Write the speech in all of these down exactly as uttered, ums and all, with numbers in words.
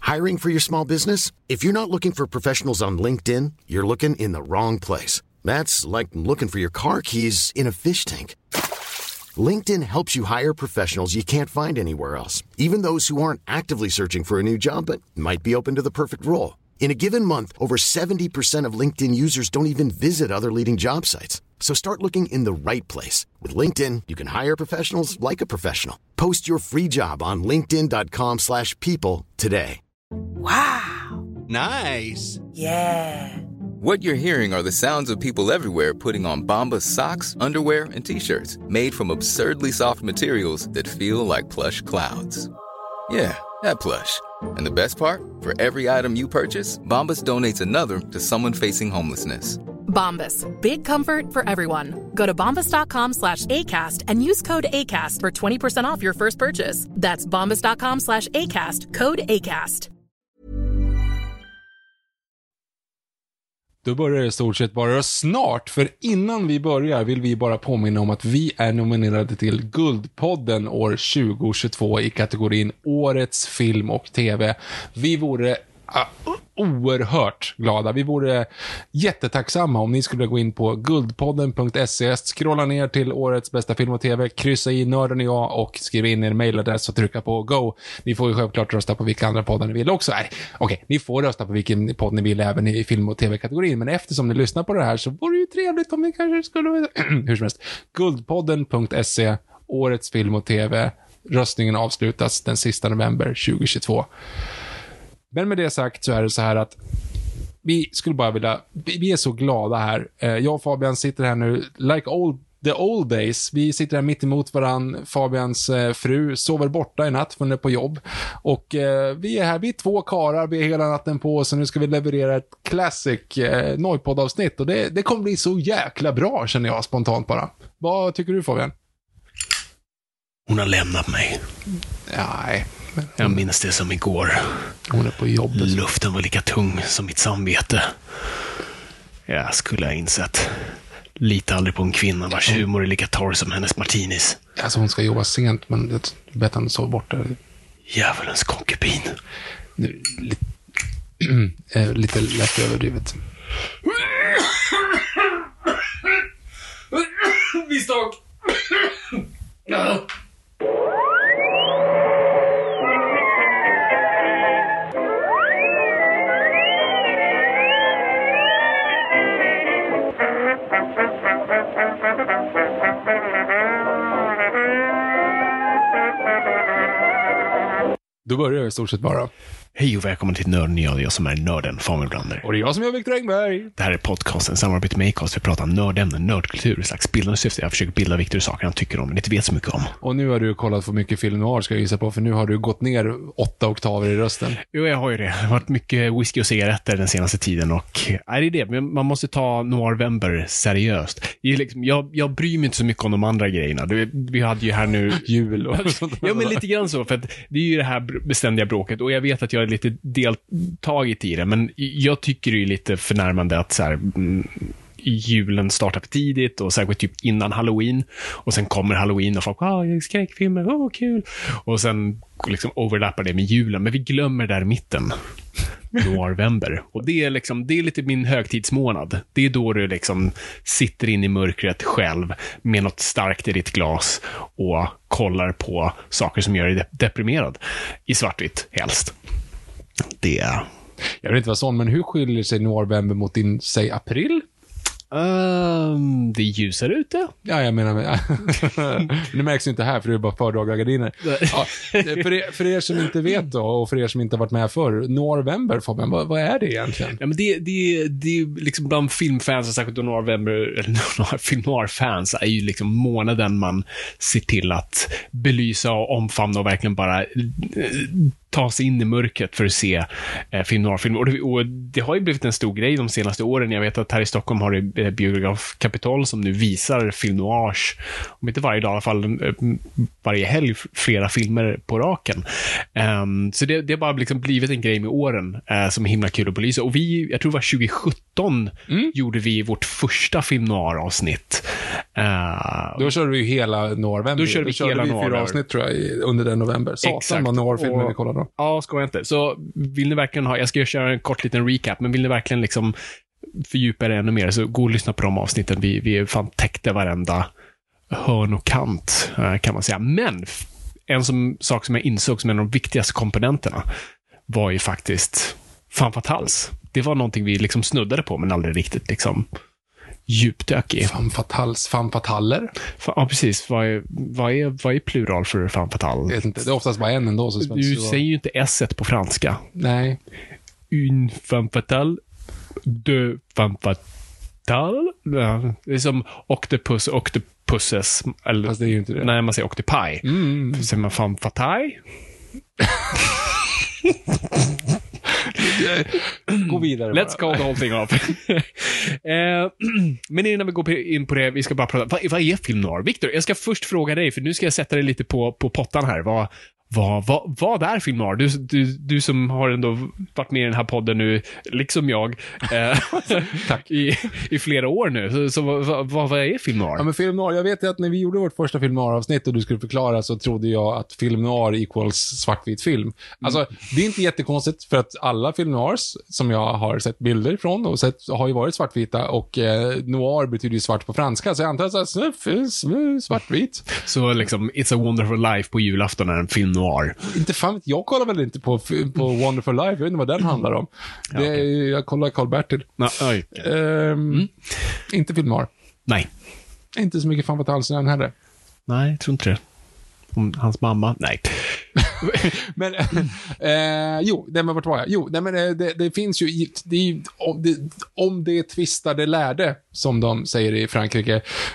Hiring for your small business? If you're not looking for professionals on LinkedIn, you're looking in the wrong place. That's like looking for your car keys in a fish tank. LinkedIn helps you hire professionals you can't find anywhere else, even those who aren't actively searching for a new job but might be open to the perfect role. In a given month, over seventy percent of LinkedIn users don't even visit other leading job sites. So start looking in the right place. With LinkedIn, you can hire professionals like a professional. Post your free job on linkedin dot com slash people today. Wow. Nice. Yeah. What you're hearing are the sounds of people everywhere putting on Bombas socks, underwear, and T-shirts made from absurdly soft materials that feel like plush clouds. Yeah, that plush. And the best part? For every item you purchase, Bombas donates another to someone facing homelessness. Bombas. Big comfort for everyone. Go to bombas.com slash ACAST and use code ACAST for twenty percent off your first purchase. That's bombas.com slash ACAST. Code ACAST. Då börjar det i stort sett bara snart, för innan vi börjar vill vi bara påminna om att vi är nominerade till Guldpodden år tjugo tjugotvå i kategorin Årets film och tv. Vi vore uh, oerhört glada. Vi vore jättetacksamma om ni skulle gå in på guldpodden punkt se, scrolla ner till årets bästa film och tv, kryssa i Nörden och jag och skriva in er mailadress och trycka på go. Ni får ju självklart rösta på vilka andra poddar ni vill också. Nej, okej, okay, ni får rösta på vilken podd ni vill även i film- och tv-kategorin, men eftersom ni lyssnar på det här så vore det ju trevligt om ni kanske skulle hur som helst. guldpodden punkt se, årets film och tv. Röstningen avslutas den sista november tjugo tjugotvå. Men med det sagt så är det så här att vi skulle bara vilja, vi är så glada här. Jag och Fabian sitter här nu like old, the old days. Vi sitter här mitt emot varann. Fabians fru sover borta i natt för hon är på jobb. Och vi är här, vi är två karar, vi är hela natten på, så nu ska vi leverera ett classic eh, Noipod-avsnitt. Och det, det kommer bli så jäkla bra, känner jag spontant bara. Vad tycker du, Fabian? Hon har lämnat mig. Nej. Jag minns det som igår. Hon är på jobbet. Luften var lika tung som mitt samvete. Jag skulle ha insett. Lita aldrig på en kvinna vars humor är lika torr som hennes martinis. Alltså hon ska jobba sent, men det är bättre än att sova borta. Djävulens konkubin. Nu, lite, äh, lite lätt överdrivet. Misstag. Då börjar jag i stort sett bara. Hej och välkommen till Nörden, jag, jag som är nörden, Fabian Brander. Och det är jag som är Viktor Engberg. Det här är podcasten, samarbete med Acast. Vi pratar nördämnen, nördkultur, ett slags bildande syfte. Jag försöker bilda Viktor i saker han tycker om, men inte vet så mycket om. Och nu har du kollat för mycket film noir, ska jag gissa på, för nu har du gått ner åtta oktaver i rösten. Jo, jag har ju det. Det har varit mycket whisky och cigaretter den senaste tiden, och är det det? Men man måste ta Noirvember seriöst. Liksom, jag, jag bryr mig inte så mycket om de andra grejerna. Det, vi hade ju här nu jul och sånt. Ja, men lite grann så, för att det är ju det här beständiga bråket, och jag vet att jag är lite deltagit i det, men jag tycker det är lite förnärmande att så här, mm, julen startar för tidigt, och särskilt typ innan Halloween, och sen kommer Halloween och folk, ah, skräckfilmer, åh, oh, kul, och sen liksom overlappar det med julen, men vi glömmer där i mitten Noirvember, och det är liksom, det är lite min högtidsmånad. Det är då du liksom sitter in i mörkret själv med något starkt i ditt glas och kollar på saker som gör dig deprimerad, i svartvitt helst. Det är... Jag vet inte vad sån, men hur skiljer sig Noirvember mot din, säg, april? Um, det är ljusare ute. Ja, jag menar, det märks ju inte här för det är bara fördrag och gardiner. Ja, för, er, för er som inte vet då, och för er som inte har varit med förr, Noirvember, Fabian, vad, vad är det egentligen? Ja, men det, det, det är liksom bland filmfans, särskilt då Noirvember, eller film noir-fans, är ju liksom månaden man ser till att belysa och omfamna och verkligen bara ta sig in i mörkret för att se eh, film noir-film. Och det, och det har ju blivit en stor grej de senaste åren. Jag vet att här i Stockholm har det eh, Biograf Kapitol som nu visar film noirs, om inte varje dag i alla fall, eh, varje helg, flera filmer på raken. Um, så det, det har bara liksom blivit en grej med åren eh, som är himla kul att belysa. Och vi, jag tror det var tjugo sjutton mm. gjorde vi vårt första film noir-avsnitt. Uh, då körde vi ju hela Noirvember. Då körde vi, då körde hela vi noir fyra avsnitt tror jag under den november. Satan vad noir-filmer vi kollade. då. Ja, ska jag inte. Så vill ni verkligen ha, jag ska köra en kort liten recap, men vill ni verkligen liksom fördjupa det ännu mer, så gå och lyssna på de avsnitten. Vi, vi fan täckte varenda hörn och kant, kan man säga. Men en som, sak som jag insåg som en av de viktigaste komponenterna var ju faktiskt Femme Fatales. Det var någonting vi liksom snuddade på, men aldrig riktigt liksom djupdök i. Femme Fatales, Femme Fataler? Ja, precis. Vad är, vad är, vad är plural för Femme Fatale? Jag vet inte, det är oftast bara en ändå. Så du så säger ju inte S-et på franska. Nej. Une femme fatale, deux femme fatale. Ja, det är som octopus, octopusses. Eller, fast det är ju inte det. Nej, man säger octopi. Mm. Så säger man femme fatale. Gå vidare. Let's bara. go the whole thing off. eh, men innan vi går in på det, vi ska bara prata. Vad, vad är film noir? Victor, jag ska först fråga dig, för nu ska jag sätta dig lite på, på pottan här. Vad, vad, vad, vad är film noir? Du, du, du som har ändå varit med i den här podden nu, liksom jag, eh, Tack. I, i flera år nu. Så, så vad, vad, vad är film noir? Ja, men film noir, jag vet ju att när vi gjorde vårt första film noir-avsnitt och du skulle förklara, så trodde jag att film noir equals svartvit film. Alltså, det är inte jättekonstigt, för att alla film noirs som jag har sett bilder från och sett har ju varit svartvita, och eh, noir betyder ju svart på franska, så jag antar att så här, svartvit. Så liksom, It's a Wonderful Life på julafton är en film noir. Inte fan vet, jag kollar väl inte på, på Wonderful Life, jag vet inte vad den handlar om. Det är, jag kollar Carl Bertil. Na, oj. Ehm, mm. Inte film noir. Nej. Inte så mycket fan vad alls den heller. Nej, jag tror inte det. Om hans mamma? Nej. men, eh, jo, nej, men vart var jag? Jo, nej, men det, det finns ju, det, om, det, om det tvistar det lärde, som de säger i Frankrike,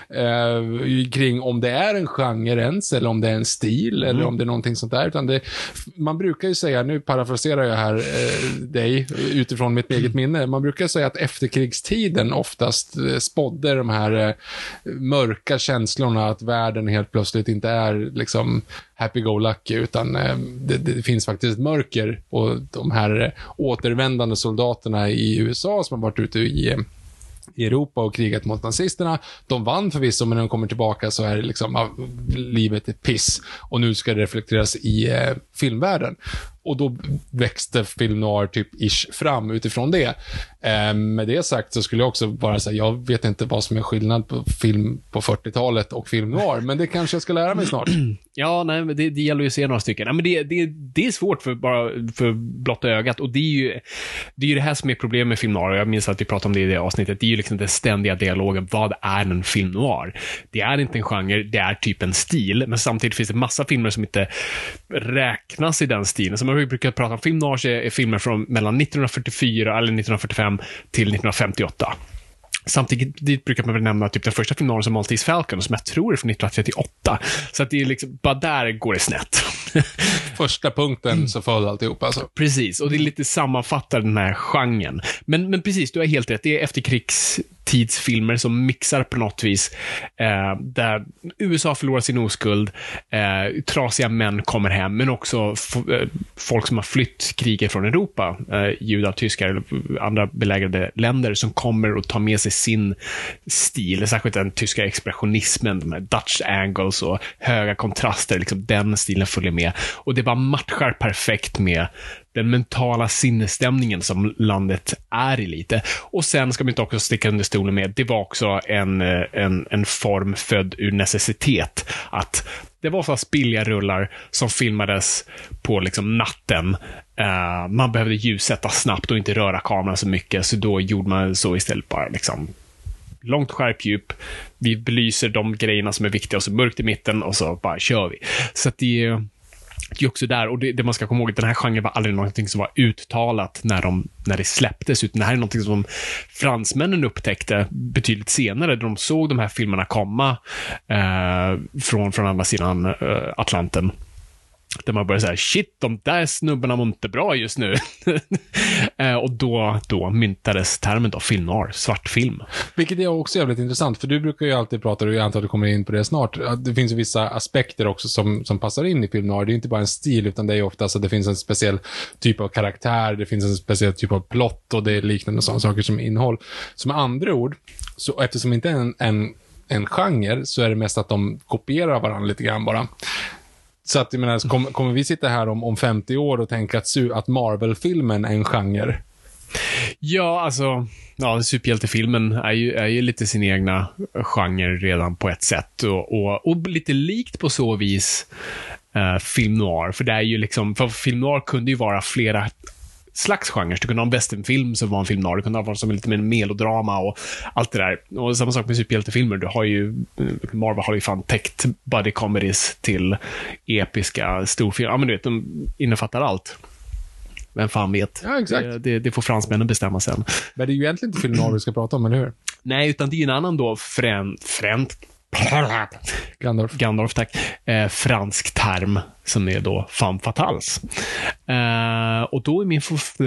eh, kring om det är en genre ens, eller om det är en stil, mm. eller om det är någonting sånt där, utan det, man brukar ju säga, nu parafraserar jag här eh, dig, utifrån mitt eget minne, man brukar säga att efterkrigstiden oftast eh, spådde de här eh, mörka känslorna, att världen helt plötsligt inte är liksom happy-go-lucky, utan eh, det, det finns faktiskt mörker, och de här eh, återvändande soldaterna i U S A som har varit ute i eh, i Europa och krigat mot nazisterna, de vann förvisso, men när de kommer tillbaka så är det liksom, ah, livet är piss, och nu ska det reflekteras i eh, filmvärlden. Och då växte film noir typ ish fram utifrån det. Eh, med det sagt så skulle jag också bara säga, jag vet inte vad som är skillnad på film på fyrtiotalet och film noir, men det kanske jag ska lära mig snart. Ja, nej, men det, det gäller ju att se några stycken. Nej, men det, det, det är svårt för bara för blotta ögat, och det är ju det är ju det här som är problemet med film noir. Jag minns att vi pratade om det i det avsnittet. Det är ju liksom den ständiga dialogen. Vad är en film noir? Det är inte en genre, det är typ en stil, men samtidigt finns det massa filmer som inte räknas i den stilen. Som vi brukar prata om, film noir är filmer från mellan nittonhundrafyrtiofyra eller nittonhundrafyrtiofem till nittonhundrafemtioåtta. Samtidigt brukar man väl nämna typ den första filmen som Maltese Falcon, som jag tror är från nittonhundratrettioåtta. Så att det är liksom, bara där går det snett. Första punkten så föll alltihop alltså. Precis, och det är lite sammanfattar den här genren. Men, men precis, du har helt rätt. Det är efterkrigstidsfilmer som mixar på något vis. Eh, där U S A förlorar sin oskuld, eh, trasiga män kommer hem, men också f- eh, folk som har flytt kriget från Europa, eh, judar, tyskar eller andra belägrade länder, som kommer och tar med sig sin stil, särskilt den tyska expressionismen, de här Dutch angles och höga kontraster, liksom den stilen följer med, och det bara matchar perfekt med den mentala sinnesstämningen som landet är i lite. Och sen ska man inte också sticka under stolen med, det var också en, en, en form född ur necessitet, att det var oftast billiga rullar som filmades på liksom natten. Uh, man behövde ljussätta snabbt och inte röra kameran så mycket, så då gjorde man så istället, bara liksom långt skärpdjup, vi belyser de grejerna som är viktiga och så mörkt i mitten, och så bara kör vi. Så att det är det är också där, och det, det man ska komma ihåg, att den här genren var aldrig någonting som var uttalat när, de, när det släpptes, utan det här är någonting som fransmännen upptäckte betydligt senare, då de såg de här filmerna komma eh, från, från andra sidan eh, Atlanten. Där man börjar säga, shit, de där snubbarna var inte bra just nu. eh, och då, då myntades termen då, film noir, svart film. Vilket är också jävligt intressant, för du brukar ju alltid prata, och jag antar att du kommer in på det snart, att det finns ju vissa aspekter också som, som passar in i film noir. Det är inte bara en stil, utan det är ofta så att det finns en speciell typ av karaktär, det finns en speciell typ av plott, och det är liknande sådana saker som innehåll. Så med andra ord, så eftersom det inte är en, en, en genre, så är det mest att de kopierar varandra lite grann bara. Så att jag menar, kommer, kommer vi sitta här om, om femtio år och tänka att, att Marvel-filmen är en genre? Ja, alltså, ja, superhjältefilmen är ju, är ju lite sin egna genre redan på ett sätt. Och, och, och lite likt på så vis uh, film noir. För det är ju liksom, för film noir kunde ju vara flera slags genrer. Du kunde ha en westernfilm som var en film noir. Du kunde ha som lite mer melodrama och allt det där. Och samma sak med superhjältefilmer. Du har ju, Marvel har ju fan täckt buddy comedies till episka storfilmer. Ja, men du vet, de innefattar allt. Vem fan vet. Ja, exakt. Det, det, det får fransmännen bestämma sen. Men det är ju egentligen inte film noir vi ska prata om, eller hur? Nej, utan det är en annan då fränt, fränt Gandalf. Gandalf, tack. Eh, fransk term som är då femme fatales. Eh, och då är min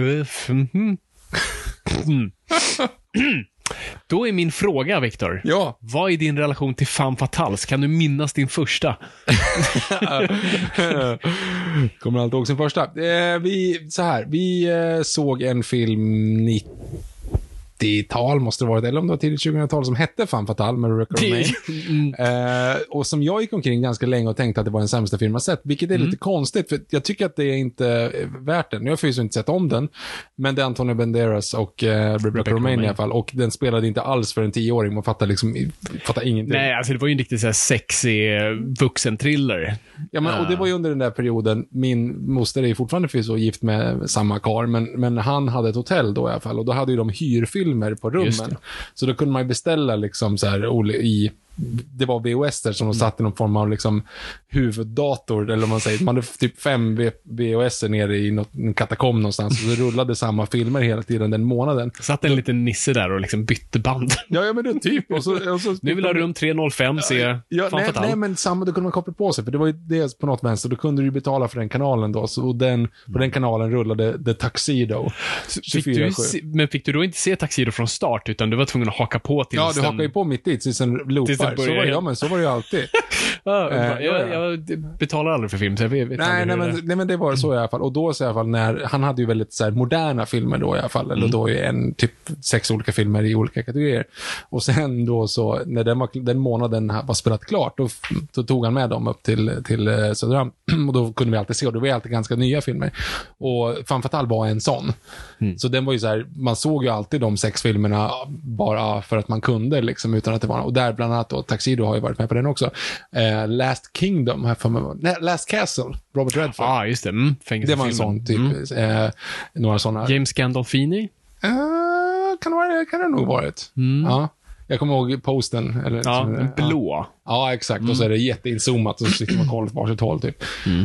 Då är min fråga, Victor. Ja. Vad är din relation till femme fatales? Kan du minnas din första? Kommer alltid ihåg sin första. Eh, vi, så här, vi eh, såg en film nittiotal måste det varit, eller om det var tidigt tjugohundratal, som hette Femme Fatale med Rebecca Romijn. mm. eh, och som jag gick omkring ganska länge och tänkte att det var den sämsta film jag sett, vilket är mm. lite konstigt, för jag tycker att det är inte värt den. Jag har förvisso inte sett om den, men det är Antonio Banderas och eh, Rebecca, Rebecca Romijn i alla fall, och den spelade inte alls för en tioåring, man fattar liksom fattar ingenting. Nej, alltså det var ju en riktigt så här sexy vuxen-thriller. Ja, men, och det var ju under den där perioden, min moster är ju fortfarande för så gift med samma kar, men, men han hade ett hotell då i alla fall, och då hade ju de hyrfilmer på rummen. Så då kunde man ju beställa liksom så här i, det var V H S där som de satt i någon form av liksom huvuddator, eller om man säger, man hade typ fem V H S nere i något, en katakomb någonstans, och så rullade samma filmer hela tiden den månaden. Satt en liten nisse där och liksom bytte band. Ja, ja men det typ. Och så, och så nu vill jag rum tre noll fem se ja, ja, nej, nej, men samma, då kunde man koppla på sig, för det var ju det på något vänster, då kunde du betala för den kanalen då, så och den, på den kanalen rullade The Tuxedo tjugofyra sju. Men fick du då inte se Tuxedo från start, utan du var tvungen att haka på tills ja, du den... hakar ju på mitt i tills den loopar. Så var det, ja, men så var det ju alltid. ja, uh, jag, ja, jag, jag betalar aldrig för film, så jag vet, vet nej, nej, men, det. nej, men det var så i alla fall. Och då så i alla fall, när, han hade ju väldigt så här, moderna filmer då i alla fall, eller mm. då är en typ sex olika filmer i olika kategorier. Och sen då så, när den, var, den månaden var spelat klart, då, då tog han med dem upp till, till uh, Söderhamn. Och då kunde vi alltid se, och det var alltid ganska nya filmer. Och Femme Fatale var en sån. Mm. Så den var ju så här, man såg ju alltid de sex filmerna bara för att man kunde liksom, utan att det var, och där bland annat då, Tuxedo har ju varit med på den också. Uh, Last Kingdom, här för mig, nej, Last Castle, Robert Redford. Ja, ah, just det. Mm, det var en sån typ, mm. uh, några sådana. James Gandolfini? Uh, kan, det vara, kan det nog varit. Mm. Ja. Jag kommer ihåg posten. Eller, ja, som, en blå. Ja, ja exakt. Mm. Och så är det jätteinzoomat och så sitter man kollar på varsitt håll typ. Mm.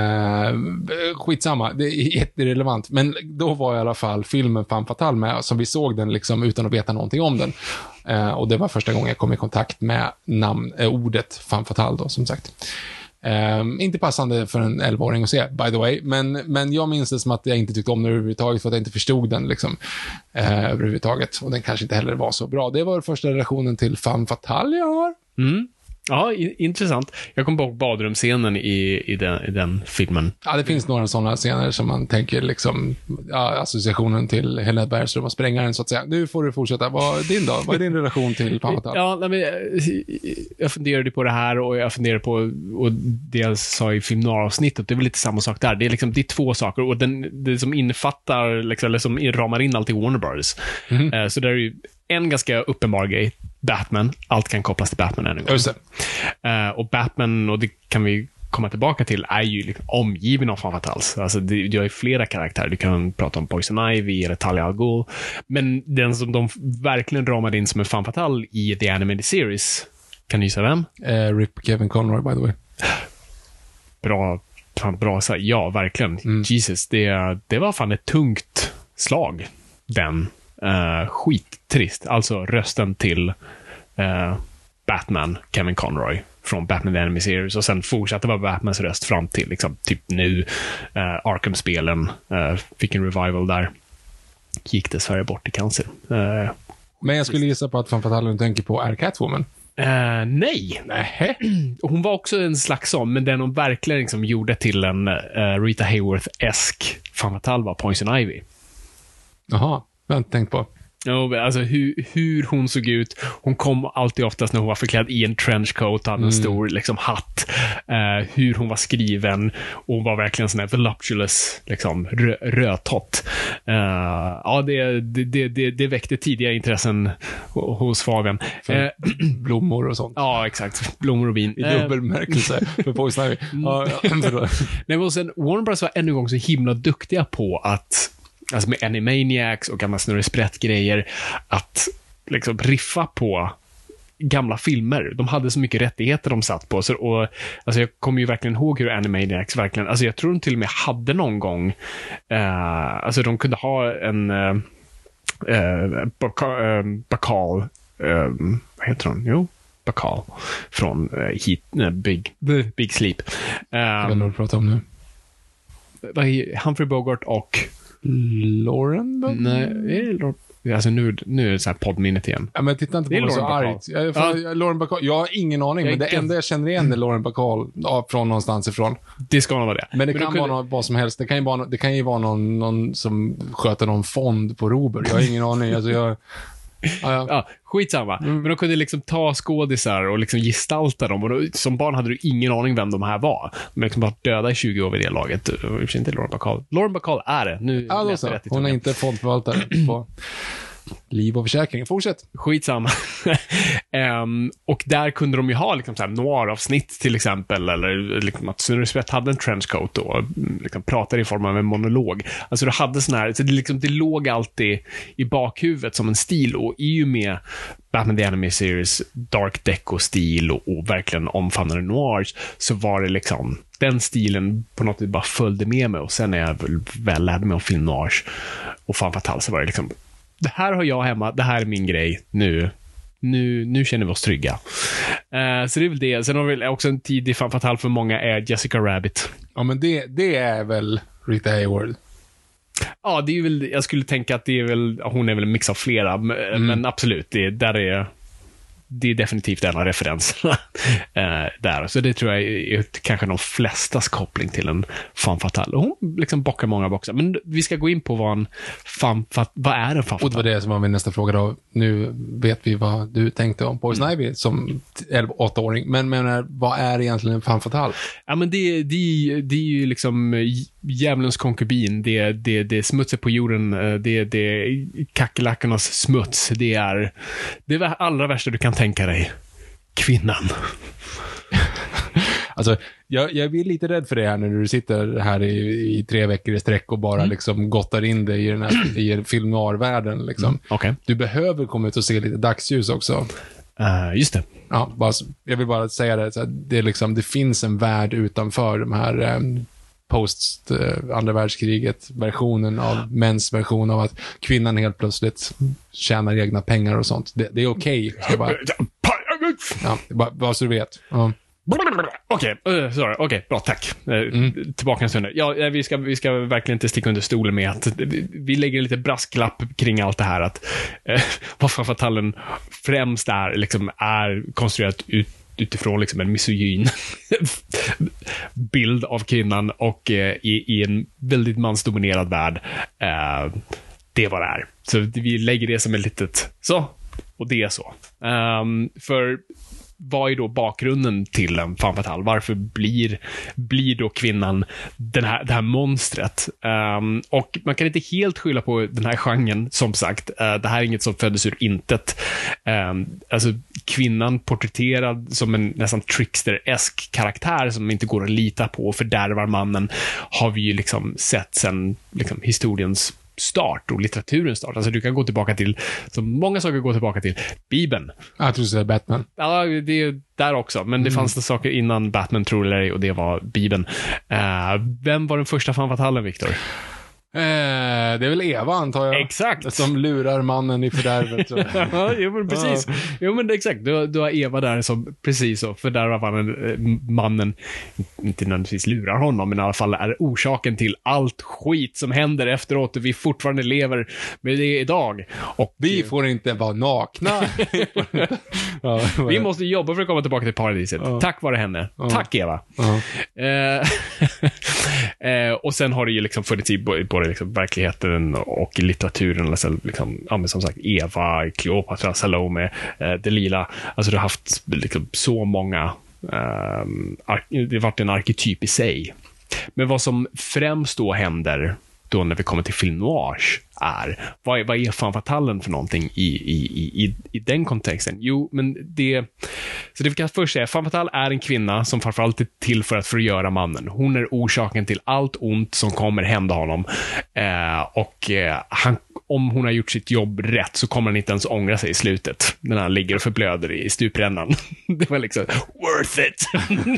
Eh, skitsamma, det är jätterelevant. Men då var i alla fall filmen Femme Fatale med, som vi såg den liksom utan att veta någonting om den. Eh, och det var första gången jag kom i kontakt med namn, eh, ordet Femme Fatale då, som sagt. Um, inte passande för en elvaåring att se, by the way, men, men jag minns det som att jag inte tyckte om den överhuvudtaget, för att jag inte förstod den liksom, uh, överhuvudtaget, och den kanske inte heller var så bra. Det var första relationen till Femme Fatale jag har. Mm. Ja, i- intressant. Jag kommer ihåg badrumsscenen i, i, den, i den filmen. Ja, det finns några sådana scener som man tänker liksom, ja, associationen till Helena Bergström och sprängaren så att säga. Nu får du fortsätta. Vad är din då? Vad är din relation till Femme Fatale? Ja, nej, men, jag funderade på det här, och jag funderade på, och det jag sa i film noir-avsnittet, det är väl lite samma sak där. Det är liksom, det är två saker, och den, det som innefattar liksom, eller som ramar in allt i Warner Brothers. Mm. Uh, så där är ju en ganska uppenbar grej. Batman. Allt kan kopplas till Batman ännu en gång. Just det. Uh, och Batman, och det kan vi komma tillbaka till, är ju liksom omgiven av Femme Fatales. Alltså det, det är ju flera karaktärer. Du kan prata om Poison Ivy eller Talia al Ghul. Men den som de verkligen ramade in som en Femme Fatale i The Animated Series, kan du gissa vem? Uh, Rip Kevin Conroy, by the way. Bra, fan, bra så här. Ja, verkligen. Mm. Jesus, det, det var fan ett tungt slag. Den. Uh, skittrist. Alltså rösten till uh, Batman, Kevin Conroy från Batman The Animated Series, och sen fortsatte vara Batmans röst fram till liksom, typ nu. uh, Arkham-spelen uh, fick en revival där. Gick dessvärre bort i cancer. Uh, Men jag skulle gissa på att Femme Fatale du tänker på är Catwoman. Uh, nej. Nej. Hon var också en slags sån, men den hon verkligen liksom gjorde till en uh, Rita Hayworth-esk Femme Fatale var Poison Ivy. Jaha. Jag har inte tänkt på. Ja, alltså hur, hur hon såg ut. Hon kom alltid oftast när hon var förklädd i en trenchcoat, hade en mm. stor liksom, hatt. Uh, hur hon var skriven. Och hon var verkligen sån här voluptuous, liksom, rö- rödtott. Uh, ja, det, det, det, det väckte tidiga intressen hos Fabian. Uh, blommor och sånt. Ja, exakt. Blommor och vin. I dubbelmärkelse för Poison Ivy. Ja, ja. Nej, men sen Warner Bros var ännu en gång så himla duktiga på att, alltså med Animaniacs och gamla snurresprätt-grejer, att liksom riffa på gamla filmer. De hade så mycket rättigheter de satt på. Så, och, alltså jag kommer ju verkligen ihåg hur Animaniacs verkligen, alltså jag tror de till och med hade någon gång, uh, alltså de kunde ha en uh, uh, Bacall, uh, Bacall uh, vad heter hon? Jo, Bacall från uh, Heat, uh, Big, Big Sleep. Um, jag vet inte vad du pratar om nu. Humphrey Bogart och Lauren? Nej, är det alltså nu, nu är det så här poddminnet igen. Ja, men titta inte på mig så argt. Jag, för, ja. Lauren Bacall. Jag har ingen aning, jag men det kan... enda jag känner igen är Lauren Bacall ja, från någonstans ifrån. Det ska nog vara det. Men det men kan vara kunde... vad som helst. Det kan ju vara, det kan ju vara någon, någon som sköter någon fond på Robur. Jag har ingen aning. Alltså jag... Ja, ja. Ja, skitsamma. Mm. Men de kunde liksom ta skådisar och liksom gestalta dem. Och då, som barn hade du ingen aning vem de här var. De är liksom bara döda i tjugo år vid det laget. Och inte Lauren Bacall. Lauren Bacall är det. Nu ja, då så. Rätt i hon är inte fondförvaltare på liv och försäkring. Fortsätt. Skitsamma. um, och där kunde de ju ha liksom så här noir-avsnitt till exempel. Eller liksom att Snurresprätt hade en trenchcoat och liksom pratade i form av en monolog. Alltså du hade sån här, så det, liksom, det låg alltid i bakhuvudet som en stil. Och i och med Batman the Anime Series Dark Deco-stil och, och verkligen omfamnade noirs, så var det liksom den stilen på något sätt bara följde med mig. Och sen när jag väl, väl lärde mig om film noirs och fan fatal, så var det liksom, det här har jag hemma, det här är min grej nu. Nu, nu känner vi oss trygga. Uh, så det är väl det. Sen har vi också en tidig fan fatal för många är Jessica Rabbit. Ja, men det, det är väl Rita Hayworth. Ja, det är väl, jag skulle tänka att det är väl, hon är väl en mix av flera, mm. men absolut, det där är det är definitivt en av referenserna eh, där. Så det tror jag är, är kanske de flestas koppling till en fan fatal. Och hon liksom bockar många boxar. Men vi ska gå in på vad en fan fat, vad är en fan fatal? Och det var det som var min nästa fråga då. Nu vet vi vad du tänkte om Poison Ivy som elva-åttaåring. Men menar, vad är egentligen en fan fatal? Ja, men det, det, det är ju liksom djävulens konkubin. Det, det, det är smutset på jorden. Det, det är kackerlackornas smuts. Det är det är det allra värsta du kan tänka dig. Kvinnan. Alltså, jag, jag blir lite rädd för det här när du sitter här i, i tre veckor i sträck och bara mm. liksom gottar in dig i den här i film noir-världen liksom. Mm, okay. Du behöver komma ut och se lite dagsljus också. Uh, just det. Ja, bara, jag vill bara säga det så att det, liksom, det finns en värld utanför de här um, post uh, andra världskriget versionen av mäns version av att kvinnan helt plötsligt tjänar egna pengar och sånt. Det, det är okej. Okay. Bara... Ja, bara, bara så du vet. Ja. Okej, okay, uh, sorry. Okej, okay, bra, tack. Uh, mm. Tillbaka en stund. Ja, vi ska, vi ska verkligen inte sticka under stolen med att vi lägger lite brasklapp kring allt det här att uh, vad fan fatallen främst är, liksom, är konstruerat ut, utifrån liksom en misogyn bild av kvinnan och uh, i, i en väldigt mansdominerad värld. Uh, det var det är. Så vi lägger det som ett litet så, och det är så. Um, för vad är då bakgrunden till en fan fatal? Varför blir, blir då kvinnan den här, det här monstret? Um, och man kan inte helt skylla på den här genren, som sagt. Uh, det här är inget som föddes ur intet. Um, alltså kvinnan porträtterad som en nästan trickster-esk karaktär som inte går att lita på och fördärvar mannen har vi ju liksom sett sen liksom historiens start och litteraturens start. Alltså du kan gå tillbaka till, så många saker går tillbaka till Bibeln. Jag tror du säger Batman. Ja, det är där också. Men det mm. fanns det saker innan Batman, tror jag, och det var Bibeln. Uh, vem var den första fan fatalen, Victor? Eh, det är väl Eva, antar jag. Exakt. Som lurar mannen i fördärvet. Ja, jo, men precis. Jo, men exakt. Du, du har Eva där som precis så fördärvar mannen, mannen, inte nödvändigtvis lurar honom, men i alla fall är orsaken till allt skit som händer efteråt och vi fortfarande lever med det idag. Och vi får inte vara nakna. Ja, vi måste jobba för att komma tillbaka till paradiset. Ja. Tack vare henne. Ja. Tack, Eva. Ja. Eh, och sen har det ju liksom funnits i både liksom verkligheten verkligheten och i litteraturen, alltså, liksom, ja, men som sagt Eva, Kleopatra, Salome, eh, Delila, alltså du har haft liksom, så många eh, ar- det har varit en arketyp i sig. Men vad som främst då händer då när vi kommer till film noir är, vad är, vad är fan fatalen för någonting i, i, i, i den kontexten? Jo, men det så det vi kan först säga, fan fatal är en kvinna som framförallt är till för att förgöra mannen. Hon är orsaken till allt ont som kommer hända honom. Eh, och eh, han, om hon har gjort sitt jobb rätt så kommer han inte ens ångra sig i slutet när han ligger och förblöder i stuprännan. Det var liksom worth it.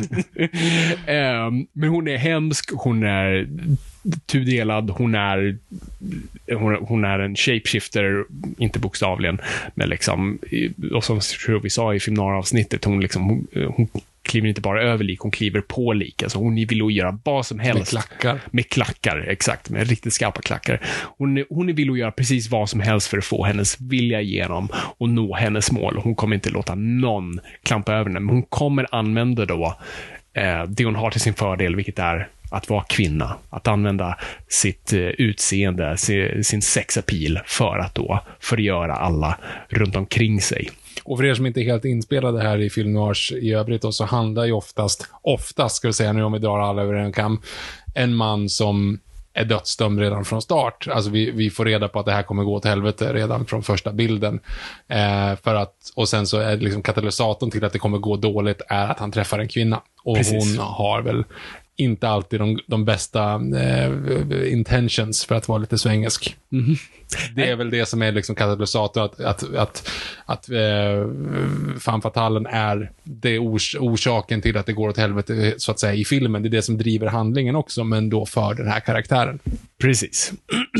eh, men hon är hemsk, hon är tudelad, hon är hon, hon är en shapeshifter, inte bokstavligen, men liksom, och som tror vi sa i film noir-avsnittet, hon liksom hon, hon kliver inte bara över lik, hon kliver på lik, alltså hon vill göra vad som helst. Med klackar. Med klackar, exakt, med riktigt skarpa klackar. Hon, hon vill göra precis vad som helst för att få hennes vilja igenom och nå hennes mål. Hon kommer inte låta någon klampa över henne, men hon kommer använda då eh, det hon har till sin fördel, vilket är att vara kvinna, att använda sitt uh, utseende, sin, sin sexappeal för att då förgöra alla runt omkring sig. Och för er som inte är helt inspelade här i film noirs i övrigt då, så handlar ju oftast, oftast ska vi säga nu om vi drar alla över en kam, en man som är dödsdömd redan från start. Alltså vi, vi får reda på att det här kommer gå åt helvete redan från första bilden. Eh, för att, och sen så är liksom katalysatorn till att det kommer gå dåligt är att han träffar en kvinna. Och Precis. Hon har väl inte alltid de, de bästa eh, intentions, för att vara lite svengelsk. Mm. Det är väl det som är liksom katalysator, att, att, att, att eh, fan fatalen är det ors- orsaken till att det går åt helvete så att säga i filmen. Det är det som driver handlingen också, men då för den här karaktären. Precis.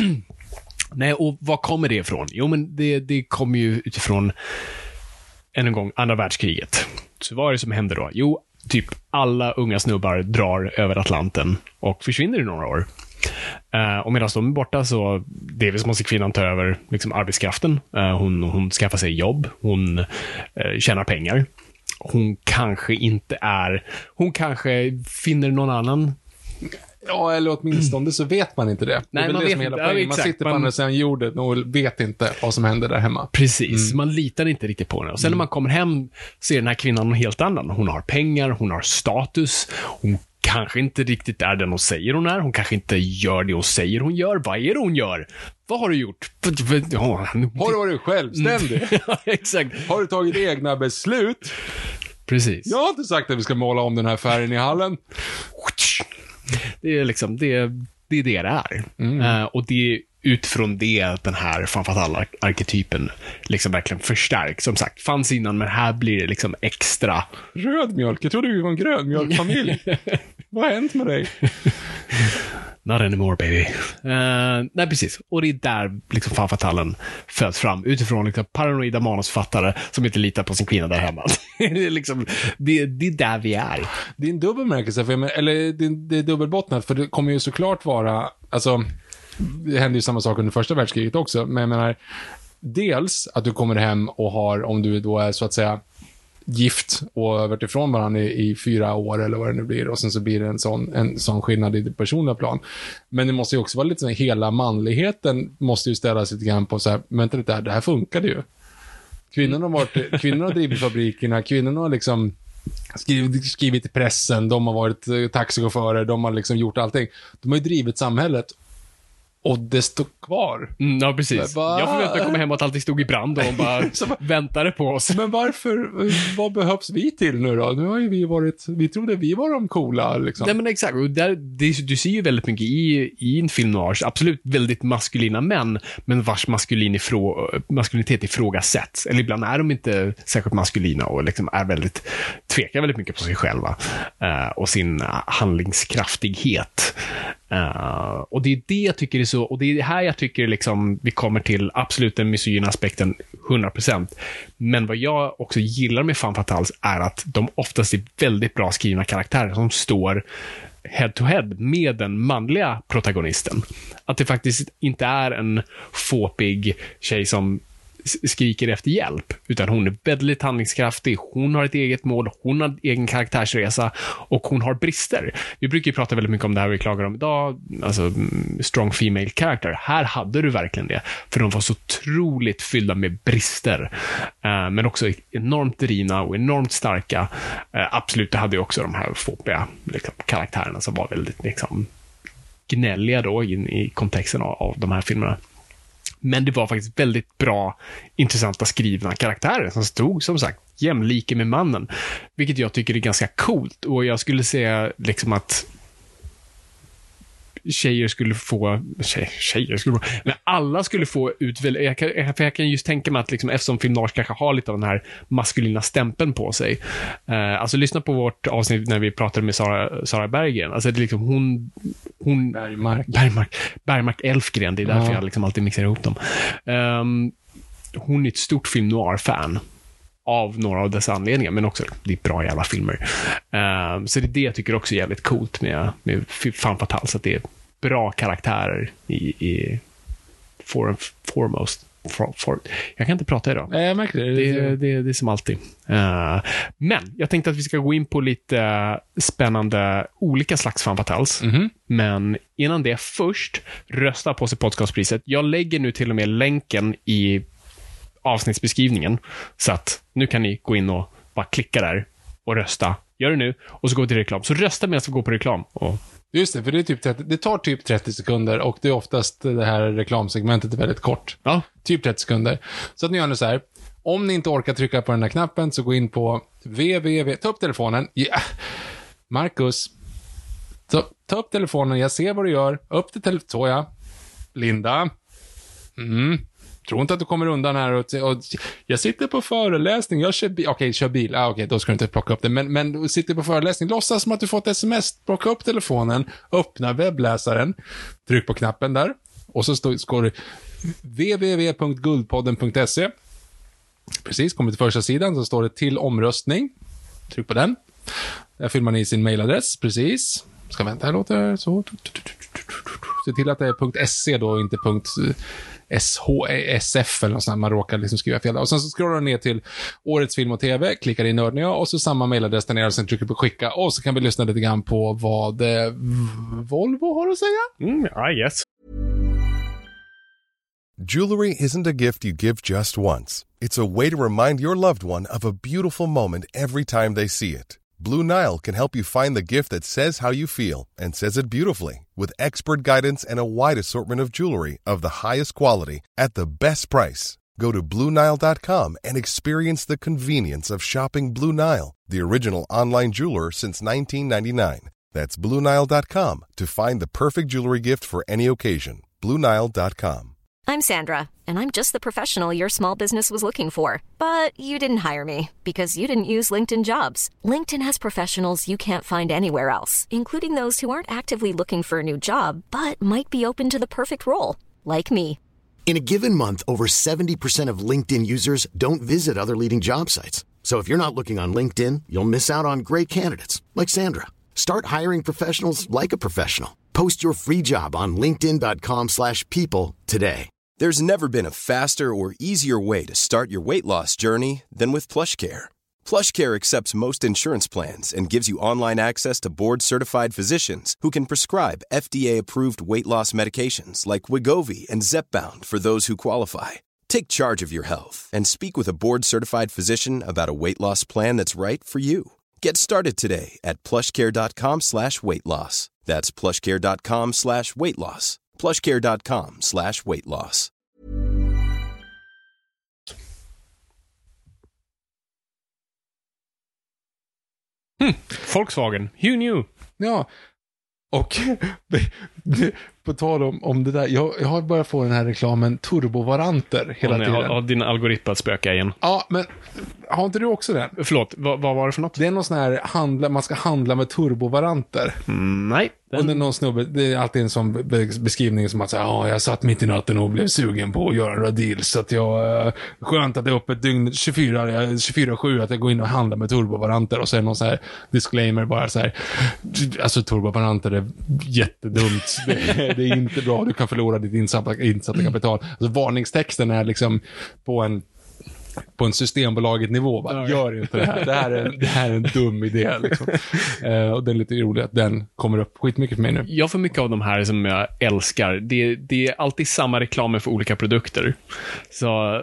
Nej, och vad kommer det ifrån? Jo, men det, det kommer ju utifrån än en gång andra världskriget. Så vad är det som händer då? Jo, typ alla unga snubbar drar över Atlanten och försvinner i några år. Uh, och medan de är borta så delvis måste kvinnan ta över liksom, arbetskraften. Uh, hon, hon skaffar sig jobb. Hon uh, tjänar pengar. Hon kanske inte är... Hon kanske finner någon annan... Ja, eller åtminstone så vet man inte det. Nej, det är man det vet som hela inte. poängen. Ja, man sitter på man... andra sidan jorden och vet inte vad som händer där hemma. Precis, mm. man litar inte riktigt på henne. Och sen mm. när man kommer hem så är den här kvinnan någon helt annan. Hon har pengar, hon har status, hon kanske inte riktigt är den hon säger hon är. Hon kanske inte gör det hon säger hon gör. Vad är det hon gör? Vad har du gjort? Har du varit självständig? Ja, exakt. Har du tagit egna beslut? Precis. Jag har inte sagt att vi ska måla om den här färgen i hallen. Det är liksom, det, det är det det är. Mm. Uh, och det är utifrån det den här fan fatala arketypen liksom verkligen förstärks. Som sagt, fanns innan, men här blir det liksom extra. Röd mjölk, jag trodde vi var en grön mjölkfamilj. Vad har hänt med dig? Not anymore, baby. Uh, nej, precis. Och det är där liksom fan fatalen föds fram. Utifrån liksom paranoida manusfattare som inte litar på sin kvinna där hemma. det, är liksom, det, det är där vi är. Det är en dubbelmärkelse, för jag, eller det, det är dubbelbottnat, för det kommer ju såklart vara, alltså, det händer ju samma sak under första världskriget också, men jag menar, dels att du kommer hem och har, om du då är så att säga gift och varit ifrån varandra i, i fyra år eller vad det nu blir, och sen så blir det en sån, en sån skillnad i det personliga plan. Men det måste ju också vara lite så här, hela manligheten måste ju ställa sig lite grann på så här, vänta lite här, det här funkade ju. Kvinnorna har varit, kvinnorna har drivit fabrikerna, kvinnorna har liksom skrivit, skrivit i pressen, de har varit taxichaufförer, de har liksom gjort allting. De har ju drivit samhället. Och det stod kvar. Mm, ja, precis. Bara... Jag förväntade komma hem att allting stod i brand och de bara väntade på oss. Men varför, vad behövs vi till nu då? Nu har ju vi varit, vi trodde vi var de coola liksom. Nej, men exakt. Och där, det, du ser ju väldigt mycket i, i en film noir, absolut väldigt maskulina män, men vars maskulin ifrå, maskulinitet ifrågasätts. Eller ibland är de inte särskilt maskulina och liksom är väldigt, tvekar väldigt mycket på sig själva uh, och sin handlingskraftighet. Uh, och det är det jag tycker är så, och det är det här jag tycker liksom vi kommer till absolut den misogyna aspekten hundra procent. Men vad jag också gillar med fan fatals är att de oftast är väldigt bra skrivna karaktärer som står head to head med den manliga protagonisten. Att det faktiskt inte är en fåpig tjej som skriker efter hjälp, utan hon är väldigt handlingskraftig, hon har ett eget mål, hon har egen karaktärsresa och hon har brister. Vi brukar ju prata väldigt mycket om det här vi klagar om idag, alltså strong female character. Här hade du verkligen det, för de var så otroligt fyllda med brister, uh, men också enormt drivna och enormt starka. Uh, absolut, det hade ju också de här fåpiga liksom, karaktärerna som var väldigt liksom gnälliga då in i kontexten av, av de här filmerna. Men det var faktiskt väldigt bra, intressanta skrivna karaktärer som stod, som sagt, jämlike med mannen. Vilket jag tycker är ganska coolt. Och jag skulle säga liksom att tjejer skulle få tjej, tjejer skulle få, men alla skulle få ut väl, jag kan, för jag kan just tänka mig att liksom, eftersom film noir kanske har lite av den här maskulina stämpeln på sig, uh, alltså lyssna på vårt avsnitt när vi pratade med Sara, Sara Berggren, alltså det är liksom hon, hon Bergmark Bergmark, Bergmark Elfgren, det är därför ja. jag liksom alltid mixar ihop dem. Um, hon är ett stort film noir-fan av några av dessa anledningar, men också det är bra jävla filmer. Um, så det är det jag tycker också är jävligt coolt med, med Femme Fatale, så att det är bra karaktärer i, i for, foremost. For, for, jag kan inte prata idag. Nej, jag märker det. Det, det, det, det är som alltid. Uh, men jag tänkte att vi ska gå in på lite spännande olika slags Femme Fatales. Mm-hmm. Men innan det, först rösta på sig podcastpriset. Jag lägger nu till och med länken i avsnittsbeskrivningen, så att nu kan ni gå in och bara klicka där och rösta. Gör det nu och så går vi till reklam. Så rösta medan vi går på reklam. Och just det, för det, är typ trettio, det tar typ trettio sekunder och det är oftast det här reklamsegmentet är väldigt kort. ja, Typ trettio sekunder. Så att ni gör nu så här. Om ni inte orkar trycka på den här knappen så gå in på www. Ta upp telefonen. Yeah. Marcus. Ta, ta upp telefonen. Jag ser vad du gör. Upp till telefonen. Så ja. Linda. Mm. Tror inte att du kommer undan här. Och, och, jag sitter på föreläsning. Jag kör bil. Okej, okay, kör bil. Ah, Okej, okay, då ska du inte plocka upp det. Men, men du sitter på föreläsning. Låtsas som att du fått sms. Plocka upp telefonen. Öppna webbläsaren. Tryck på knappen där. Och så står, står det www punkt guldpodden punkt se. Precis, kommer till första sidan så står det till omröstning. Tryck på den. Där fyller man i sin mailadress. Precis. Ska vänta, här låter så. Se till att det är .se då, inte S H S F eller något sånt. Man råkar liksom skriva fel. Och sen så scrollar du ner till årets film och tv, klickar i nörden ja, och så samma mailadress där nere och sen trycker på skicka. Och så kan vi lyssna lite grann på vad eh, Volvo har att säga. mm, I guess. Jewelry isn't a gift you give just once. It's a way to remind your loved one of a beautiful moment every time they see it. Blue Nile can help you find the gift that says how you feel and says it beautifully, with expert guidance and a wide assortment of jewelry of the highest quality at the best price. Go to blue nile dot com and experience the convenience of shopping Blue Nile, the original online jeweler since nineteen ninety-nine. That's blue nile dot com to find the perfect jewelry gift for any occasion. blue nile dot com. I'm Sandra, and I'm just the professional your small business was looking for. But you didn't hire me because you didn't use LinkedIn Jobs. LinkedIn has professionals you can't find anywhere else, including those who aren't actively looking for a new job, but might be open to the perfect role, like me. In a given month, over seventy percent of LinkedIn users don't visit other leading job sites. So if you're not looking on LinkedIn, you'll miss out on great candidates like Sandra. Start hiring professionals like a professional. Post your free job on linkedin dot com slash people today. There's never been a faster or easier way to start your weight loss journey than with PlushCare. PlushCare accepts most insurance plans and gives you online access to board-certified physicians who can prescribe F D A-approved weight loss medications like Wegovy and Zepbound for those who qualify. Take charge of your health and speak with a board-certified physician about a weight loss plan that's right for you. Get started today at plushcare dot com slash weight loss. That's plushcare dot com slash weight loss. plushcare dot com slash weight loss. Hmm. Volkswagen, who knew? Ja, och på tal om, om det där, jag, jag har börjat få den här reklamen turbovaranter hela och tiden. Har, har din algoritm att spöka igen. Ja, men har inte du också den? Förlåt, vad, vad var det för något? Det är någon sån här, handla, man ska handla med turbovaranter. Mm, nej. Den... Och det är någon snubbe, det är alltid en sån beskrivning som att säga, ja, jag satt mitt i natten och blev sugen på att göra några deals, så att jag, uh, skönt att det är uppe ett dygn tjugofyra sju att jag går in och handlar med turbovaranter, och så är det någon sån här disclaimer bara så här, alltså turbovaranter är jättedumt, det, det är inte bra, du kan förlora ditt insatta, insatta kapital. Alltså varningstexten är liksom på en på en systembolaget nivå, bara, gör inte det här. Det här är, det här är en dum idé. Liksom. Uh, och det är lite roligt att den kommer upp skitmycket för mig nu. Jag får mycket av de här som jag älskar. Det, det är alltid samma reklam för olika produkter. Så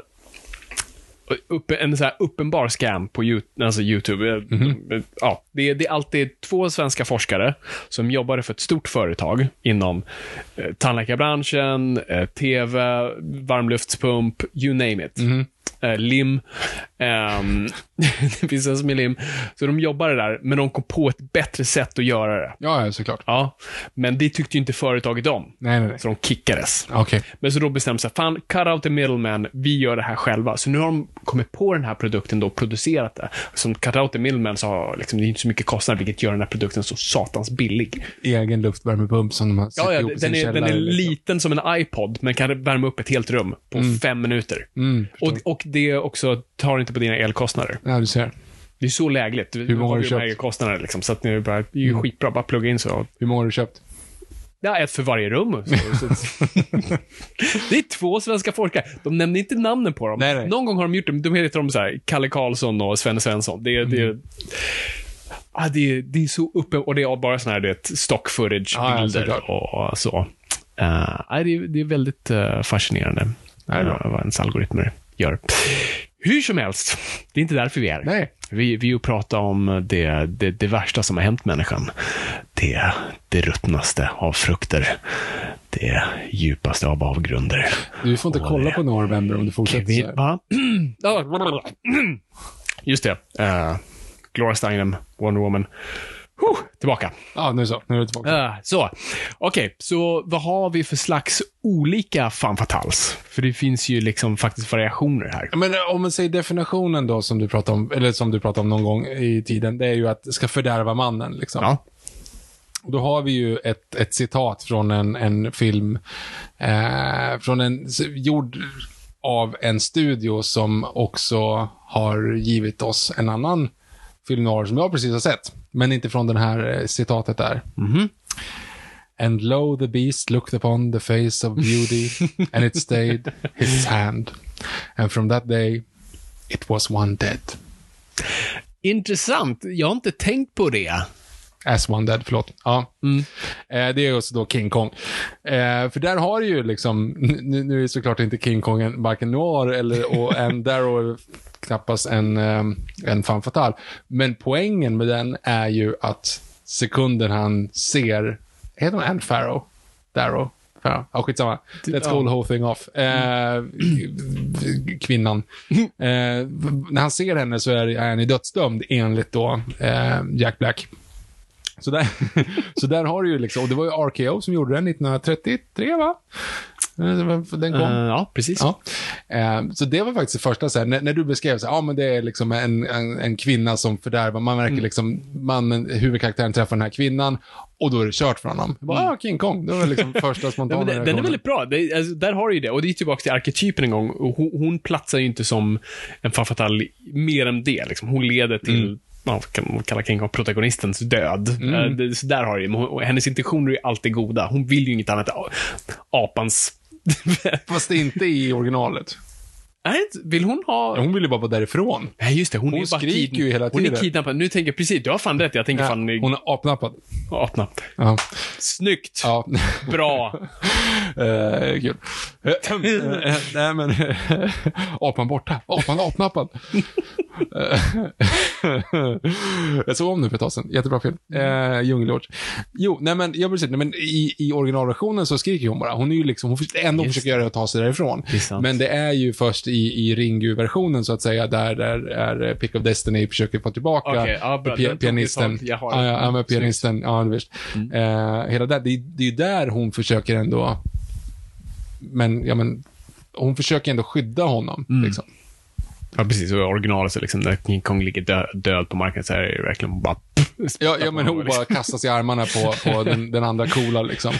upp, en så här uppenbar scam på YouTube, alltså YouTube. Mm-hmm. Ja, det, det är alltid två svenska forskare som jobbade för ett stort företag inom eh, tandläkarbranschen, eh, tv, varmluftspump, you name it. Mm-hmm. Uh, lim um, det finns en som är lim. Så de jobbade där, men de kom på ett bättre sätt att göra det. Ja, såklart. Ja, men det tyckte ju inte företaget om. Nej, nej, nej. Så de kickades. Okay. Men så då bestämde sig, fan, cut out the middleman, vi gör det här själva. Så nu har de kommit på den här produkten då och producerat det. Som cut out the middleman så har liksom, det är inte så mycket kostnader, vilket gör den här produkten så satans billig. Egen luftvärmepump som de har satt ja, ja, ihop i den, sin är, den är liksom. liten som en iPod, men kan värma upp ett helt rum på mm. fem minuter. Mm, och, och det också tar inte på dina elkostnader. Ja, du ser. Det är så lägligt. Hur många har du köpt? Kostnader, liksom, så att det är, bara, det är ju mm. skitbra, bara plugga in så. Hur många har du köpt? Ja, ett för varje rum. Så, så. Det är två svenska forskare. De nämner inte namnen på dem. Nej, nej. Någon gång har de gjort det. De heter de så här, Kalle Karlsson och Sven Svensson. Det är... Mm. Det är ah, det, är, det är så uppe, och det är bara såna här, det stock footage-bilder ah, ja, och, och så. Uh, det, är, det är väldigt uh, fascinerande uh, vad ens algoritmer gör. Hur som helst, det är inte därför vi är. Nej. Vi, vi pratar om det, det, det värsta som har hänt människan. Det, det ruttnaste av frukter. Det djupaste av avgrunder. Du får inte och kolla det. På November om du fortsätter vi, va? Just det. Uh, Gloria Steinem, Wonder Woman. Huh, tillbaka. Ja, nu så. Nu är det tillbaka. Uh, så, okej. Okay, så vad har vi för slags olika fan fatals? För det finns ju liksom faktiskt variationer här. Men om man säger definitionen då som du pratar om, eller som du pratade om någon gång i tiden, det är ju att det ska fördärva mannen liksom. Ja. Då har vi ju ett, ett citat från en, en film eh, från en gjord av en studio som också har givit oss en annan film noir som jag precis har sett, men inte från den här eh, citatet där. Mm-hmm. And lo the beast looked upon the face of beauty and it stayed his hand. And from that day it was one dead. Intressant. Jag har inte tänkt på det. As one dead, förlåt. Ja. Mm. Eh, det är också då King Kong. Eh, för där har du ju liksom, nu, nu är det såklart inte King Kong en, varken noir eller, och en där knappast en, en fan fatal. Men poängen med den är ju att sekunden han ser, heter han Anne Farrow? Darrow? Ja, oh, skitsamma. Let's ja. Call the whole thing off. Eh, kvinnan. Eh, när han ser henne så är, är han i dödsdömd enligt då eh, Jack Black. Så där, så där har du ju liksom, och det var ju R K O som gjorde den nittonhundratrettiotre, va? Den kom. Uh, ja, precis. Ja. Uh, så det var faktiskt det första så här, när, när du beskrev så här, ja men det är liksom en, en, en kvinna som fördärvar, man märker mm. liksom mannen, huvudkaraktären träffar den här kvinnan och då är det kört för honom. Bara, mm. ah, King Kong, det var liksom första spontana. Ja, den, den är väldigt bra, det, alltså, där har du ju det, och det är tillbaka till arketypen en gång, och hon, hon platsar ju inte som en farfatal mer än det, liksom. Hon leder till mm. man kan kalla King Kong protagonistens död. Mm. Så där har ju, hennes intentioner är alltid goda. Hon vill ju inget annat apans. Fast inte i originalet. Nej, vill hon ha... Hon vill ju bara vara därifrån. Nej, just det. Hon, hon är skriker ju hela tiden. Hon är kidnappad. Nu tänker jag precis, du har fan rätt. Jag tänker ja, fan... Hon är apnappad. Apnapp. Ja. Snyggt. Ja. Bra. uh, kul. uh, nej, men... apan borta. Apan apnappad. Jag såg om nu för ett tag sedan. Jättebra film. Uh, Djungelord. Jo, nej men jag vill säga, men i, i originalversionen så skriker hon bara. Hon är ju liksom, hon ändå just försöker göra det att ta sig därifrån. Det men det är ju först i, i Ringu-versionen så att säga, där, där är Pick of Destiny försöker få tillbaka okay, ja, bra, pi- pianisten. Jag har ja, ja, med pianisten. Ja, det visst. Mm. Uh, hela där, det, det är ju där hon försöker ändå, men ja men hon försöker ändå skydda honom mm. liksom. Ja, precis. Och originalet så liksom, när King Kong ligger dö- död på marken så är det verkligen bara... Ja, ja, men hon bara kastas i armarna på, på den, den andra coola liksom.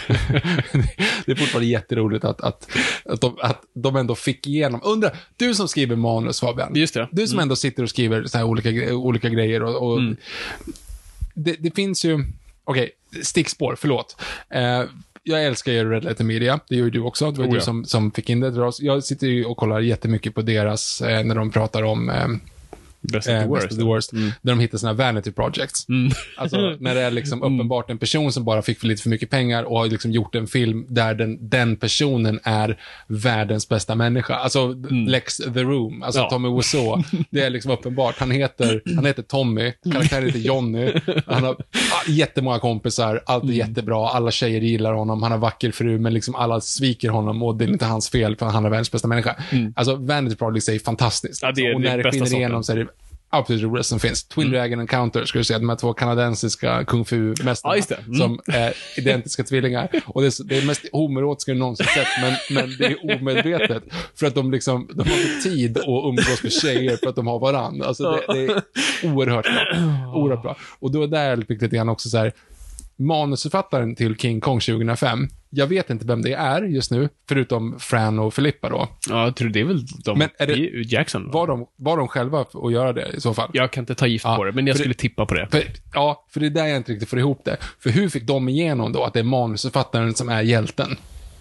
Det är fortfarande jätteroligt att, att, att, de, att de ändå fick igenom. Undra, du som skriver manus, Fabian. Just det. Du som mm. ändå sitter och skriver så här olika, olika grejer. Och, och Mm. det, det finns ju... Okej, okay, stickspår, förlåt. Eh, jag älskar ju Red Letter Media. Det gör ju du också. Det var oh, du ja. som, som fick in det till oss. Jag sitter ju och kollar jättemycket på deras, eh, när de pratar om... Eh, Best of the eh, worst. Best of the worst Mm. Där de hittar såna här vanity projects. Mm. Alltså när det är liksom uppenbart en person som bara fick för lite för mycket pengar och har liksom gjort en film där den, den personen är världens bästa människa. Alltså Mm. Lex The Room. Alltså Ja. Tommy Wiseau. Det är liksom uppenbart. Han heter, han heter Tommy. Karaktären heter Johnny. Han har ah, jättemånga kompisar. Allt är Mm. jättebra. Alla tjejer gillar honom. Han har vacker fru, men liksom alla sviker honom och det är inte hans fel för han är världens bästa människa. Mm. Alltså vanity projects är fantastiskt. Ja, det är och det när det bästa skiner sorten. igenom så är det absolut roligast som finns. Twin Mm. Dragon Encounter, ska du säga, de här två kanadensiska kung fu-mästarna Ja, just det. Mm. som är identiska tvillingar. Och det är, det är mest homoerotiska jag någonsin sett, men, men det är omedvetet. För att de liksom, de har inte tid att umgås med tjejer för att de har varandra. Alltså det, det är oerhört bra. Oerhört bra. Och då är det lite grann också så här, manusförfattaren till King Kong tjugohundrafem, jag vet inte vem det är just nu, förutom Fran och Filippa då. Ja, jag tror det är väl de... Men är det- Jackson? Var de, var de själva att göra det i så fall? Jag kan inte ta gift Ja, på det, men jag för skulle det- tippa på det. För, ja, för det är där jag inte riktigt får ihop det. För hur fick de igenom då att det är manusförfattaren som är hjälten?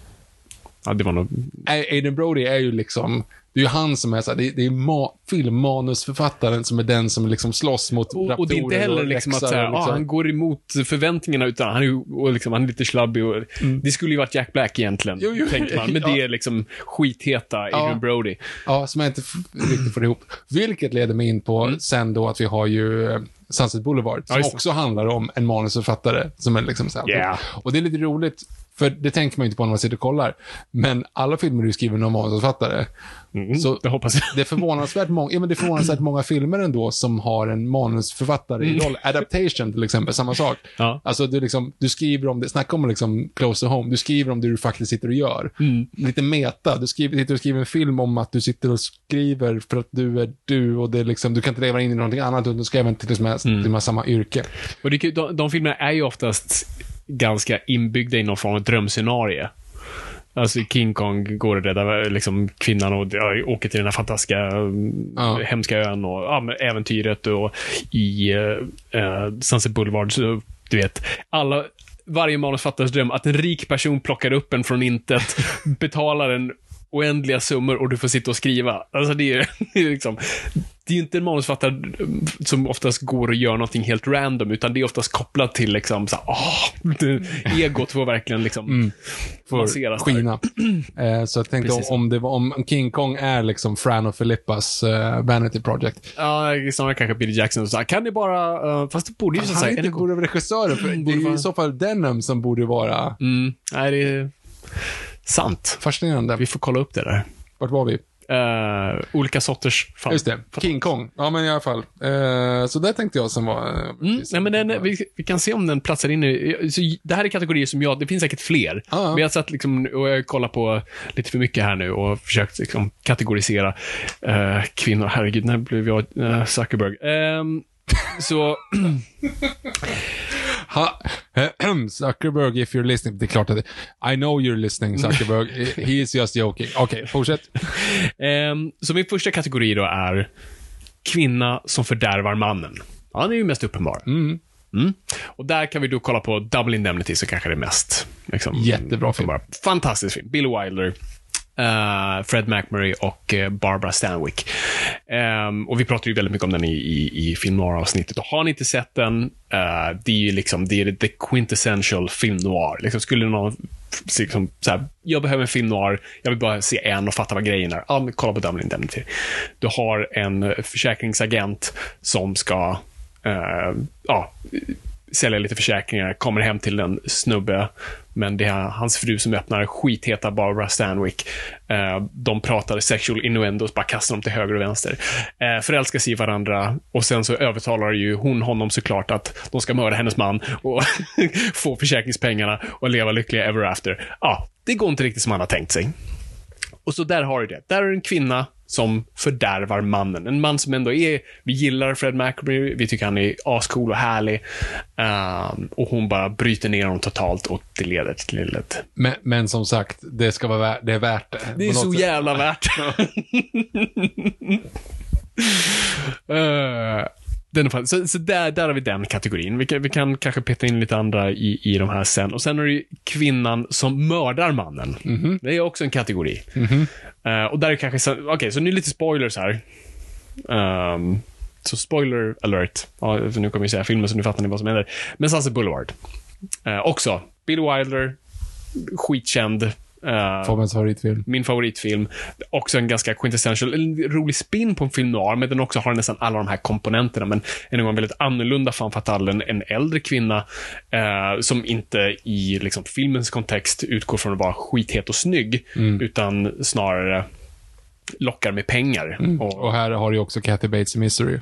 Ja, det var nog... Aidan Brody är ju liksom, det är ju han som är så här, det, det är ma- filmmanusförfattaren som är den som liksom slåss mot Och, och det är inte raptorer heller liksom att läxar så här, och liksom. ah, han går emot förväntningarna, utan han är, ju- och liksom, han är lite slabbig. Och, Det skulle ju varit Jack Black egentligen, Jo, jo. tänker man. Men Ja. det är liksom skitheta Adrian Ja. Brody. Ja, som jag inte f- riktigt får ihop. Vilket leder mig in på sen då att vi har ju eh, Sunset Boulevard, som Ja, just det. också handlar om en manusförfattare som är liksom så här. Yeah. Och det är lite roligt, för det tänker man ju inte på när man sitter och kollar. Men alla filmer du skriver någon manusförfattare. Mm, Så det hoppas jag. det är förvånansvärt många, ja, men det är förvånansvärt många filmer ändå som har en manusförfattare i roll. Adaptation till exempel, samma sak. Ja. Alltså du liksom, du skriver om det, snacka om liksom close to home, du skriver om det du faktiskt sitter och gör. Mm. Lite meta, du skriver, sitter och skriver en film om att du sitter och skriver för att du är du och det är liksom, du kan inte leva in i någonting annat utan du ska även till och med, till och med samma yrke. Och det, de, de filmerna är ju oftast ganska inbyggda i någon form av drömscenario. Alltså i King Kong går det rädda liksom kvinnan och ja, åker till den här fantastiska Ja. hemska ön och ja, men äventyret, och i uh, Sunset Boulevard så du vet, alla varje manusfattares dröm att en rik person plockar upp en från intet, betalar en oändliga summor och du får sitta och skriva. Alltså det är, det är liksom, det är ju inte en manusfattare som oftast går och gör någonting helt random, utan det är oftast kopplat till liksom så här, åh, det, egot får verkligen liksom Mm. Får masseras där. skina. eh, så jag tänkte om, Precis. om det var, om King Kong är liksom Fran och Filippas eh, vanity project. Ja, snarare kanske Peter Jackson så här, kan ni bara, uh, fast det borde ju så Han är säga inte god över regissören, för det är ju i så fall Denham som borde vara Mm, nej, det är sant. fascinerande. Vi får kolla upp det där. Vart var vi? Uh, olika sorters fall. Just det, King Kong. Ja, men i alla fall. Eh, så där tänkte jag som var... eh, Mm, nej, men den, vi, vi kan se om den platsar in i... Så det här är kategorier som jag... Det finns säkert fler. Ja. Men jag satt liksom och jag kollar på lite för mycket här nu och försökt liksom kategorisera uh, kvinnor. Herregud, när blev jag uh, Zuckerberg? Um, så... Ha, Zuckerberg, if you're listening. Det är klart att I know you're listening, Zuckerberg. He is just joking. Okej, okay, fortsätt. um, så min första kategori då är kvinna som fördärvar mannen. Ja, det är ju mest uppenbar. Mm. Mm. Och där kan vi då kolla på Double Indemnity, så kanske det är mest liksom, Jättebra film. uppenbar. Fantastisk film. Bill Wilder, uh, Fred McMurray och uh, Barbara Stanwyck. Um, och vi pratar ju väldigt mycket om den i, i, i film noir-avsnittet. Och har ni inte sett den, uh, det är ju liksom, det är the quintessential film noir. Liksom, skulle någon liksom, så här, jag behöver en film noir, jag vill bara se en och fatta vad grejen är. Ja, men kolla på Double Indemnity. Du har en försäkringsagent som ska Uh, ja, sälja lite försäkringar, kommer hem till en snubbe, men det är hans fru som öppnar, skitheta Barbara Stanwyck. Uh, de pratar sexual innuendos, bara kastar dem till höger och vänster. Uh, förälskar sig i varandra, och sen så övertalar ju hon honom såklart att de ska mörda hennes man och få försäkringspengarna och leva lyckliga ever after. Ja, det går inte riktigt som han har tänkt sig. Och så där har du det. Där är en kvinna som fördärvar mannen. En man som ändå är, vi gillar Fred McMurray, vi tycker han är ascool och härlig. Um, och hon bara bryter ner honom totalt och det leder till ett... Men, men som sagt, det ska vara värt, det är värt det. Det är så sätt. jävla värt. uh, den är, så så där, där har vi den kategorin. Vi kan, vi kan kanske peta in lite andra i, i de här sen. Och sen är det kvinnan som mördar mannen. Mm-hmm. Det är också en kategori. Mm-hmm. Uh, och där är kanske... Okej, okay, så nu är lite spoilers här. Um, så spoiler alert. Ja, för nu kommer jag säga filmen så nu fattar ni vad som händer. Men Sunset Boulevard. Uh, också. Bill Wilder. Skitkänd. Uh, favoritfilm. Min favoritfilm. Också en ganska quintessential, en rolig spin på en film noir, men den också har nästan alla de här komponenterna, men en gång väldigt annorlunda fan fatale, en, en äldre kvinna uh, som inte i liksom filmens kontext utgår från att vara skithet och snygg, mm. utan snarare lockar med pengar. Mm. Och, och här har du också Kathy Bates i Misery.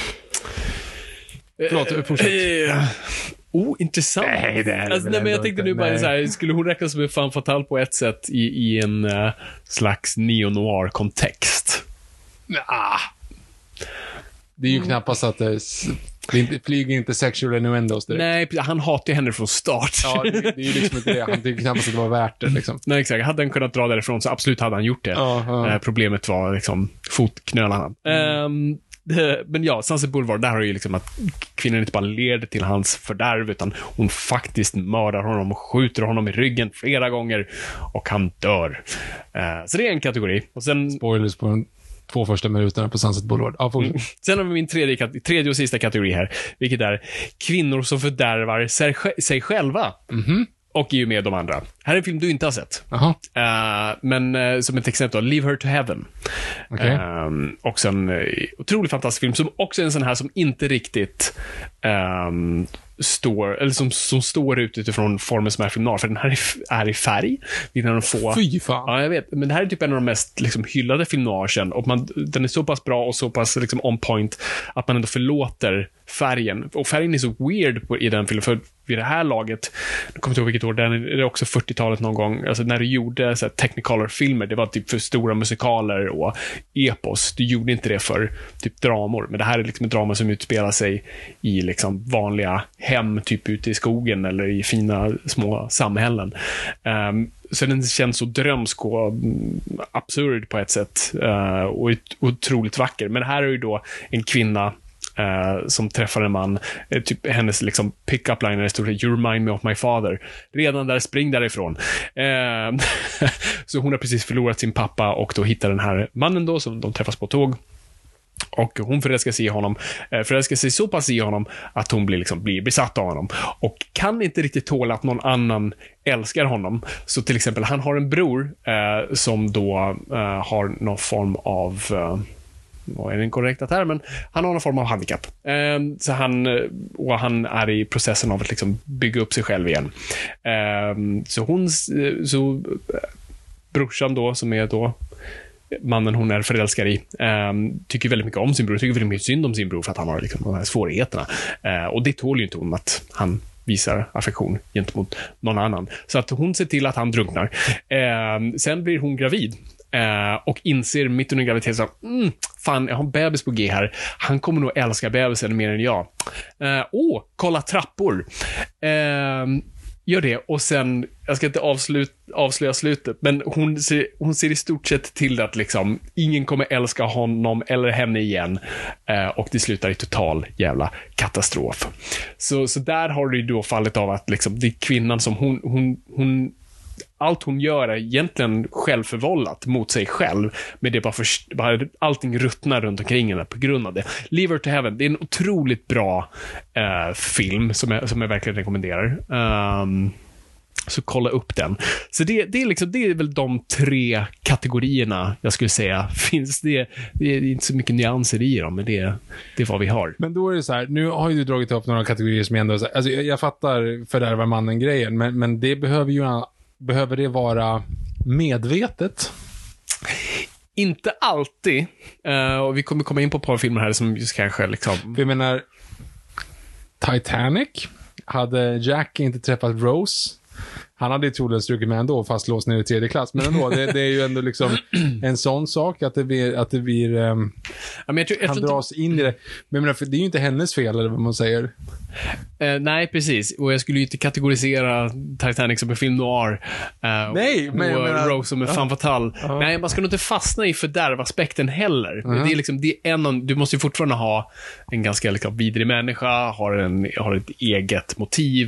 Förlåt, fortsätt. Uh, Oh, intressant. Nej, det är alltså, nej, men jag tänkte nu bara nej. så här, skulle hon räknas som en fan fatal på ett sätt i, i en uh, slags neo-noir-kontext? Ah. Det är ju mm. knappast att det flyger inte sexual innuendos direkt. Nej, han hatar ju henne från start. Ja, det, det är ju liksom inte det. Han tycker knappast att det var värt det liksom. Nej, exakt. Hade han kunnat dra därifrån så absolut hade han gjort det. Ja, ja. Uh, problemet var liksom fotknölarna. Mm. Um, Men ja, Sunset Boulevard, där har ju liksom att kvinnan inte bara leder till hans fördärv, utan hon faktiskt mördar honom och skjuter honom i ryggen flera gånger och han dör. Uh, så det är en kategori. Och sen... Spoilers på de två första minuterna på Sunset Boulevard. Ja, mm. Sen har vi min tredje, tredje och sista kategori här, vilket är kvinnor som fördärvar sig, sig själva. Mhm. Och ju med de andra. Här är en film du inte har sett. Uh, men uh, som ett exempel, Leave Her to Heaven. Okay. Uh, också en uh, otroligt fantastisk film som också är en sån här som inte riktigt um, står, eller som, som står ut utifrån formen som är film noir, för den här är, är i färg. De få, Fy fan. Ja, jag vet. Men det här är typ en av de mest liksom, hyllade film noirsen, och man, den är så pass bra och så pass liksom, on point att man ändå förlåter färgen. Och färgen är så weird på, i den filmen, för vid det här laget, jag kommer inte ihåg vilket år, den är det också fyrtiotalet någon gång, alltså när du gjorde så här, Technicolor-filmer, det var typ för stora musikaler och epos, du gjorde inte det för typ dramor, men det här är liksom ett drama som utspelar sig i liksom vanliga hem, typ ute i skogen eller i fina små samhällen. Um, så den känns så drömsk och absurd på ett sätt, uh, och otroligt vacker, men här är ju då en kvinna Uh, som träffar en man, uh, typ hennes liksom pick-up line är stort, you remind me of my father. Redan där, spring därifrån. Uh, så hon har precis förlorat sin pappa och då hittar den här mannen då, som de träffas på tåg. Och hon förälskar sig i honom, uh, förälskar sig så pass i honom att hon blir, liksom, blir besatt av honom. Och kan inte riktigt tåla att någon annan älskar honom. Så till exempel, han har en bror uh, som då uh, har någon form av... Uh, vad är den korrekta termen? Han har någon form av handikapp. Um, så han, och han är i processen av att liksom bygga upp sig själv igen. Um, så hon, så brorsan då, som är då mannen hon är förälskad i, um, tycker väldigt mycket om sin bror, tycker väldigt mycket synd om sin bror för att han har liksom de här svårigheterna. Uh, och det tål ju inte hon att han visar affektion gentemot någon annan. Så att hon ser till att han drunknar. Um, sen blir hon gravid. Uh, och inser mitt under graviditeten att mm, fan, jag har en bebis på G här. Han kommer nog älska bebisen mer än jag. Åh, uh, oh, kolla trappor. Uh, gör det. Och sen, jag ska inte avslut, avslöja slutet, men hon ser, hon ser i stort sett till att liksom, ingen kommer älska honom eller henne igen. Uh, och det slutar i total jävla katastrof. Så, så där har det ju då fallit av att liksom, det är kvinnan som hon, hon, hon allt hon gör är egentligen självförvållat mot sig själv, men det är bara, för, bara allting ruttnar runt omkring henne på grund av det. Leave Her to Heaven, det är en otroligt bra uh, film som jag, som jag verkligen rekommenderar. Um, så kolla upp den. Så det, det, är liksom, det är väl de tre kategorierna jag skulle säga finns. Det, det är inte så mycket nyanser i dem, men det, det är vad vi har. Men då är det så här, nu har ju du dragit upp några kategorier som ändå, alltså jag, jag fattar fördärvar mannen grejen, men, men det behöver ju behöver det vara medvetet? Inte alltid. Uh, och vi kommer komma in på ett par filmer här som just kanske liksom... För jag menar, Titanic, hade Jack inte träffat Rose, Han hade ju troligen strukit med ändå, fast låst ner i tredje klass. Men ändå, det, det är ju ändå liksom en sån sak att det blir, att det blir um, ja, men jag tror, jag han tror dras in i det. Men menar, för det är ju inte hennes fel, eller vad man säger. Uh, nej, precis. Och jag skulle ju inte kategorisera Titanic som en film noir. Uh, nej, men jag och menar, Rose som en ja. femme fatale. Ja. Nej, man ska nog inte fastna i fördärvaspekten heller. Uh-huh. Det är liksom, det är en av, du måste ju fortfarande ha en ganska liksom, vidrig människa, har, en, har ett eget motiv,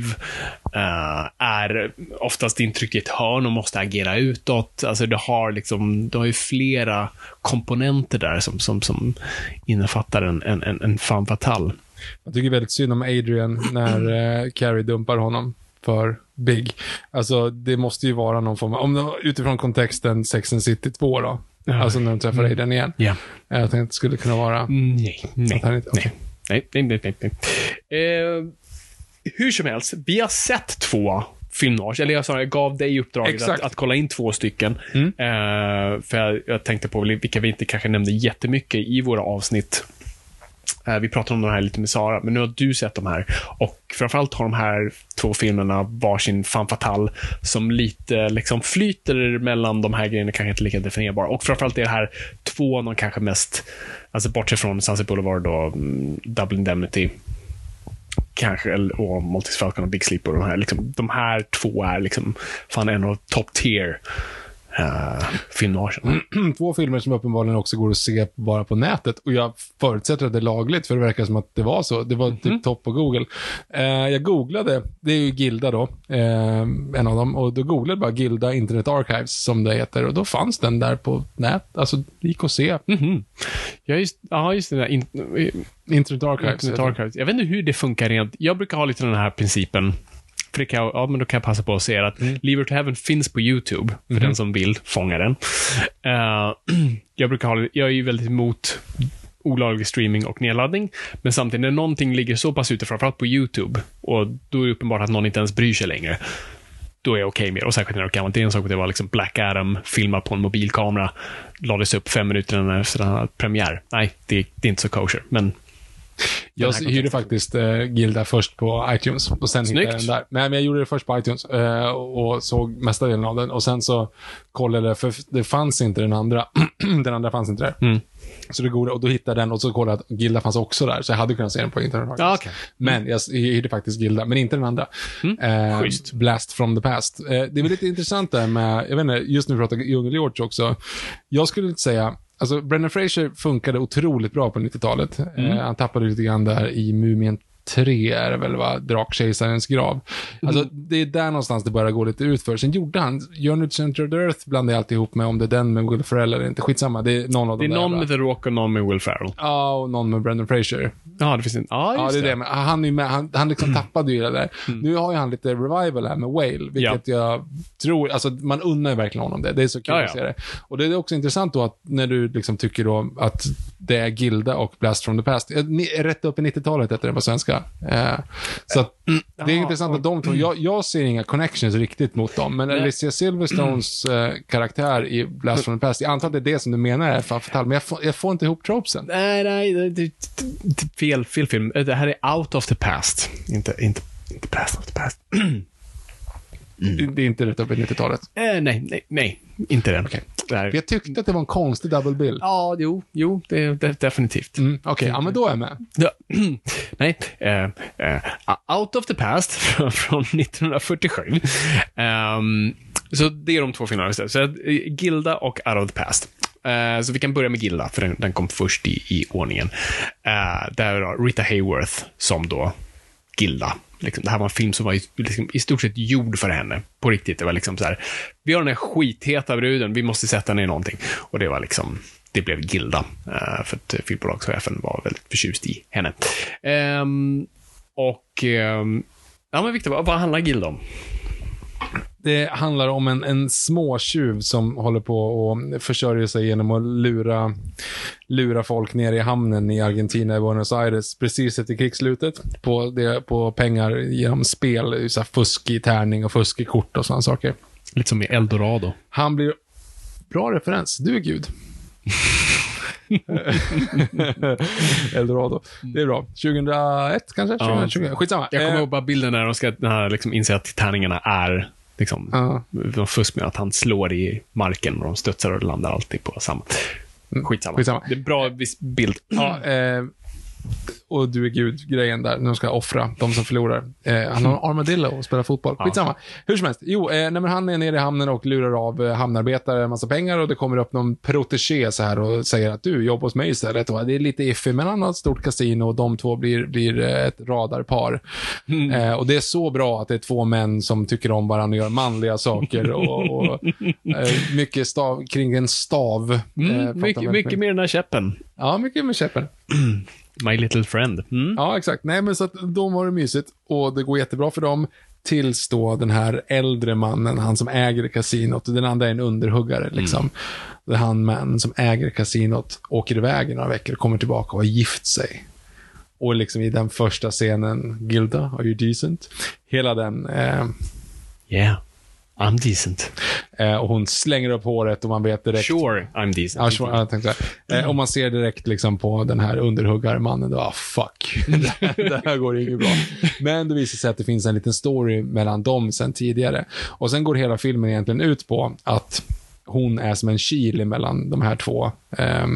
uh, är oftast intryckt i ett hörn och måste agera utåt. Alltså du har liksom, du har ju flera komponenter där som, som, som innefattar en, en, en, en femme fatale. Jag tycker väldigt synd om Adrian när uh, Carrie dumpar honom för Big. Alltså det måste ju vara någon form av, om det, utifrån kontexten Sex and City två då. Ja. Alltså när de träffar mm. Adrian igen. Ja. Jag tänkte att det skulle kunna vara... Nej, nej, inte, okay. nej, nej, nej, nej, nej. Eh, hur som helst, vi har sett två filmnars, eller jag sa, jag gav dig uppdraget att, att kolla in två stycken. Mm. Eh, för jag, jag tänkte på vilka vi inte kanske nämnde jättemycket i våra avsnitt. Eh, vi pratade om de här lite med Sara, men nu har du sett de här. Och framförallt har de här två filmerna varsin femme fatale som lite liksom flyter mellan de här grejerna, kanske inte lika definierbara. Och framförallt är det här två av de kanske mest, alltså bortsett från Sunset Boulevard och um, Double Indemnity kanske, och Maltese Falcon och Big Sleep och de här, liksom, de här två är liksom fan en av top tier Uh, filmnagen. Två filmer som uppenbarligen också går att se bara på nätet, och jag förutsätter att det är lagligt, för det verkar som att det var så. Det var mm-hmm. typ topp på Google. Uh, jag googlade, det är ju Gilda då, uh, en av dem, och då googlade jag bara Gilda Internet Archives som det heter, och då fanns den där på nät, alltså det gick att se. Mm-hmm. Ja, just, ja, just det där in, Internet Archives. Internet Archives. Jag vet inte hur det funkar rent. Jag brukar ha lite den här principen. För det kan jag, ja, men då kan jag passa på att säga att mm. Leave It to Heaven finns på YouTube för mm. den som vill fånga den. Uh, jag brukar ha, jag är ju väldigt emot olaglig streaming och nedladdning, men samtidigt när någonting ligger så pass ute, framförallt på YouTube, och då är det uppenbart att någon inte ens bryr sig längre, då är jag okej okay med det. Och särskilt när det kan vara en sak att det var liksom Black Adam filmad på en mobilkamera, lades upp fem minuter efter den här premiär. Nej, det, det är inte så kosher, men jag hyrde faktiskt uh, Gilda först på iTunes och sen Snyggt. hittade jag den där. Men, men jag gjorde det först på iTunes uh, och såg mesta delen av den, och sen så kollade jag, för det fanns inte den andra den andra fanns inte där. Mm. Så det går, och då hittade jag den, och så kollade jag att Gilda fanns också där, så jag hade kunnat se den på internet. Ja, okay. Men mm. jag hyrde faktiskt Gilda, men inte den andra. Mm. Uh, Blast from the Past. Uh, det är väl lite intressant där med, jag vet inte, just nu pratar Jon George också. Jag skulle inte säga, alltså Brendan Fraser funkade otroligt bra på nittiotalet. Mm. Uh, han tappade lite grann där i Mumien tre är det väl, va? Drakkejsarens grav. Mm. Alltså det är där någonstans det börjar gå lite ut för. Sen gjorde han Journey to Center of the Earth, blandade jag alltid ihop med, om det är den med Will Ferrell eller inte. Skitsamma, det är någon av dem. Det är där, någon med The Rock och någon med Will Ferrell. Ja, och någon med Brendan Fraser. Ja, det finns en. Ja, ja, det är det. det. Men han, är med, han, han liksom mm. tappade ju det där. Mm. Nu har ju han lite revival här med Whale, vilket ja. jag tror, alltså man unnar ju verkligen honom det. Det är så kul ja, ja. att se det. Och det är också intressant då att när du liksom tycker då att det är Gilda och Blast from the Past. Rätt upp i nittiotalet heter det på svenska. Eh, så att, mm, det är ja, intressant och, att de två, jag, jag ser inga connections riktigt mot dem, men Alicia Silverstones eh, karaktär i Blast from the Past, jag antar att det är det som du menar är fatal, men jag får, jag får inte ihop tropesen. Nej, nej, det, det, det, fel, fel film. Det här är Out of the Past, inte, inte, inte Blast of the Past. Mm. Det är inte rätt upp i nittiotalet. Eh, nej, nej, nej, inte den. Okay. Jag tyckte att det var en konstig double bill. Ja, jo, jo, det är det, definitivt. Mm, Okej, okay, ja, men då är jag med. Ja, nej, uh, uh, Out of the Past från, från nittonhundrafyrtiosju. Um, så det är de två filmerna. Så uh, Gilda och Out of the Past. Uh, så vi kan börja med Gilda, för den, den kom först i, i ordningen. Uh, där var Rita Hayworth som då Gilda. Liksom, det här var en film som var i, liksom, i stort sett gjord för henne. På riktigt, det var liksom så här, vi har den här skitheta bruden, vi måste sätta ner någonting. Och det var liksom, det blev Gilda. Uh, för att filmbolagschefen var väldigt förtjust i henne. Um, och um, ja men Victor, vad, vad handlar Gilda om? Det handlar om en, en småtjuv som håller på och försörjer sig genom att lura, lura folk ner i hamnen i Argentina, i Buenos Aires, precis efter krigsslutet, på, det, på pengar genom spel, så här fusk i tärning och fusk i kort och sådana saker. Lite som i Eldorado. Han blir, bra referens, du är gud. Eldorado. Det är bra. tjugohundraett kanske? Ja, tjugohundratjugo. Skitsamma. Jag kommer ihåg bara bilden där de ska den här, liksom, inse att tärningarna är liksom, uh. fusk med att han slår i marken och de studsar och landar alltid på samma. Skitsamma. Skitsamma. Det är en bra bild. Ja, eh, och du är gud-grejen där, när de ska offra de som förlorar. Eh, han har armadillo och spelar fotboll. Skitsamma. Ja. Hur som helst. Jo, eh, när han är nere i hamnen och lurar av eh, hamnarbetare en massa pengar och det kommer upp någon protégé så här och säger att du jobbar hos mig istället. Och det är lite iffy, men han har ett stort kasino och de två blir, blir ett radarpar. Mm. Eh, och det är så bra att det är två män som tycker om varandra och gör manliga saker och, och eh, mycket stav, kring en stav. Mm, eh, mycket mycket mer den här käppen. Ja, mycket med käppen. My little friend. Mm. Ja, exakt. Nej, men så att de har det mysigt och det går jättebra för dem tills då den här äldre mannen, han som äger kasinot, och den andra är en underhuggare liksom. Mm. Det är han mannen som äger kasinot åker iväg i några veckor och kommer tillbaka och har gift sig. Och liksom i den första scenen, Gilda, are you decent? Hela den... Eh, yeah. I'm decent. Eh, och hon slänger upp håret och man vet direkt... Sure, I'm decent. Ja, sure, jag tänkte eh, mm. Och man ser direkt liksom på den här underhuggarmannen då, ah, fuck. det här går inget bra. Men det visar sig att det finns en liten story mellan dem sen tidigare. Och sen går hela filmen egentligen ut på att hon är som en kil mellan de här två eh,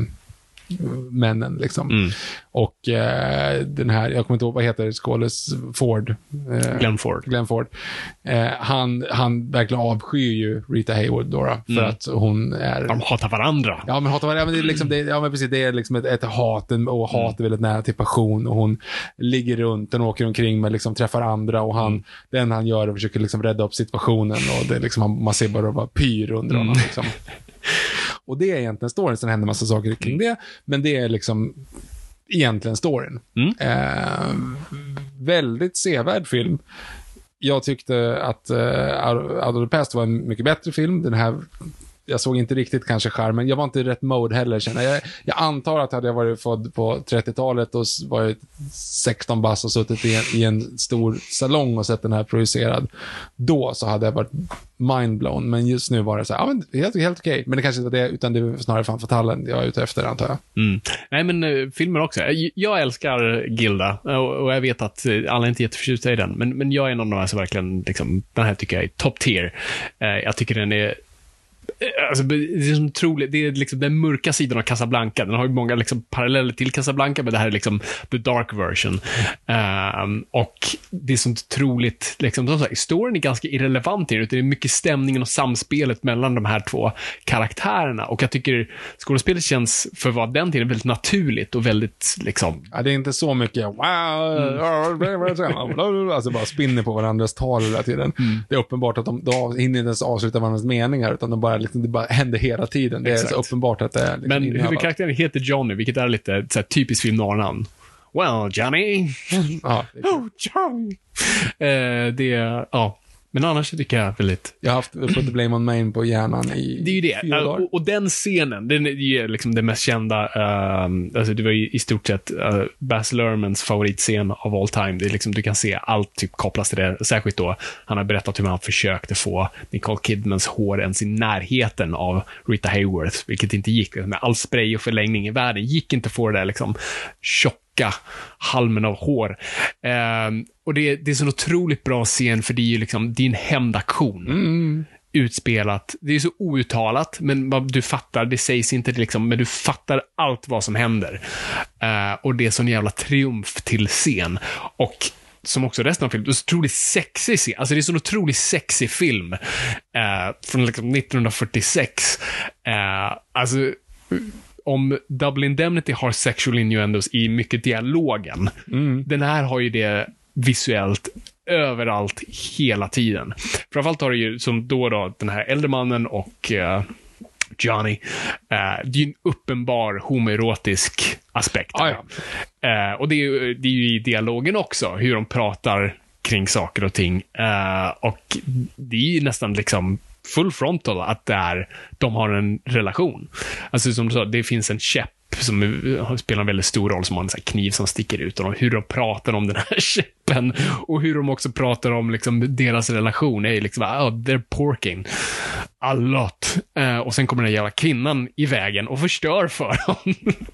männen liksom. Mm. Och eh, den här, jag kommer inte ihåg vad heter Skåles Ford. Eh, Glenn Ford. Glenn Ford. Eh, han, han verkligen avskyr ju Rita Hayworth då, då för mm. att hon är... De hatar varandra. Ja, men hatar varandra. Ja, men det är liksom, det, ja, men precis, det är liksom ett, ett hat, och hat är väldigt nära till passion, och hon ligger runt och åker omkring med liksom träffar andra, och han, mm. den han gör och försöker liksom rädda upp situationen, och det är liksom, man ser bara vad pyr under honom mm. liksom. Och det är egentligen storyn, sen händer massa saker kring det, men det är liksom egentligen storyn. Mm. Eh, väldigt sevärd film. Jag tyckte att uh, Out of the Past var en mycket bättre film. Den här, jag såg inte riktigt kanske charmen. Jag var inte i rätt mode heller, känner jag. Jag antar att hade jag varit född på trettiotalet och varit sexton bass och suttit i en, i en stor salong och sett den här projicerad, då så hade jag varit mindblown. Men just nu var det så här, ja, men helt, helt okej. Men det kanske inte var det, utan det var snarare fan fatalen jag är ute efter, antar jag. Mm. Nej, men uh, filmen också. Jag, jag älskar Gilda, och, och jag vet att uh, alla är inte jätteförtjusta i den, men, men jag är någon av dem som verkligen, liksom, den här tycker jag är top tier. Uh, jag tycker den är Alltså, det är så otroligt, det är liksom den mörka sidan av Casablanca. Den har ju många liksom paralleller till Casablanca, men det här är liksom the dark version. Um, och det är så otroligt liksom, som sagt, storyn är ganska irrelevant i det, utan det är mycket stämningen och samspelet mellan de här två karaktärerna, och jag tycker skådespelet känns, för vad den tiden, väldigt naturligt och väldigt liksom... Ja, det är inte så mycket wow, mm. alltså bara spinner på varandras tal hela tiden. Mm. Det är uppenbart att de, de hinner inte ens avsluta varandras meningar, utan de bara liksom, det bara händer hela tiden. Det är så uppenbart att det är liksom. Men huvudkaraktären heter Johnny, vilket är lite så här, typiskt film noir-namn. Well, Johnny. Ja, oh, Johnny. Eh, det är, ja. Men annars tycker jag väldigt... Jag har haft Put the Blame on Maine på hjärnan i det är ju det. Uh, och, och den scenen, den är ju liksom det mest kända, uh, alltså det var ju i stort sett uh, Baz Luhrmanns favoritscen av all time. Det är liksom, du kan se allt typ kopplas till det. Särskilt då, han har berättat hur han försökte få Nicole Kidmans hår ens i närheten av Rita Hayworth, vilket inte gick. Med all spray och förlängning i världen gick inte få det där liksom tjocka halmen av hår. Uh, och det, det är så en otroligt bra scen, för det är ju liksom din hämndaktion. Mm. Utspelat. Det är så outtalat, men du fattar, det sägs inte liksom, men du fattar allt vad som händer. Uh, och det är sån jävla triumf till scen. Och som också resten av filmen, det är så otroligt sexig scen. Alltså det är så otroligt sexig film. Uh, från liksom nittonhundrafyrtiosex. Uh, alltså... Om Double Indemnity har sexual innuendos i mycket dialogen. Mm. Den här har ju det visuellt överallt hela tiden. Framförallt har det ju som då då den här äldre mannen och uh, Johnny. Uh, det är ju en uppenbar homoerotisk aspekt. Ah, ja. uh, och det är, ju, det är ju i dialogen också, hur de pratar kring saker och ting. Uh, och det är ju nästan liksom full frontal att det är, de har en relation. Alltså som du sa, det finns en käpp som spelar en väldigt stor roll, som har en sån här kniv som sticker ut, och hur de pratar om den här käppen, och hur de också pratar om liksom deras relation är liksom, oh, they're porking a lot. Uh, och sen kommer den jävla kvinnan i vägen och förstör för dem.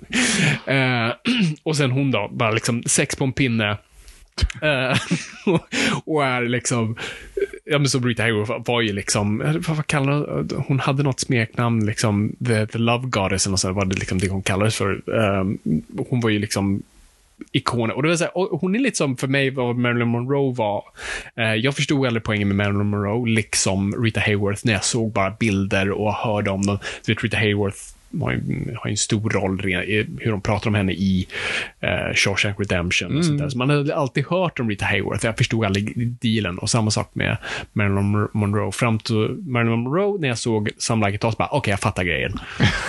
uh, och sen hon då, bara liksom sex på en pinne. Uh, och är liksom ja men så Rita Hayworth var ju liksom, vad, vad kallar hon, hon hade något smeknamn liksom, the, the Love Goddess eller så, var det liksom det hon kallades för. Um, hon var ju liksom ikoner. Och det var så här, och hon är lite som för mig vad Marilyn Monroe var. Uh, jag förstod aldrig poängen med Marilyn Monroe liksom Rita Hayworth när jag såg bara bilder och hörde om dem. Du vet, Rita Hayworth har ju, har ju en stor roll i hur de pratar om henne i uh, Shawshank Redemption och mm. sånt där. Så man hade alltid hört om Rita Hayworth. Jag förstod aldrig dealen. Och samma sak med Marilyn Monroe. Fram till Marilyn Monroe när jag såg Some Like It Hot, bara okej, okay, jag fattar grejen.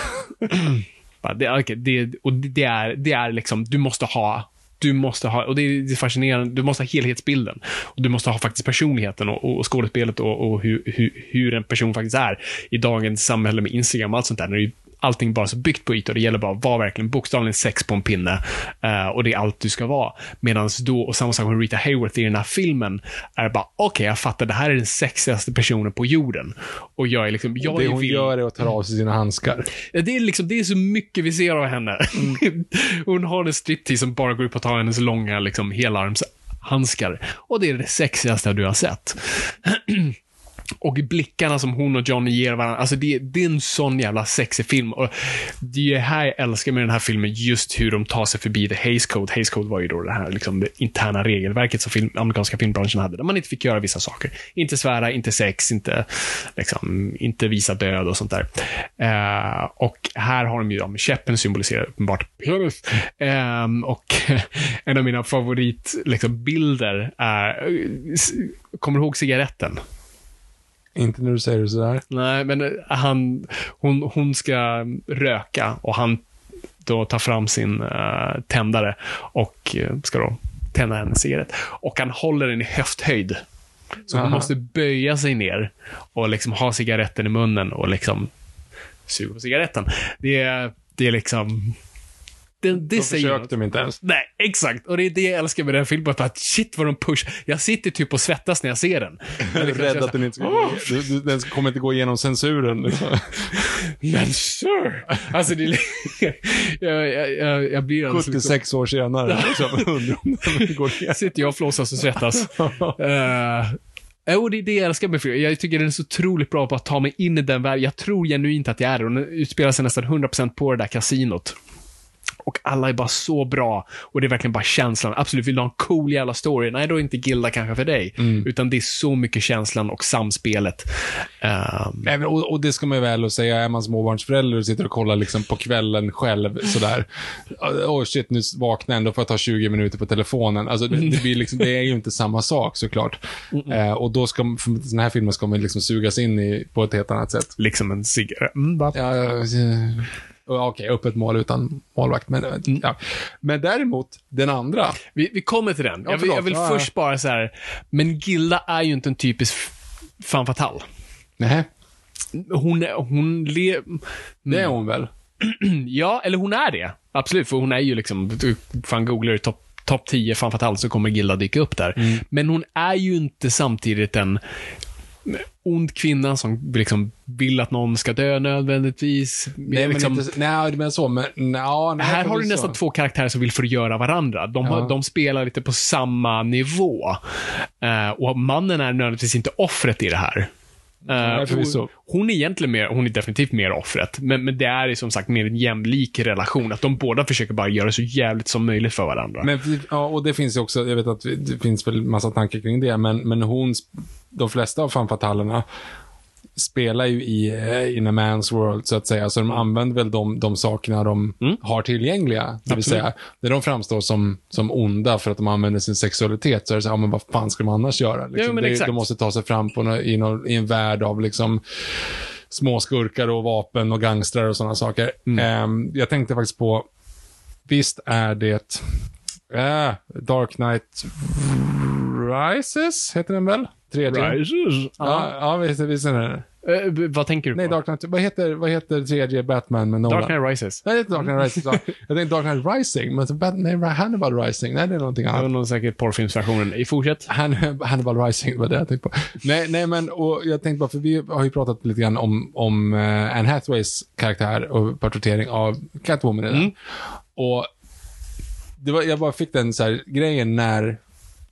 det, okay, det, och det är, det är liksom, du måste ha du måste ha, och det är fascinerande, du måste ha helhetsbilden och du måste ha faktiskt personligheten och, och skådespelet och, och hur, hur, hur en person faktiskt är i dagens samhälle med Instagram och allt sånt där, när det är allting bara så byggt på ytor. Det gäller bara att vara verkligen bokstavligen sex på en pinne uh, och det är allt du ska vara. Medan då, och samma sak med Rita Hayworth i den här filmen är bara, okej, okay, jag fattar, det här är den sexigaste personen på jorden. Och jag är liksom, jag det är hon vill... gör är att ta av sig sina handskar. Det är liksom, det är så mycket vi ser av henne. Mm. Hon har en striptease som bara går upp och tar hennes långa liksom helarms handskar. Och det är det sexigaste du har sett. Och blickarna som hon och Johnny ger varandra, alltså det, det är en sån jävla sexig film. Och det är här jag älskar med den här filmen, just hur de tar sig förbi The Hays Code. Hays Code var ju då det här liksom det interna regelverket som film, amerikanska filmbranschen hade, där man inte fick göra vissa saker. Inte svära, inte sex, inte, liksom, inte visa död och sånt där. Uh, och här har de ju de käppen symboliserar uppenbart penis. Um, och en av mina favorit liksom, bilder är, kommer du ihåg cigaretten? Inte när du säger det sådär. Nej, men han, hon, hon ska röka och han då tar fram sin uh, tändare och uh, ska då tända en cigarett. Och han håller den i höfthöjd. Så Aha. hon måste böja sig ner och liksom ha cigaretten i munnen och liksom suga på cigaretten. Det är, det är liksom... Det, det de försökte de inte ens. Nej, exakt. Och det är det jag älskar med den filmen. Att shit vad de push. Jag sitter typ och svettas när jag ser den. Jag är rädd att den inte ska oh! gå, den kommer inte gå igenom censuren. Men sure. Alltså det är... jag, jag, jag, jag blir alltså sjuttiosex liksom... år senare. Sitter jag och flåsas och svettas. uh, Och det är det jag älskar med filmen. Jag tycker den är så otroligt bra på att ta mig in i den världen. Jag tror genuint att jag är det. Och den utspelar sig nästan hundra procent på det där kasinot. Och alla är bara så bra. Och det är verkligen bara känslan. Absolut, vill du ha en cool jävla story? Nej, då är inte Gilda kanske för dig. Mm. Utan det är så mycket känslan och samspelet. Um... Nej, men, och, och det ska man ju väl och säga. Är man småbarnsförälder och sitter och kollar liksom på kvällen själv sådär. Åh oh, shit, nu vaknar jag ändå för att ta tjugo minuter på telefonen. Alltså det, det, blir liksom, det är ju inte samma sak såklart. Uh, och då ska för den här filmen ska man liksom sugas in i på ett helt annat sätt. Liksom en cigarett. Mm, ja, ja, ja. Okej, öppet mål utan målvakt. Men, mm. ja. Men däremot, den andra. Vi, vi kommer till den. Ja, jag vill, jag vill ja, först ja. bara så här. Men Gilda är ju inte en typisk fan fatal. Nej. Hon, hon le... Det är hon väl? Ja, eller hon är det. Absolut, för hon är ju liksom, du fan googlar topp top tio fan fatal så kommer Gilda dyka upp där. Mm. Men hon är ju inte samtidigt en ond kvinna som liksom vill att någon ska dö nödvändigtvis. Nej, liksom, men, inte, nej, men så. Men, nej, nej, här har du nästan två karaktärer som vill förgöra varandra. De, har, ja. de spelar lite på samma nivå. Uh, och mannen är nödvändigtvis inte offret i det här. Uh, hon, hon är egentligen mer, hon är definitivt mer offret, men, men det är som sagt mer en jämlik relation, att de båda försöker bara göra så jävligt som möjligt för varandra. Men, ja, och det finns ju också, jag vet att det finns väl massa tankar kring det, men, men hon, de flesta av fanfatalerna spelar ju i in a man's world så att säga, så de använder väl de, de sakerna de mm. har tillgängliga, det Absolut. vill säga, när de framstår som, som onda för att de använder sin sexualitet, så är det så här, ja, men vad fan ska de annars göra? Liksom, jo, det, de måste ta sig fram på no, i, no, i en värld av liksom små skurkar och vapen och gangstrar och sådana saker. Mm. Um, jag tänkte faktiskt på, visst är det äh, Dark Knight Rises, heter den väl? Tredje. Rises? Ja, ja visst, visst är det. Uh, vad tänker du på? Nej, Dark Knight. Vad heter, vad heter tredje Batman med Nolan? Dark Knight Rises. Nej, det är inte Dark Knight Rises. Jag tänkte Dark Knight Rising, men så Bat- nej, Hannibal Rising. Nej, det är någonting annat. Det var någon säkert porrfilmsversionen. I fortsätt. Han, Hannibal Rising var det jag tänkte på. nej, nej, men och jag tänkte bara, för vi har ju pratat lite grann om, om uh, Anne Hathaways karaktär och porträttering av Catwoman i den. Mm. Och det var, jag bara fick den så här grejen när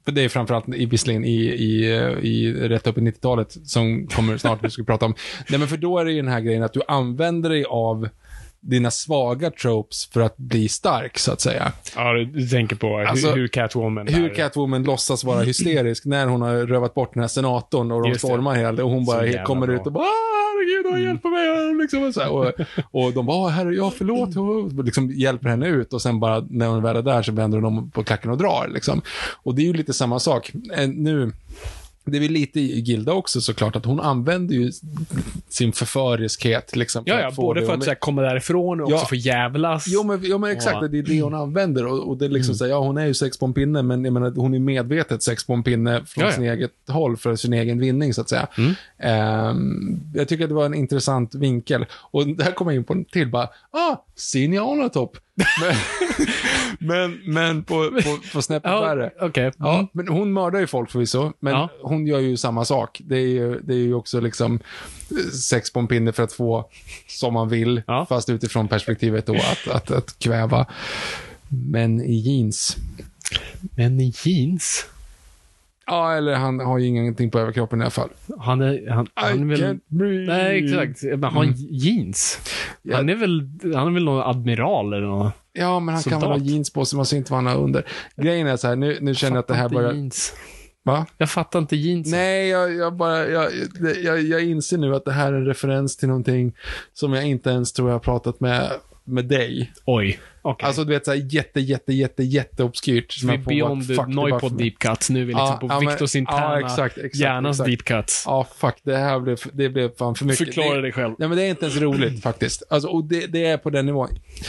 för det är framförallt i visserligen i, i, i rätt upp i nittiotalet som kommer snart vi ska prata om. Nej, men för då är det ju den här grejen att du använder dig av dina svaga tropes för att bli stark, så att säga. Ja, du tänker på hur, alltså, hur Catwoman hur är. Catwoman låtsas vara hysterisk när hon har rövat bort den här senatorn och de Just stormar hela och hon bara kommer bra. ut och bara herregud, han hjälper mig liksom, och, så här, och, och de bara herre, ja förlåt och liksom hjälper henne ut och sen bara när hon väl är där så vänder de på klacken och drar liksom. Och det är ju lite samma sak. Nu det är väl lite i Gilda också såklart att hon använder ju sin förföriskhet liksom. Ja, ja, både för att så här, komma därifrån och ja. också få jävlas. Jo, men, jo, men exakt, ja. Det är det hon använder och, och det är liksom mm. så här, ja, hon är ju sex på en pinne, men jag menar, hon är medvetet sex på en pinne från ja, ja. sin eget håll för sin egen vinning, så att säga. Mm. Um, jag tycker att det var en intressant vinkel och där kommer jag in på en till bara, ah, Sinjana topp. men, men, men på, på, på snäppet ja, värre. Okay. Mm. Ja, men hon mördar ju folk förvisso, men ja. hon gör ju samma sak. Det är ju, det är ju också liksom sex på en pinne för att få som man vill, ja. fast utifrån perspektivet då att, att, att kväva män i jeans. Män i jeans? Ja, eller han har ju ingenting på överkroppen i alla fall. Han är, han, han är väl... Nej, exakt. Men han har mm. jeans. Ja. Han är väl han är väl någon admiral eller något. Ja, men han soldat. Kan väl ha jeans på sig, man ser inte vad han har under. Grejen är så här, nu, nu känner jag att det här börjar... Jeans. Va? Jag fattar inte jeans. Nej, jag, jag bara jag, jag, jag inser nu att det här är en referens till någonting som jag inte ens tror jag har pratat med med dig. Oj. Okay. Alltså du vet såhär jätte, jätte, jätte, jätte obskyrt. Vi är beyond Noipod deep cuts. Nu är vi liksom ja, på ja, Victors interna ja, exakt, exakt, hjärnans exakt. deep cuts. Ja, fuck. Det här blev, det blev fan för mycket. Förklara det, dig själv. Nej, men det är inte ens roligt faktiskt. Alltså, och det, det är på den nivån.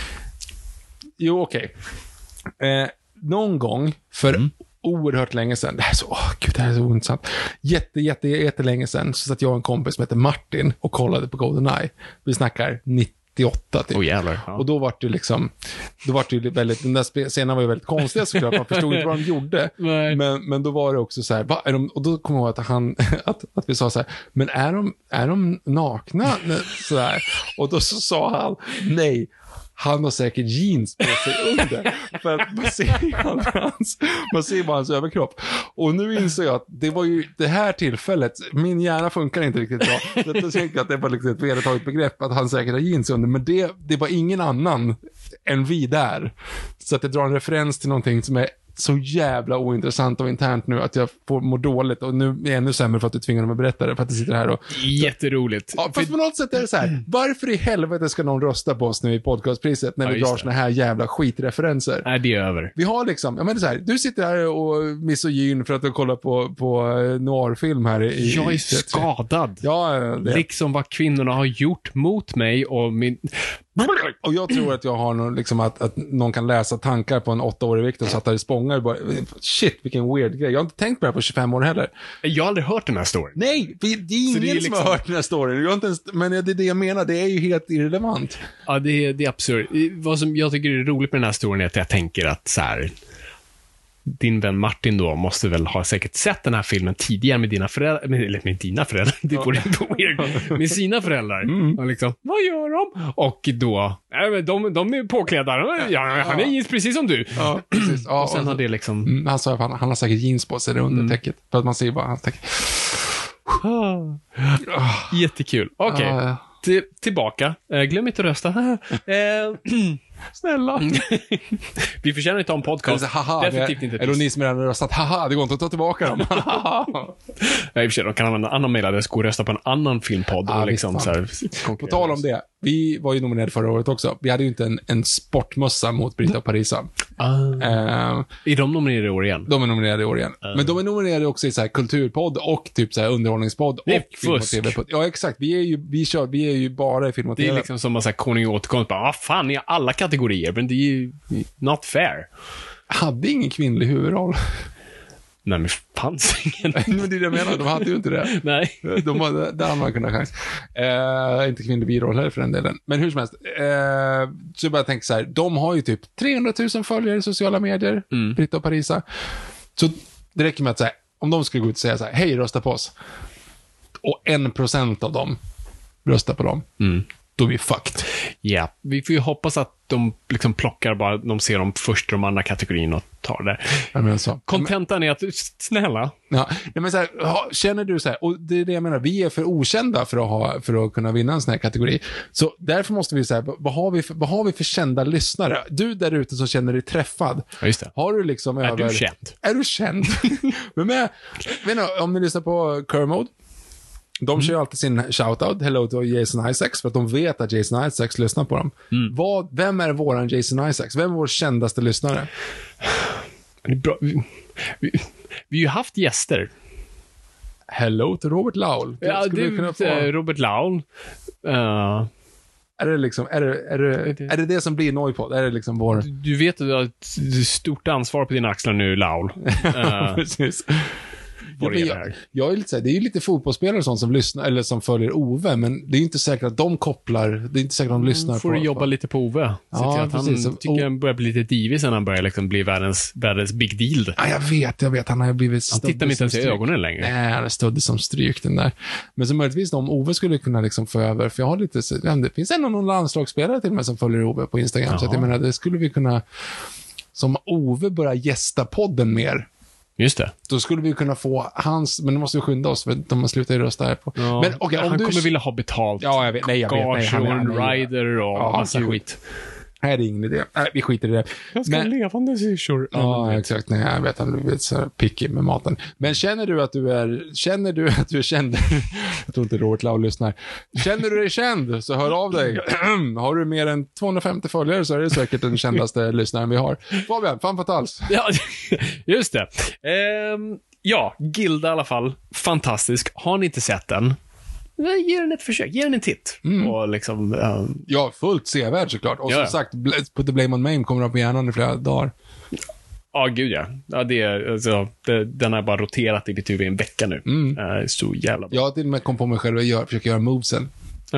Jo, okej. Okay. Eh, någon gång för mm. oerhört länge sedan. Det här är så, åh gud, det här är så ointressant. Jätte, jätte, jätte länge sedan så satt jag och en kompis som heter Martin och kollade på GoldenEye. Vi snackar nittioåtta typ. Oh, jävlar, ja. Och då var det liksom då var det väldigt, den där scenen var ju väldigt konstig såklart, man förstod inte vad de gjorde. men, men då var det också så här, va, är de, och då kommer jag ihåg att han att, att vi sa så här, men är de, är de nakna? Så här. Och då så sa han, nej, han har säkert jeans på sig under. För att man ser hans, man ser bara hans överkropp. Och nu inser jag att det var ju det här tillfället, min hjärna funkar inte riktigt bra. Så jag tänkte att det var liksom ett vedertaget begrepp att han säkert har jeans under. Men det, det var ingen annan än vi där. Så att det drar en referens till någonting som är så jävla ointressant och internt nu att jag får må dåligt och nu är jag ännu sämre för att du tvingar mig att berätta det för att du sitter här och... Jätteroligt. Ja, fast på något sätt är det så här, varför i helvete ska någon rösta på oss nu i podcastpriset när ja, vi drar såna här jävla skitreferenser? Nej, det är över. Vi har liksom, jag menar så här, du sitter här och misogyn för att du kollar på, på noirfilm här i... Jag är skadad. Ja, det. Liksom vad kvinnorna har gjort mot mig och min... Och jag tror att jag har någon, liksom att, att någon kan läsa tankar på en åttaårig Victor så att det spångar bara, shit, vilken weird grej. Jag har inte tänkt på det här på tjugofem år heller. Jag har aldrig hört den här storyn. Nej, det är ingen det är liksom... som har hört den här storyn. Jag har inte ens, men det är det jag menar, det är ju helt irrelevant. Ja, det är, det är absurt. Vad som jag tycker är roligt med den här storyn är att jag tänker att så här, din vän Martin då måste väl ha säkert sett den här filmen tidigare med dina föräldrar, med, eller med dina föräldrar, det borde inte vara weird, med sina föräldrar. Mm. Och liksom, vad gör de? Och då, äh, de, de är påklädda, ja, han är jeans precis som du. Ja, precis. Ja, och sen och, har det liksom... Mm, han sa att han, han har säkert jeans på sig där under mm. täcket, för att man ser bara hans täcke. Jättekul. Okej, okay. uh. Till, tillbaka. Eh, glöm inte att rösta. eh, Snälla. Vi förtjänar inte ha en podcast. Alltså, haha, definitivt inte. Eller ni som redan röstat, haha, det går inte att ta tillbaka dem. Nej, i och för sig, de kan använda en annan mejladress, gå och rösta på en annan filmpodd. Ah, och liksom, så här, på tal om det, vi var ju nominerade förra året också. Vi hade ju inte en, en sportmössa mot Brita och Parisa. Ah. Uh, är de nominerade i år igen? De är nominerade i år igen. Uh. Men de är nominerade också i så här kulturpodd och typ så här underhållningspodd och film och tv-podd. Ja, exakt. Vi är ju, vi kör, vi är ju bara i film och tv. Det är liksom som en så här konung återkomst. Bara, ah, fan, i alla kategorier. Men det är ju not fair. Hade ingen kvinnlig huvudroll. Nej, men fanns ingen. Men det är det jag menar, de hade ju inte det. Nej. De hade, där hade man kunnat chans. Uh, inte kvinnlig biroll heller för den delen. Men hur som helst. Uh, så jag bara tänker så här, de har ju typ trehundratusen följare i sociala medier, mm. Brita och Parisa. Så det räcker med att säga, om de skulle gå ut och säga så här, hej, rösta på oss. Och en procent av dem röstar på dem. Mm. då är vi fucked. Ja, yeah. Vi får ju hoppas att de liksom plockar bara, de ser dem först i de andra kategorierna och tar det. Jag menar så. Kontentan är att, snälla. Ja, men så här, känner du så här, och det är det jag menar, vi är för okända för att, ha, för att kunna vinna en sån här kategori. Så därför måste vi säga, vad har vi för, vad har vi för kända lyssnare? Du där ute som känner dig träffad. Ja, just det. Har du liksom är över... du känd? Är du känd? Men med, menar, om ni lyssnar på Kermode, de mm. kör ju alltid sin shoutout, hello to Jason Isaacs, för att de vet att Jason Isaacs lyssnar på dem. Mm. Vad, vem är våran Jason Isaacs? Vem är vår kändaste lyssnare? Det är bra. Vi, vi, vi har ju haft gäster. Hello to Robert Laul. Ja, det är få... Robert Laul. Uh... Är det liksom, är det, är det, är det det som blir Noipod? Är det liksom vår... Du, du vet att du har ett stort ansvar på dina axlar nu, Laul. Uh... Precis. Ja, jag, jag är lite så här, det är ju lite fotbollsspelare och sånt som lyssnar eller som följer Ove, men det är inte säkert att de kopplar, det är inte säkert att de lyssnar får på. Får du jobba på. lite på Ove. Så ja, att han precis. tycker han börjar bli lite divig sen han börjar liksom bli världens, världens big deal. Ja, jag vet, jag vet. Han har blivit Han tittar inte ens i ögonen längre. Nej, han är stödd som stryk den där. Men så möjligtvis om Ove skulle kunna liksom få över, för jag har lite, det finns ändå någon landslagsspelare till och med som följer Ove på Instagram, ja. Så att jag menar, det skulle vi kunna, som Ove börjar gästa podden mer. Just det. Då skulle vi kunna få hans, men nu måste vi skynda oss för de slutar ju rösta här på. Ja, men okay, om han du... kommer vilja ha betalt. Ja, jag vet. Nej, jag vet. Nej, han är en rider och ja, massa gud. skit. Nej, det är ingen idé. Nej, vi skiter i det. Jag ska men... levande syrsor. Ja, exakt. Nej, jag vet att du är så picky med maten. Men känner du att du är, känner du att du är känd? Jag tror inte Robert Lau lyssnar. Känner du dig känd så hör av dig. Har du mer än tvåhundrafemtio följare så är det säkert den kändaste lyssnaren vi har. Fabian, fan fatals. Ja, just det. Um... Ja, Gilda i alla fall. Fantastisk. Har ni inte sett den? Ge den ett försök. Ge den en titt. Mm. Och liksom, um... ja, fullt sevärd såklart. Och ja. Som sagt, Put the Blame on Maine kommer upp på hjärnan i flera dagar. Ja, gud ja. ja det är, alltså, det, den har bara roterat i mitt huvud i en vecka nu. Mm. Uh, så jävla bra. Jag till och med kom på mig själv att göra, försöka göra movesen.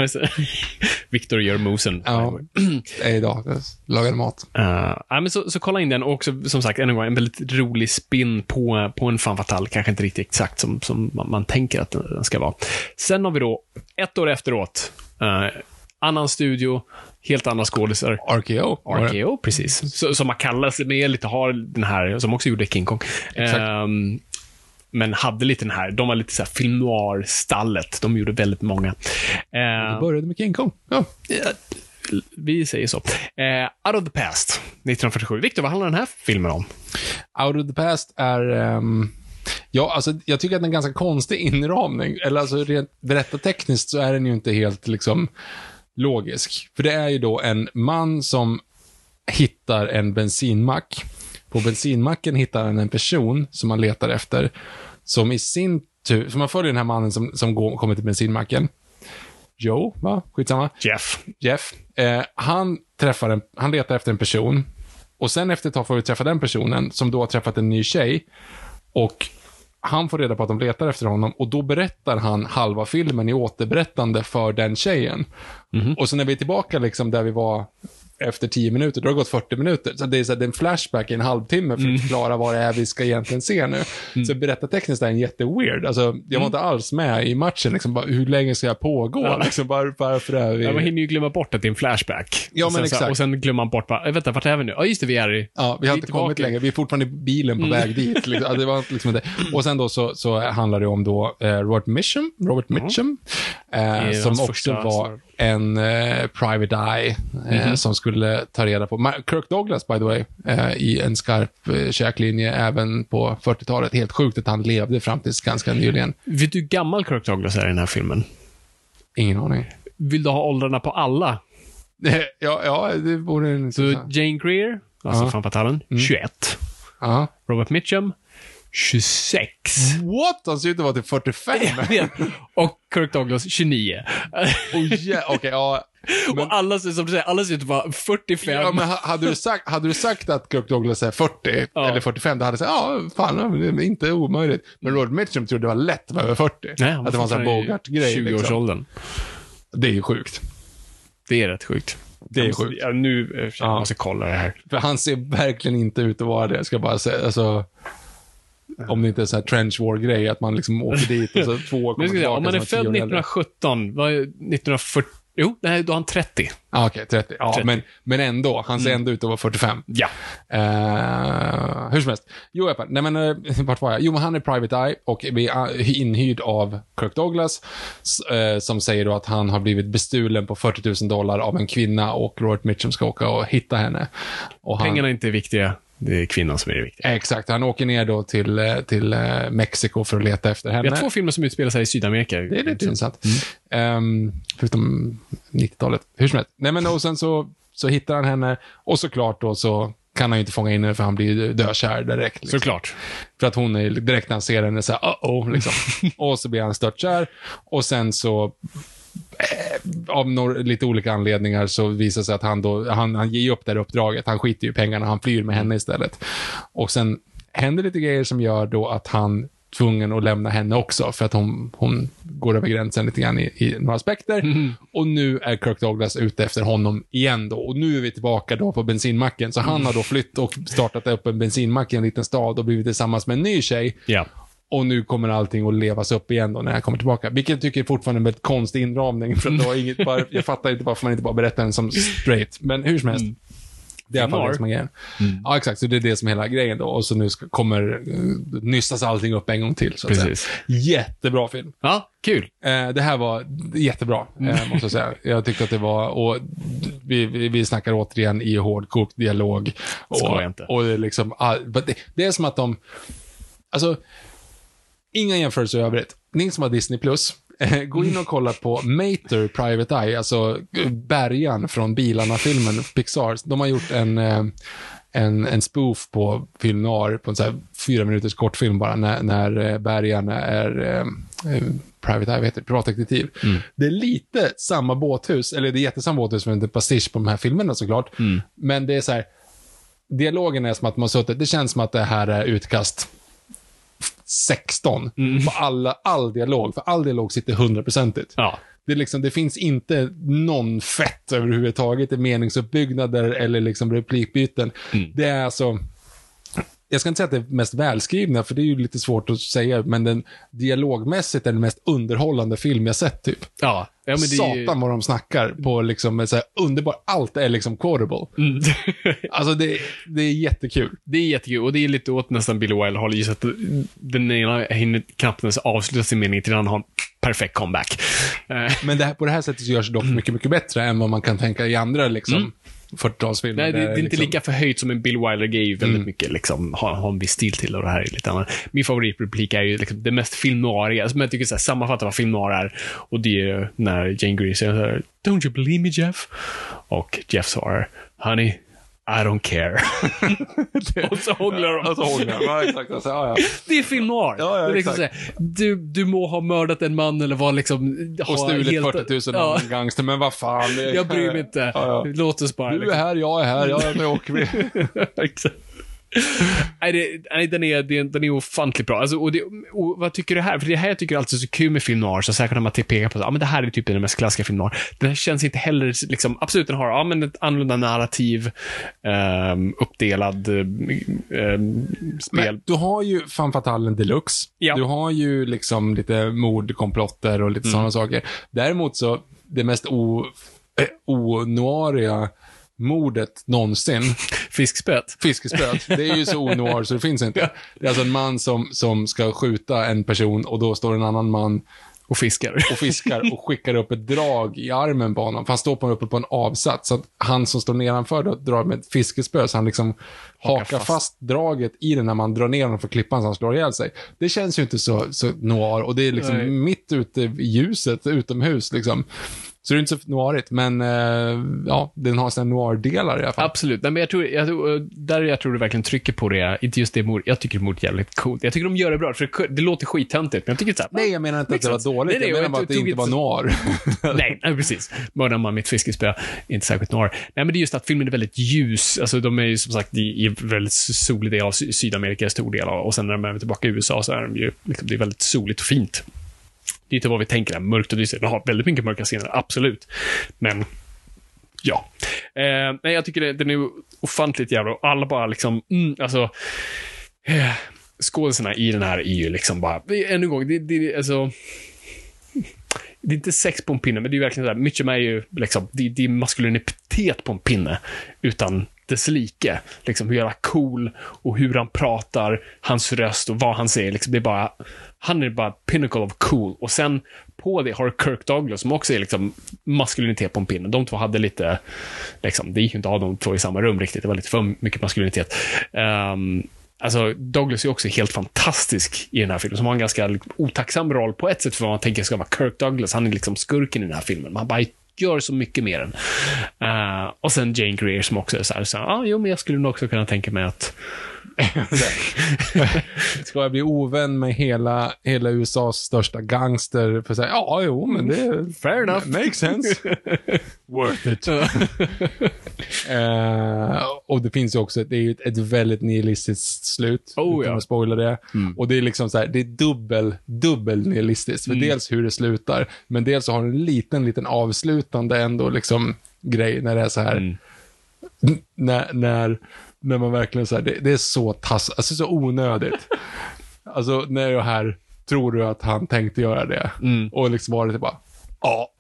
Victor gör mosen. Ja, idag. Lagade mat. Uh, ja, men så, så kolla in den. Och också, som sagt, en, gång, en väldigt rolig spin på, på en fan fatal. Kanske inte riktigt exakt som, som man, man tänker att den ska vara. Sen har vi då, ett år efteråt, uh, annan studio, helt andra skådisar. R K O. R K O, precis. Så, som man kallar sig med lite, har den här, som också gjorde King Kong. Um, men hade lite den här, de var lite så här film noir-stallet. De gjorde väldigt många. Uh, det började med King Kong. Ja. Vi säger så. Uh, Out of the Past, nittonhundrafyrtiosju. Victor, vad handlar den här filmen om? Out of the Past är... Um... Ja, alltså jag tycker att det är en ganska konstig inramning. Eller alltså rent berättartekniskt så är den ju inte helt liksom logisk. För det är ju då en man som hittar en bensinmack. På bensinmacken hittar han en person som han letar efter. Som i sin tur, som man följer den här mannen som, som går, kommer till bensinmacken. Joe, va? Skitsamma. Jeff. Jeff. Eh, han träffar en, han letar efter en person. Och sen efter ett tag får vi träffa den personen som då har träffat en ny tjej. Och han får reda på att de letar efter honom och då berättar han halva filmen i återberättande för den tjejen. Mm-hmm. Och så när vi är tillbaka liksom där vi var efter tio minuter, då har det gått fyrtio minuter. Så det är, så här, det är en flashback i en halvtimme för att mm. förklara vad det är vi ska egentligen se nu. Mm. Så berättartekniskt är en jätteweird. Alltså, jag var mm. inte alls med i matchen. Liksom, bara, hur länge ska jag pågå? Ja. Liksom, bara, bara för det här vi... ja, man hinner ju glömma bort att det är en flashback. Ja, men sen, exakt. Så, och sen glömmer man bort, bara, vänta, vart är vi nu? Ja, just det, vi är i... Ja, vi har vi inte tillbaka. kommit längre. Vi är fortfarande i bilen på mm. väg dit. Liksom. Ja, det var liksom det. Och sen då så, så handlar det om då eh, Robert Mitchum, Robert Mitchum mm. eh, som också första, var så... en eh, private eye eh, mm. som skulle ta reda på. Kirk Douglas, by the way, eh, i en skarp eh, käklinje även på fyrtiotalet. Helt sjukt att han levde fram tills ganska nyligen. Vet du hur gammal Kirk Douglas är i den här filmen? Ingen aning. Vill du ha åldrarna på alla? ja, ja, det borde en... Så Jane Greer, alltså uh-huh. fan fatalen, mm. tjugoett. Uh-huh. Robert Mitchum, tjugosex. What? Han ser ut att vara till fyrtiofem. Och Kirk Douglas, tjugonio. oh, yeah. okay, ja. Men, och alla, som du säger, alla ser ut att vara fyrtiofem. Ja, men hade du sagt, hade du sagt att Kirk Douglas är fyrtio ja. eller fyrtiofem, då hade du sagt, ja, fan, det är inte omöjligt. Men Robert Mitchum trodde det var lätt med över fyrtio. Nej, att det var en sån här Bogart-grej. tjugo-årsåldern. Liksom. Det är ju sjukt. Det är rätt sjukt. Det är sjukt. Ja, nu jag måste jag kolla det här. För han ser verkligen inte ut att vara det. Jag ska bara säga, alltså... Om det inte är så här trench war-grej, att man liksom åker dit och så två år kommer tillbaka. Om man är född nittonhundrasjutton, vad är nittonhundrafyrtio, Jo, nej, då är han trettio. Ah, Okej, okay, trettio. Ja, trettio. Men, men ändå, han ser mm. ändå ut att vara fyrtiofem. Ja. Uh, hur som helst. Jo, jag, nej men, uh, vart var jag? Jo, men han är Private Eye och är inhyrd av Kirk Douglas uh, som säger då att han har blivit bestulen på fyrtio tusen dollar av en kvinna och Robert Mitchum ska åka och hitta henne. Och Pengarna han, är inte viktiga. Det är kvinnan som är det viktiga. Exakt, han åker ner då till, till uh, Mexiko för att leta efter henne. Vi har två filmer som utspelar sig i Sydamerika. Det är lite intressant. Mm. Um, förutom nittiotalet. Hur som helst. Nej, men och sen så, så hittar han henne och såklart då så kan han ju inte fånga in henne för han blir dökär direkt. Liksom. Såklart. För att hon är direkt när han ser henne så här, uh-oh, liksom. Och så blir han störtkär och sen så eh, av några, lite olika anledningar så visar sig att han då, han, han ger upp det här uppdraget. Han skiter ju i pengarna, han flyr med henne istället. Och sen händer lite grejer som gör då att han tvungen att lämna henne också för att hon, hon går över gränsen lite grann i, i några aspekter. Mm. Och nu är Kirk Douglas ute efter honom igen då. Och nu är vi tillbaka då på bensinmacken. Så han har då flytt och startat upp en bensinmack i en liten stad och blivit tillsammans med en ny tjej. Ja. Och nu kommer allting att levas upp igen då när jag kommer tillbaka. Vilket jag tycker är fortfarande en väldigt konstig inramning. För att då inget bara, jag fattar inte varför man inte bara berättar den som straight. Men hur som helst. Mm. Det är i alla fall det som är grejen. Mm. Ja, exakt. Så det är det som är hela grejen då. Och så nu ska, kommer uh, nystas allting upp en gång till. Så att Precis. Säga. Jättebra film. Ja, kul. Uh, det här var jättebra, uh, måste jag säga. Jag tyckte att det var... Och vi, vi, vi snackar återigen i hårdkokt dialog. Och, inte. och det är liksom... Uh, det, det är som att de... Alltså... Inga jämförelser i övrigt. Ni som har Disney Plus, eh, gå in och kolla på Mater Private Eye, alltså Bergan från Bilarna-filmen, Pixar. De har gjort en, eh, en, en spoof på film noir, på en så här fyra minuters kortfilm bara, när, när Bergan är eh, Private Eye, heter privatdetektiv. Mm. Det är lite samma båthus, eller det är jättesamma båthus för en pastisch på de här filmerna såklart. Mm. Men det är så här, dialogen är som att man har suttit, det känns som att det här är utkast sexton mm. på alla, all dialog, för all dialog sitter hundraprocentigt. Ja. Det, är liksom, det finns inte någon fett överhuvudtaget i meningsuppbyggnader eller liksom replikbyten. Mm. Det är alltså, jag ska inte säga att det är mest välskrivna, för det är ju lite svårt att säga, men den dialogmässigt är den mest underhållande film jag sett typ. Ja. Ja, men det... Satan vad de snackar på liksom så här underbart, allt är liksom quotable. Mm. Alltså det, det är jättekul. Det är jättekul och det är lite åt nästan Billy Wilder håller just att den ena hinner knappt ens avsluta sin mening till den har en perfekt comeback. Men det här, på det här sättet så görs det dock mycket, mycket bättre än vad man kan tänka i andra liksom. Mm. fyrtiotalsfilmer. Nej, det, det är inte liksom... lika förhöjt som en Bill Wilder-grej väldigt mm. mycket liksom, har, har en viss stil till och det här är lite annat. Min favoritreplik är ju liksom, det mest film noiriga som jag tycker så här, sammanfattar vad film noir är, och det är när Jane Greer säger så här, "Don't you believe me, Jeff?" och Jeff svarar, "Honey, I don't care." Och så hånglar de. Och så hånglar de. Ja, exakt. Alltså, ja, ja. Det är film noir. Ja, ja, det är liksom såhär, du, du må ha mördat en man eller var liksom... Och stulit helt... fyrtio tusen ja. Gangster, men vad fan. Det... Jag bryr mig inte. Ja, ja. Låt oss bara... Du är liksom... här, jag är här, ja, nu åker vi. Exakt. Nej, det, nej den, är, den, den är ofantligt bra alltså, och, det, och vad tycker du här? För det här jag tycker alltid är så kul med film noir, så säkert när man pekar på så, ja, men det här är typ den mest klassiska film noir. Den här känns inte heller liksom, absolut den har ja, men ett annorlunda narrativ, um, uppdelad um, spel. Men du har ju Femme Fatale Deluxe. Ja. Du har ju liksom lite mordkomplotter och lite mm. sådana saker. Däremot så det mest o, äh, o-noiriga mordet någonsin. Fiskspöt. Fiskespöt. Det är ju så onoir så det finns inte. Det är alltså en man som, som ska skjuta en person och då står en annan man och fiskar. Och fiskar och skickar upp ett drag i armen på honom. För han står på uppe på en avsats. Så att han som står nedanför då drar med ett fiskespö. Så han liksom hakar, hakar fast. fast draget i den när man drar ner honom för klippan så han slår ihjäl sig. Det känns ju inte så, så noir. Och det är liksom Nej. mitt ute i ljuset, utomhus liksom. Så det är inte så noirigt, men eh, ja, den har sina noir-delar i alla fall. Absolut, men jag tror, jag tror, där jag tror du verkligen trycker på det, inte just det mord, jag tycker mord är jävligt coolt. Jag tycker de gör det bra, för det, det låter skittöntigt, men jag tycker så här, nej, jag menar inte att det var dåligt, nej, nej, jag menar jag bara att det inte var noir. nej, nej, precis. Mördar man mitt fiskespö, är inte särskilt noir. Nej, men det är just att filmen är väldigt ljus, alltså de är ju som sagt i, i väldigt solig del av Sydamerika, stor del av, och sen när de är tillbaka i U S A så är de ju, liksom, det är väldigt soligt och fint. Det är inte vad vi tänker där, mörkt och dystert. Det har väldigt mycket mörka scener, absolut. Men, ja. Eh, nej, jag tycker det, den är ofantligt jävla. Och alla bara liksom, mm, alltså, eh, skådespelarna i den här är ju liksom bara, ännu en gång, det, det, alltså, det är inte sex på en pinne, men det är verkligen så här, Mitchum är ju liksom, det, det är maskulinitet på en pinne utan dess like, liksom hur jävla cool och hur han pratar, hans röst och vad han säger, liksom det är bara, han är bara pinnacle of cool. Och sen på det har Kirk Douglas som också är liksom maskulinitet på en pinne. De två hade lite liksom, det gick ju inte av de två i samma rum riktigt, det var lite för mycket maskulinitet. um, Alltså, Douglas är också helt fantastisk i den här filmen, som har en ganska liksom, otacksam roll på ett sätt för vad man tänker ska vara Kirk Douglas. Han är liksom skurken i den här filmen. Man bara gör så mycket mer än. Uh, och sen Jane Greer som också är så här, så, ah, jo, men jag skulle nog också kunna tänka mig att ska jag bli ovän med hela, hela U S A:s största gangster för att säga, ja, jo, men det är fair enough. Makes sense. Worth it. uh, och det finns ju också, det är ju ett, ett väldigt nihilistiskt slut. Oh, utan ja. att spoila det. Mm. Och det är liksom så här, det är dubbel, dubbel nihilistiskt. För mm. dels hur det slutar, men dels så har det en liten, liten avslutande ändå liksom grej när det är så här mm. n- när, när när man verkligen så här, det, det är så tass, alltså så onödigt. Alltså när jag här, tror du att han tänkte göra det? Mm. Och liksom var det typ bara, ja.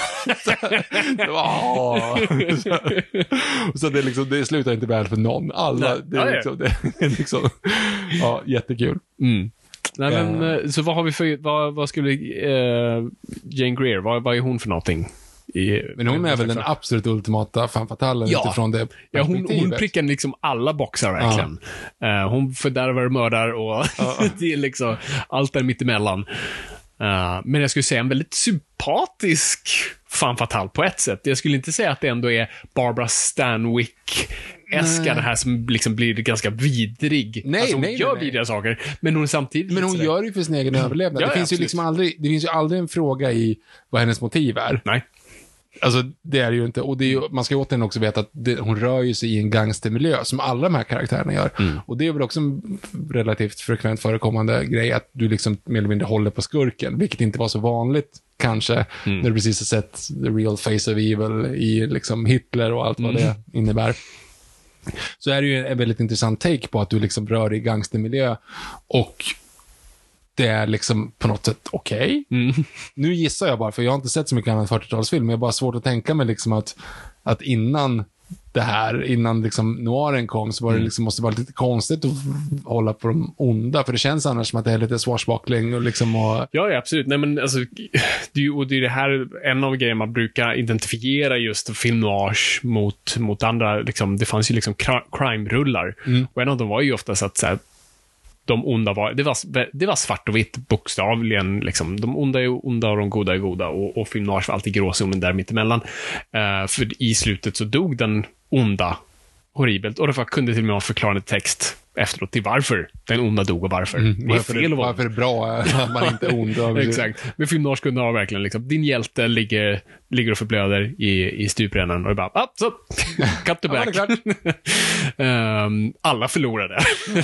det var, ja. Så, så det, liksom, det slutar inte väl för någon. Alla, Nej. det är liksom, det är liksom ja, jättekul. Mm. Nej, men, uh. Så vad har vi för, vad, vad skulle uh, Jane Greer, vad, vad är hon för någonting? I, men hon är väl den absolut ultimata fan fatalen ja. utifrån det ja, hon, hon prickar liksom alla boxar verkligen. Ja. Uh, hon fördärvar mördar och ja. det är liksom allt är mittemellan. Uh, men jag skulle säga en väldigt sympatisk fan fatal på ett sätt. Jag skulle inte säga att det ändå är Barbara Stanwyck-eska det här som liksom blir ganska vidrig. Nej, alltså hon nej, gör nej. vidriga saker, men hon är samtidigt men hon gör ju för sin egen överlevnad. Ja, det ja, finns ju liksom aldrig, det finns ju aldrig en fråga i vad hennes motiv är. Nej. Alltså, det är det ju inte. Och det är ju, man ska ju återigen också veta att det, hon rör ju sig i en gangstermiljö som alla de här karaktärerna gör. Mm. Och det är väl också en relativt frekvent förekommande grej att du liksom mer eller mindre håller på skurken, vilket inte var så vanligt kanske mm. när du precis har sett the real face of evil i liksom Hitler och allt vad mm. det innebär. Så är det ju en väldigt intressant take på att du liksom rör dig i gangstermiljö och det är liksom på något sätt okej. Okay. Mm. Nu gissar jag bara, för jag har inte sett så mycket annan fyrtiotalsfilm, men jag har bara svårt att tänka mig liksom att, att innan det här, innan liksom noiren kom, så var det liksom, måste vara lite konstigt att hålla på de onda, för det känns annars som att det är lite swashbuckling och liksom och... Ja, ja, absolut. Nej, men alltså, det är ju och det, är det här en av grejerna man brukar identifiera just film noir mot, mot andra, liksom, det fanns ju liksom crime-rullar. Mm. Och en av dem var ju ofta så att så här, de onda var, det var, det var svart och vitt bokstavligen, liksom. De onda är onda och de goda är goda, och, och film noir var alltid gråzonen där mittemellan. Uh, för i slutet så dog den onda horribelt, och det kunde till och med ha en förklarande text efteråt till varför den onda dog och varför. Mm, det är varför fel det, varför det är bra att man inte är ond. Exakt. Men film noir kunde ha verkligen liksom, din hjälte ligger, ligger och förblöder i, i stuprännan, och det bara, ah, så, cut the back. um, alla förlorade.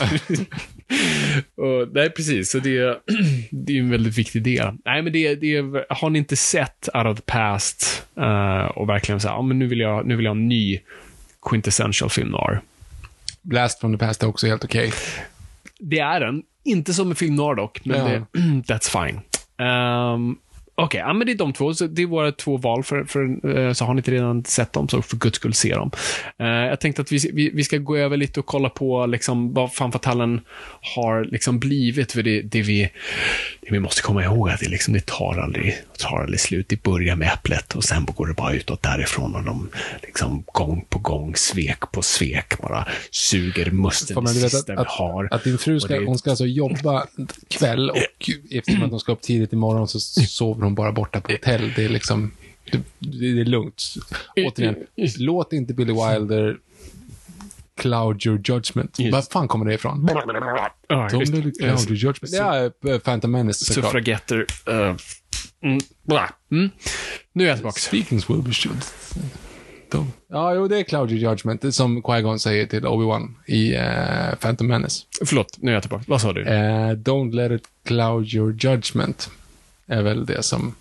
Och, nej, precis. Så det, det är en väldigt viktig del. Nej, men det, det har ni inte sett Out of the Past uh, och verkligen så här, ah, men nu vill jag, nu vill jag ha en ny quintessential film noir. Blast from the Past är också helt okej. Okay. Det är den. Inte som en film noir dock, men ja. det, that's fine. Um, Okej, okay, ja, men det är de två. Så det är våra två val, för, för, uh, så har ni inte redan sett dem, så för guds skull se dem. Uh, jag tänkte att vi, vi, vi ska gå över lite och kolla på liksom, vad fan fatalen har liksom blivit. För det, det, vi, det vi måste komma ihåg att det, liksom, det tar, aldrig, tar aldrig slut. Det börjar med äpplet och sen går det bara utåt därifrån, och de liksom, gång på gång, svek på svek, bara suger musten det sista vi har. Att din fru ska, det, hon ska alltså jobba kväll, och eftersom att de ska upp tidigt imorgon så sover hon bara borta på hotell. Det är liksom, det, det är lugnt. Återigen, låt inte Billy Wilder cloud your judgment. Var fan kommer det ifrån? Ja, Tom Billy cloud your judgment. Det är Phantom Menace. Suffragetter. Uh, mm, mm. Nu är jag tillbaka. Speakings will be should. De. Ja, jo, det är cloud your judgment, som Qui-Gon säger till Obi-Wan i uh, Phantom Menace. Förlåt, nu är jag tillbaka. Vad sa du? Uh, don't let it cloud your judgment är väl det som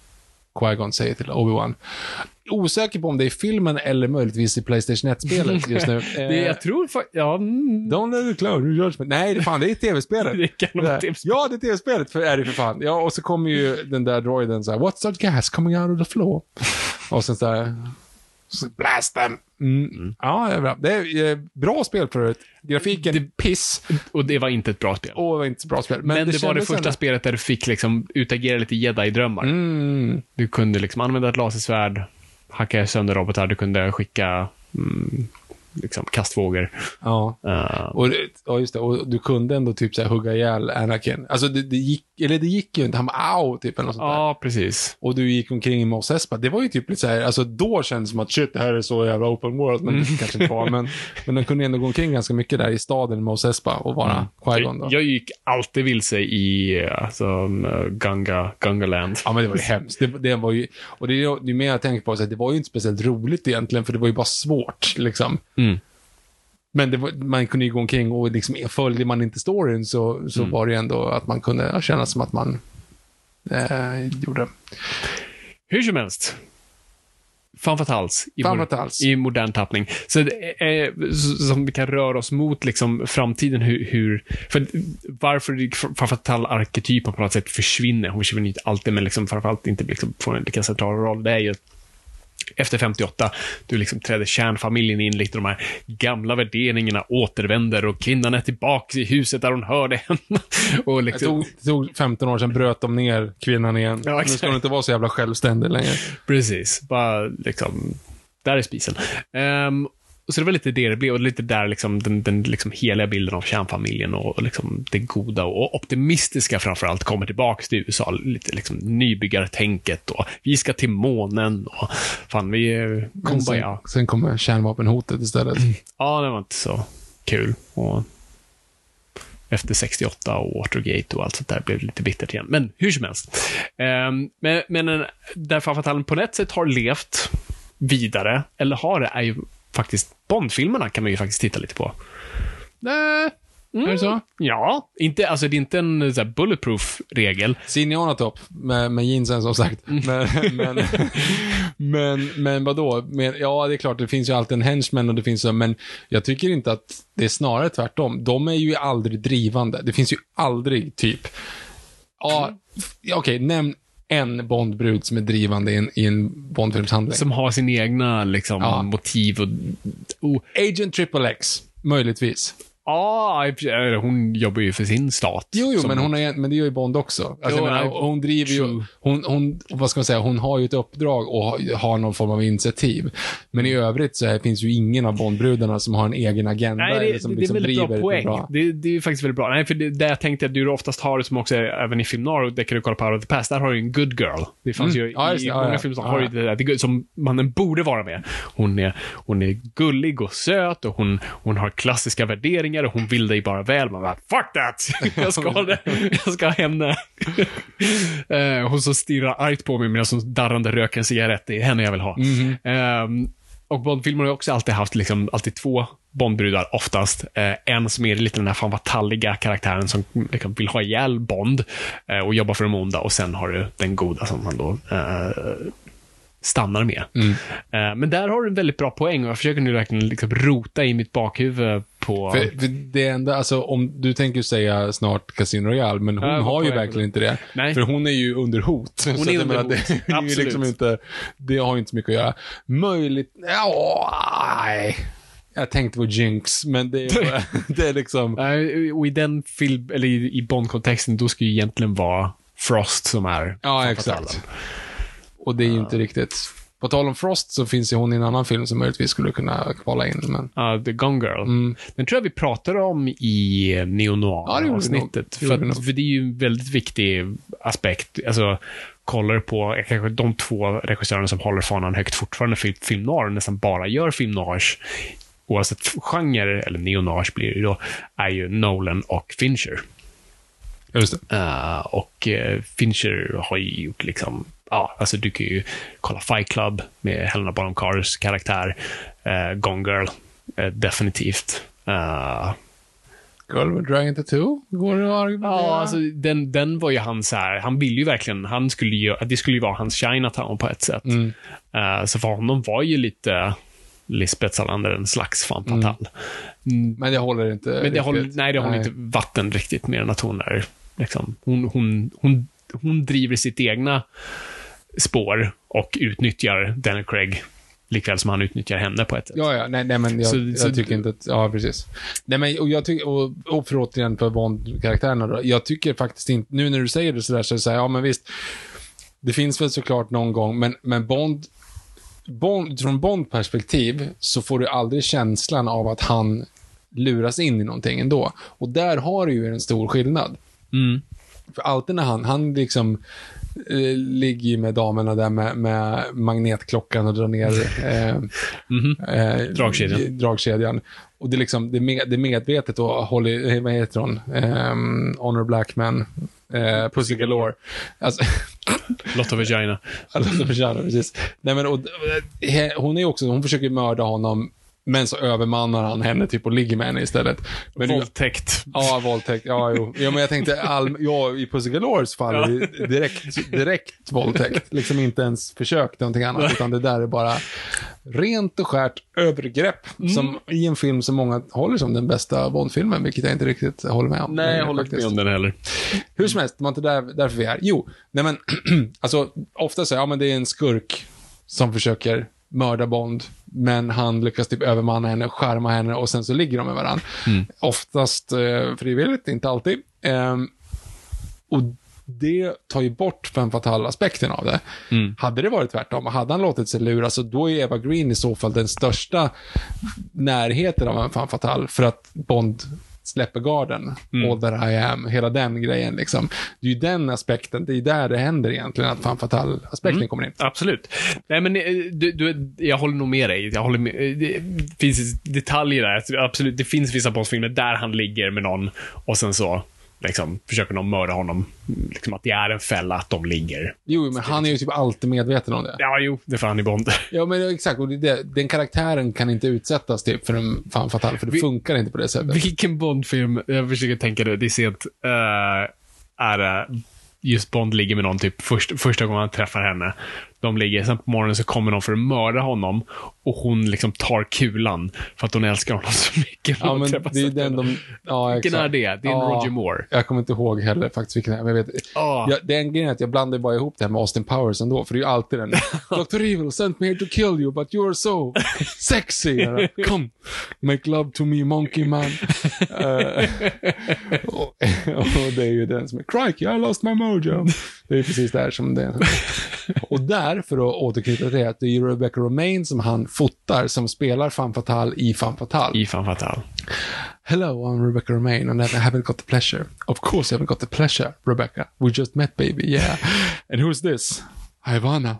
Qui-Gon säger till Obi-Wan. Osäker på om det är filmen eller möjligtvis i PlayStation ett-spelet just nu. det, jag tror fa- ja, mm. Don't let it cloud your judgment. Nej, det fan, det är tv-spelet. det kan vara tv-spelet. Ja, det är tv-spelet, för är det för fan. Ja, och så kommer ju den där droiden så här, what's that gas coming out of the floor? Och sen så här, så blast them. Mm. Mm. Ja, det är bra. Det är eh, bra spel förut. Grafiken det, piss. Och det var inte ett bra spel. Och det var inte ett bra spel. Men, Men det, det var det första ändå... spelet där du fick liksom utagera lite Jedi-drömmar. Mm. Du kunde liksom använda ett lasersvärd, hacka sönder robotar, du kunde skicka mm, liksom kastvågor. Ja. Uh. Och, ja, just det. Och du kunde ändå typ så här hugga ihjäl Anakin. Alltså det, det gick, eller det gick ju inte. Han bara, au, typ eller något sånt där. Ja, precis. Och du gick omkring i Mos Espa. Det var ju typ lite så här, alltså då kändes det som att shit, det här är så jävla open world, men mm. det kanske inte var. Men, men den kunde ändå gå omkring ganska mycket där i staden Mos Espa och vara mm. Qui-Gon då. Jag gick alltid vilse i alltså, uh, Gunga, Gungaland. Ja, men det var ju hemskt. Det, det var ju, och det är ju mer jag tänker på, så att det var ju inte speciellt roligt egentligen, för det var ju bara svårt, liksom. Mm. Men det var, man kunde ju gå omkring och liksom, följde man inte storyn så, så mm. var det ändå att man kunde känna som att man eh, gjorde. Hur som helst. Fan fatals i, Fan fatals. i modern tappning. Så eh, som vi kan röra oss mot liksom framtiden, hur, hur för varför Fan fatal-arketypen på något sätt försvinner. Hon försvinner inte alltid, men liksom framförallt inte liksom får en lika central roll. Det är ju efter femtioåtta, du liksom trädde kärnfamiljen in, lite de här gamla värderingarna återvänder och kvinnan är tillbaka i huset där hon hörde henne. Och liksom... det, tog, det tog femton år sedan bröt de ner kvinnan igen. Ja, nu ska hon inte vara så jävla självständig längre. Precis, bara liksom där är spisen. Um, och så det var lite det det blev, och lite där liksom den, den liksom hela bilden av kärnfamiljen och, och liksom det goda och optimistiska framförallt kommer tillbaka till U S A, lite liksom nybyggartänket och vi ska till månen och fan vi kommer sen, ja. sen kommer kärnvapenhotet istället. Mm. Ja, det var inte så kul. Och efter sextioåtta och Watergate och allt sånt där blev det lite bittert igen. Men hur som helst. Um, men, men där Fan på ett sätt har levt vidare, eller har det, är ju faktiskt Bond-filmerna kan man ju faktiskt titta lite på. Nej, mm. är det så? Ja, inte, alltså det är inte en så här bulletproof-regel. Sinionatopp med, med jeansen som sagt. Mm. Men, men, men, men vadå? Men, ja, det är klart, det finns ju alltid en henchman och det finns så, men jag tycker inte att det är snarare tvärtom. De är ju aldrig drivande. Det finns ju aldrig typ ja, okej, okay, nämn en Bondbrud som är drivande i en, i en Bondfilmshandling. Som har sin egna liksom, ja. motiv. Och, oh. Agent Triple X, möjligtvis. Ja, hon jobbar ju för sin stat. Jo, jo men, hon är, men det gör ju Bond också. Alltså, jo, menar, hon driver ju, hon, hon, vad ska man säga, hon har ju ett uppdrag och har, har någon form av initiativ. Men i övrigt så här, finns ju ingen av Bondbrudarna som har en egen agenda. Nej, det, eller som det, liksom det är väldigt driver bra poäng. Bra. Det, det är ju faktiskt väldigt bra. Nej, för det, det jag tänkte att du oftast har det som också är, även i film noir, och det kan du kolla på Out of the Past, där har du en good girl. Det fanns mm. ju ja, i många ja, filmer som ja. har ju det där, det, som mannen borde vara med. Hon är, hon är gullig och söt och hon, hon har klassiska värderingar och hon vill dig bara väl. Man bara, fuck that! Jag ska ha det. Jag ska ha henne. uh, hon så stirrar argt på mig medan hon darrande röker en cigarett. Det är henne jag vill ha. Mm-hmm. Um, och Bondfilmer har också alltid haft liksom, alltid två Bondbrudar oftast. Uh, en som är lite den här fan vatalliga karaktären som liksom, vill ha ihjäl Bond uh, och jobba för de onda. Och sen har du den goda som man då uh, stannar med. Mm. Uh, men där har du en väldigt bra poäng och jag försöker nu verkligen liksom rota i mitt bakhuvud på... För, för det enda, alltså om du tänker säga snart Casino Royale, men hon uh, har ju verkligen inte det. Nej. För hon är ju under hot. Hon är under hot. Det, är ju liksom inte, det har ju inte så mycket att göra. Möjligt... Ja, nej... Jag tänkte på Jinx, men det är, det är liksom... Uh, och i den film, eller i, i Bond-kontexten, då ska ju egentligen vara Frost som är... Ja, exakt. Och det är ju inte uh. riktigt... På tal om Frost så finns ju hon i en annan film som möjligtvis skulle kunna kvala in. Men... Uh, The Gone Girl. Mm. Den tror jag vi pratar om i Neo-Noir-avsnittet. Ja, för, för det är ju en väldigt viktig aspekt. Alltså, kollar på kanske de två regissörerna som håller fanan högt fortfarande för film noir, nästan bara gör film noirs. Oavsett genre, eller neo-noir blir det då, är ju Nolan och Fincher. Just det. Uh, och uh, Fincher har ju gjort liksom, ja, alltså du kan ju kolla Fight Club med Helena Bonham Carters karaktär, uh, Gone Girl, uh, definitivt. Uh, Girl with Dragon Tattoo? Går det att argumentera? Ja, alltså den, den var ju han så här, han ville ju verkligen, han skulle ju, det skulle ju vara hans Chinatown på ett sätt. Mm. Uh, så för honom var ju lite Lisbeth Salander en slags fan fatal. Mm. Men det håller inte. Men det håller, nej, det håller nej. inte vatten riktigt mer än att hon är liksom, hon, hon, hon, hon driver sitt egna spår och utnyttjar Daniel Craig likväl som han utnyttjar henne på ett sätt. Ja, ja, nej, nej men jag, Så- jag så- tycker inte att, ja precis. Nej men, och jag tycker, och, och för återigen för Bond-karaktärerna då, jag tycker faktiskt inte, nu när du säger det sådär så säger jag, ja men visst, det finns väl såklart någon gång, men, men Bond, Bond, från Bond-perspektiv så får du aldrig känslan av att han luras in i någonting ändå. Och där har du ju en stor skillnad. Mm. För alltid när han, han liksom eh, ligger ju med damerna där med, med magnetklockan och drar ner eh, Mhm. eh, Dragkedjan. dragkedjan. Och det är liksom, det är, med, det är medvetet och håller, vad heter hon? Um, Honor Blackman, eh, Pussy Galore. Alltså, Lot of Vagina. alltså förtjänar, precis. Nej men, och, eh, hon är ju också, hon försöker mörda honom, men så övermannar han henne typ och ligger med henne istället. Men det- Våldtäkt. Ja, våldtäkt. Ja, jo. Ja, men jag tänkte, all, ja, i Pussy Galores fall är det direkt, direkt våldtäkt. Liksom inte ens försökt någonting annat, utan det där är bara rent och skärt övergrepp. Som i en film som många håller som den bästa Bond-filmen, vilket jag inte riktigt håller med om. Nej, jag håller inte med om den heller. Hur som helst, det var inte där, därför vi är. Jo, nej men, alltså, ofta så, ja men det är en skurk som försöker mörda Bond, men han lyckas typ övermanna henne, skärma henne och sen så ligger de med varandra. Mm. Oftast eh, frivilligt, inte alltid. Ehm, och det tar ju bort fem fatala aspekten av det. Mm. Hade det varit tvärtom, hade han låtit sig lura, så då är Eva Green i så fall den största närheten av en fem fatal, för att Bond släpper garden, Mm. all that I am, hela den grejen liksom. Det är ju den aspekten, det är där det händer egentligen, att fan fatal aspekten Mm. kommer in. Absolut. Nej, men eh, du, du, jag håller nog med dig. Jag håller med. eh, Det finns detaljer där. Absolut, det finns vissa Bond-filmer där han ligger med någon och sen så liksom försöker de mörda honom. Liksom att det är en fälla att de ligger. Jo, men han är ju typ alltid medveten om det. Ja, jo, det får han i Bond. Ja, men exakt, och det, den karaktären kan inte utsättas typ för en fan fatal, för det Vi- funkar inte på det sättet. Vilken Bond-film, jag försöker tänka det, det är sent, uh, är det just Bond ligger med någon typ först, första gången han träffar henne. De ligger, sen på morgonen så kommer någon för att mörda honom och hon liksom tar kulan för att hon älskar honom så mycket. Ja, Och men träffas det är efter den henne. de... Ja, Vilken exakt. är det? Det är en Ja, Roger Moore. Jag kommer inte ihåg heller faktiskt vilken det är, men jag vet. Ah. Jag, det är en grej att jag blandar bara ihop det här med Austin Powers ändå, för det är ju alltid den. doktor Evil sent me here to kill you, but you're so sexy. Come, make love to me, monkey man. uh, och, och det är ju den som är, crikey, I lost my mojo. Det är ju precis där som det är. Och där, för att återknyta till det, att det är ju Rebecca Romaine som han fotar, som spelar Femme Fatale i Femme Fatale. I Femme Fatale. Hello, I'm Rebecca Romaine and I haven't got the pleasure. Of course I haven't got the pleasure, Rebecca. We just met, baby, yeah. And who's this? Ivana.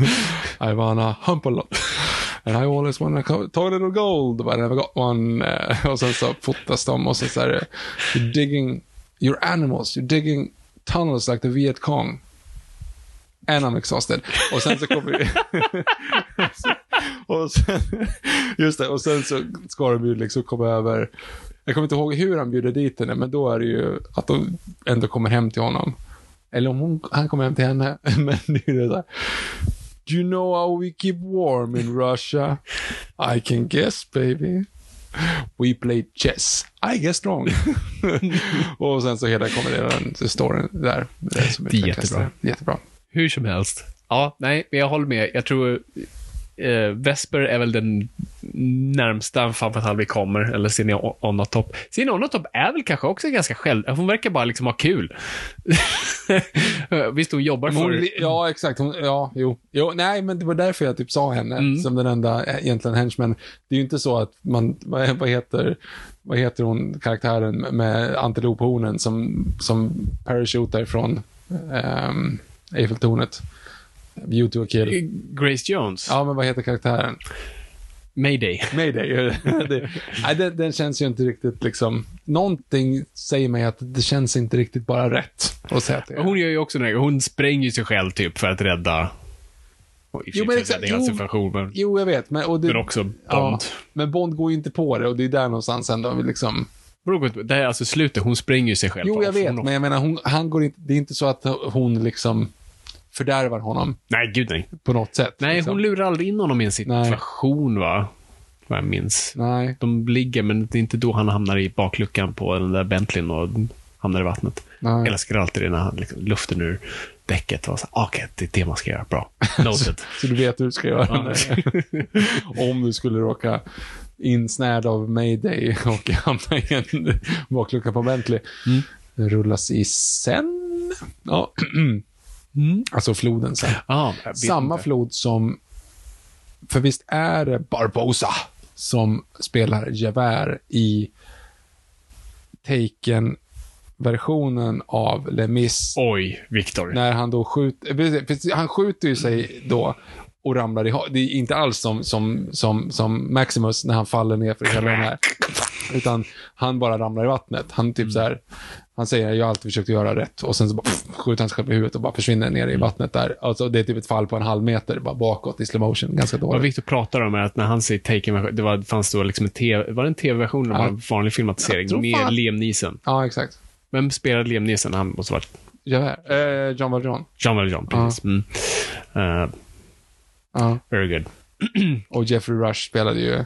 Ivana Humpalot. And I always want a toilet of gold, but I never got one. Uh, och sen så fotas de och så, så är det, you're digging, you're animals, you're digging tunnels like the Viet Cong. And I'm exhausted. Och sen så kommer vi... och sen, just det, och sen så ska de ju liksom komma över... Jag kommer inte ihåg hur han bjuder dit henne, men då är det ju att de ändå kommer hem till honom. Eller om hon, han kommer hem till henne. Men det är ju det där. Do you know how we keep warm in Russia? I can guess, baby. We play chess. I guess wrong. Och sen så hela kommer det den storyn där. Det är, som Det är jättebra. Jättebra. Hur som helst. Ja, nej, men jag håller med. Jag tror eh, Vesper är väl den närmsta Femme Fatale vi kommer, eller Signe Onatop. Signe Onatop är väl kanske också ganska själv. Hon verkar bara liksom ha kul. Visst, hon jobbar Hon, för... ja, exakt. Hon, ja, jo. jo. Nej, men det var därför jag typ sa henne Mm. som den enda eh, egentligen henchman. Det är ju inte så att man, vad, vad heter vad heter hon, karaktären med antilophornen som, som parachutar från um, Eiffeltornet. View to a kill. Grace Jones. Ja, men vad heter karaktären? Mayday. Mayday. det, nej, den, den känns ju inte riktigt liksom... Någonting säger mig att det känns inte riktigt bara rätt att säga att det är. Hon gör ju också det. Hon spränger ju sig själv typ för att rädda... Jo, men exakt. Deras situation, men, Jo, jag vet. Men, och det, men också Bond. ja, men Bond går ju inte på det, och det är där någonstans ändå vi liksom... Det är alltså slutet, hon spränger ju sig själv. Jo, jag vet, hon... men jag menar, hon, han går inte, det är inte så att hon liksom fördärvar honom. Nej, gud nej. På något sätt. Nej, liksom. hon lurar aldrig in honom i en situation, nej. Va? Vad jag minns. Nej. De ligger, men det är inte då han hamnar i bakluckan på den där Bentleyn och hamnar i vattnet. Nej. Jag älskar alltid det när han liksom, luften ur däcket var så okej, okay, det är det man ska göra. Bra. Noted. Så du vet hur du ska göra. Om du skulle råka insnärd av Mayday och hamna i en baklucka på Bentley. Mm. Rullas i sen. Ja. Mm. Alltså floden sen. Ah, samma inte. Flod som, för visst är det Barbosa som spelar Javert i Taken versionen av Les Mis. Oj, Victor. När han då skjuter, han skjuter ju sig då och ramlar i havet. Det är inte alls som, som, som, som Maximus när han faller ner för hela den här. Utan han bara ramlar i vattnet. Han typ mm. så här, han säger, jag har alltid försökt göra rätt. Och sen så bara pff, skjuter han sig själv i huvudet och bara försvinner ner i vattnet där. Alltså det är typ ett fall på en halv meter bara bakåt i slow motion. Ganska dåligt. Vad Victor pratar om är att när han säger Taken, det var, fanns då liksom en tv, var det en tv-version eller ja. En vanlig filmatisering med Liam Neeson? Ja, exakt. Vem spelade Liam Neeson? Han måste varit... Ja, eh, Jean Valjean. Jean Valjean, precis. Uh. Mm. Uh, uh. Very good. Och Jeffrey Rush spelade ju...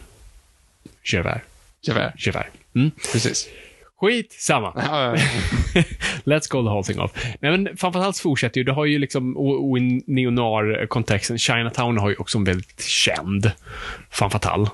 Javert. Javert. Javert. Mm. Precis. Skit, samma. Let's call the whole thing off. Nej, men framförallt fortsätter ju, det har ju liksom och, och i neonar-kontexten, Chinatown har ju också en väldigt känd femme fatale.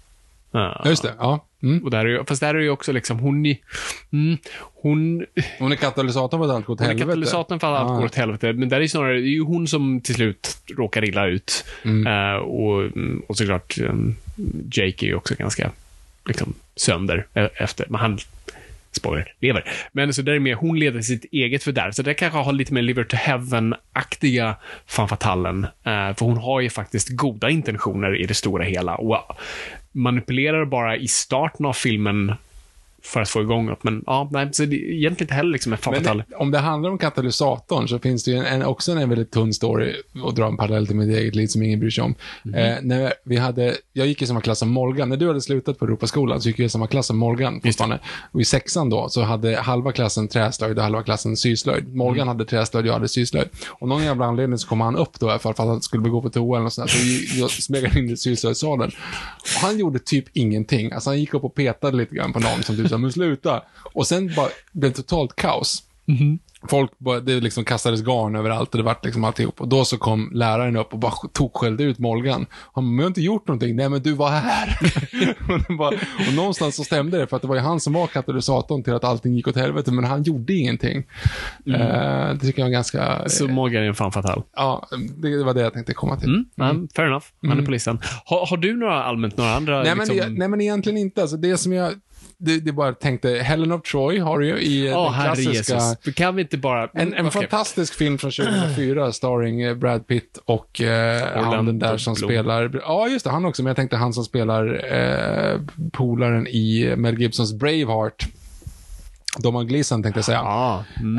Uh, Just det, ja. Mm. Och där är ju, fast där är ju också liksom hon i, mm, hon hon är katalysatorn för att allt går åt helvete. Hon är katalysatorn för att allt ah. går åt helvete. Men där är ju snarare, det är ju hon som till slut råkar illa ut. Mm. Uh, och, och såklart um, Jake är ju också ganska liksom sönder efter, men han spoiler, lever. Men så där är mer, hon leder sitt eget för där. Så det kanske har lite mer Liver to Heaven-aktiga femme fatalen. Uh, för hon har ju faktiskt goda intentioner i det stora hela. Och manipulerar bara i starten av filmen för att få igång något. Men ja, nej, så det är egentligen inte heller liksom en femme fatale. Om det handlar om katalysatorn så finns det ju en, en, också en väldigt tunn story och dra en parallell till mitt eget liv som ingen bryr sig om. Mm. Eh, när vi hade, jag gick i samma klass som Morgan. När du hade slutat på Europaskolan så gick jag i samma klass som Morgan fortfarande. Och i sexan då så hade halva klassen träslöjd och halva klassen syslöjd. Morgan mm. hade träslöjd och jag hade syslöjd. Och någon jävla anledning så kom han upp då för att han skulle gå på toa eller något sånt där. Så jag smegade in i syslöjdsalen. Och han gjorde typ ingenting. Alltså han gick upp och petade lite grann på någon som typ men sluta. Och sen bara blev det totalt kaos. Mm-hmm. Folk bara, det liksom kastades garn överallt och det var liksom alltihop. Och då så kom läraren upp och bara tog skällde ut Morgan. Han bara, men jag har inte gjort någonting. Nej, men du var här. och, bara, och någonstans så stämde det för att det var ju han som var katalysatorn till att allting gick åt helvete. Men han gjorde ingenting. Mm. Uh, det tycker jag är ganska... Så Morgan är en fan fatal. Ja, det, det var det jag tänkte komma till. Mm. Mm. Fair enough. Han är mm. på listan. Har, har du några allmänt, några andra? Nej, liksom... men, det, nej men egentligen inte. Alltså det som jag... Det, det bara tänkte, Helen of Troy har du ju i oh, den klassiska... Vi kan vi inte bara... En, en okay. fantastisk film från tjugohundrafyra starring Brad Pitt och eh, han den där som Blom. spelar... Ja, just det, han också. Men jag tänkte han som spelar eh, polaren i Mel Gibsons Braveheart. Domhnall Gleeson tänkte jag säga. Ah, mm.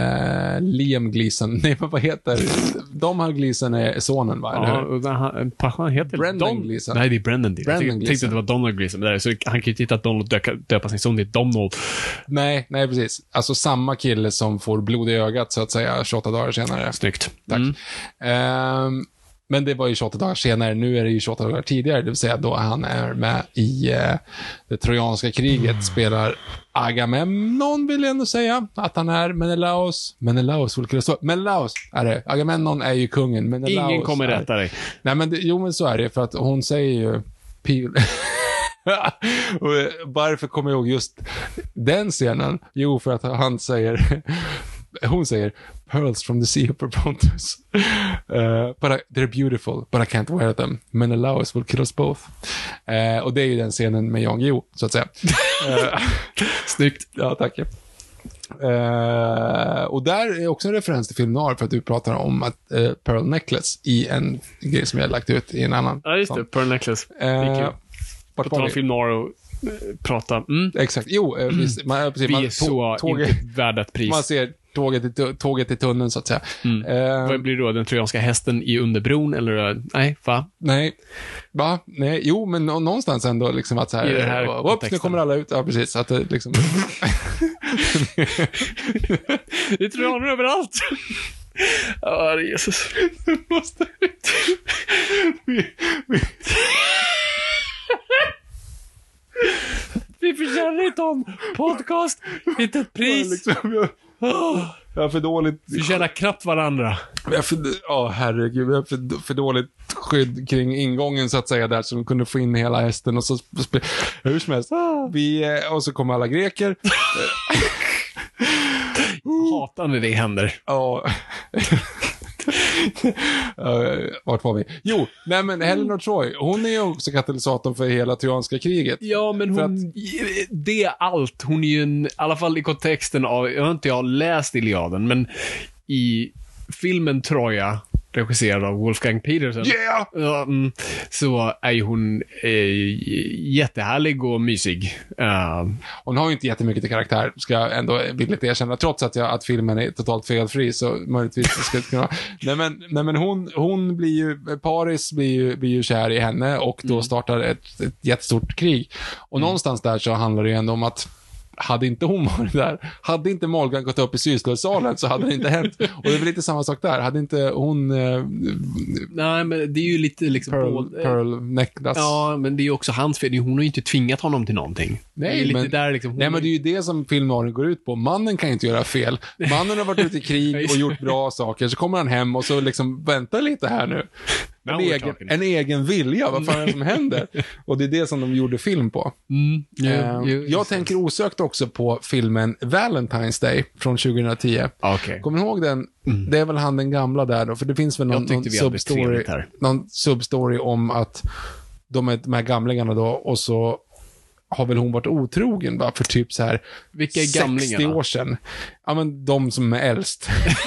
eh, Liam Gleeson. Nej, men vad heter Domhnall Gleeson är sonen, va? Ja, och han, han heter Brendan Don... Gleeson. Nej, det är Brendan. Brendan jag tänkte att det var Donald Gleeson. Där, så han kan ju titta att Donald döka, döpa sin son till Donald. Nej, nej, precis. Alltså samma kille som får blod i ögat, så att säga, tjugoåtta dagar senare. Snyggt. Tack. Mm. Um, Men det var ju tjugoåtta dagar senare. Nu är det ju tjugoåtta dagar tidigare. Det vill säga då han är med i eh, det trojanska kriget. Mm. Spelar Agamemnon, vill jag ändå säga. Att han är Menelaos. Menelaos, Menelaos är det. Agamemnon är ju kungen. Menelaos Ingen kommer är... rätta dig. Nej, men det, jo, men så är det. För att hon säger ju... Pil... Och varför kommer jag ihåg just den scenen? Jo, för att han säger... Hon säger pearls from the sea of Propontus. Uh, but I, they're beautiful, but I can't wear them. Menelaus will kill us both. Uh, och det är ju den scenen med Jan Guillou, så att säga. uh, Snyggt. Ja, tack. Uh, och där är också en referens till film noir för att du pratar om att uh, Pearl Necklace i en grej som jag har lagt ut i en annan. Ja, just det. Pearl Necklace. Uh, På tal om film noir och prata. Mm. Exakt. Jo, mm. visst, man, precis, vi man, är så tåg, inte värda ett pris. Man ser tåget i, tåget i tunneln så att säga. Mm. Eh, Vad blir det då? Den trojanska hästen i underbron? Eller, nej, va? Nej, va? Nej, jo, men nå- någonstans ändå liksom att så här, I den här whoops, kontexten. nu kommer alla ut. Ja, precis. Att det liksom... Det är trojaner överallt. Ja, Jesus. måste... vi, vi... Vi förtjänar inte om podcast, inte ett pris. Liksom, jag, jag har för dåligt... Vi förtjänar knappt varandra. Vi har för, oh, herregud, vi har för, för dåligt skydd kring ingången så att säga där så de kunde få in hela hästen och så sp- hur som helst. Vi, och så kommer alla greker. Hatar när det händer. Ja. uh, vart var vi? Jo, nej men Helen of Troy, hon är ju också katalysatorn för hela trojanska kriget. Ja, men För hon, det är allt. Hon är ju en, i alla fall i kontexten av, jag har inte jag läst Iliaden, men i filmen Troja, regisserad av Wolfgang Petersen. Yeah! Ja, mm, så är ju hon eh, jättehärlig och mysig. Uh, Hon har ju inte jättemycket till karaktär, ska jag ändå villigt erkänna. Trots att, jag, att filmen är totalt felfri så möjligtvis ska det kunna... nej men, nej men hon, hon blir ju, Paris blir ju, blir ju kär i henne och då mm. startar ett, ett jättestort krig. Och mm. någonstans där så handlar det ju ändå om att hade inte hon varit där, hade inte Morgan gått upp i Syslösalen så hade det inte hänt. Och det är väl lite samma sak där. Hade inte hon... Eh, nej, men det är ju lite liksom... Pearl, både, Pearl necklace. Ja, men det är ju också hans fel. Hon har ju inte tvingat honom till någonting. Nej, det är lite men, där liksom, nej, men det är ju det som filmen går ut på. Mannen kan ju inte göra fel. Mannen har varit ute i krig och gjort bra saker. Så kommer han hem och så liksom, vänta lite här nu. En egen, en egen vilja, vad fan är det som händer? Och det är det som de gjorde film på. Mm, yeah, uh, yeah, jag tänker osökt också på filmen Valentine's Day från tjugohundratio. Okay. Kommer ni ihåg den? Mm. Det är väl han den gamla där då, för det finns väl någon, någon, substory, någon substory om att de är de här gamlingarna då, och så har väl hon varit otrogen bara för typ så här vilka är sextio år sedan. Ja, men de som är äldst.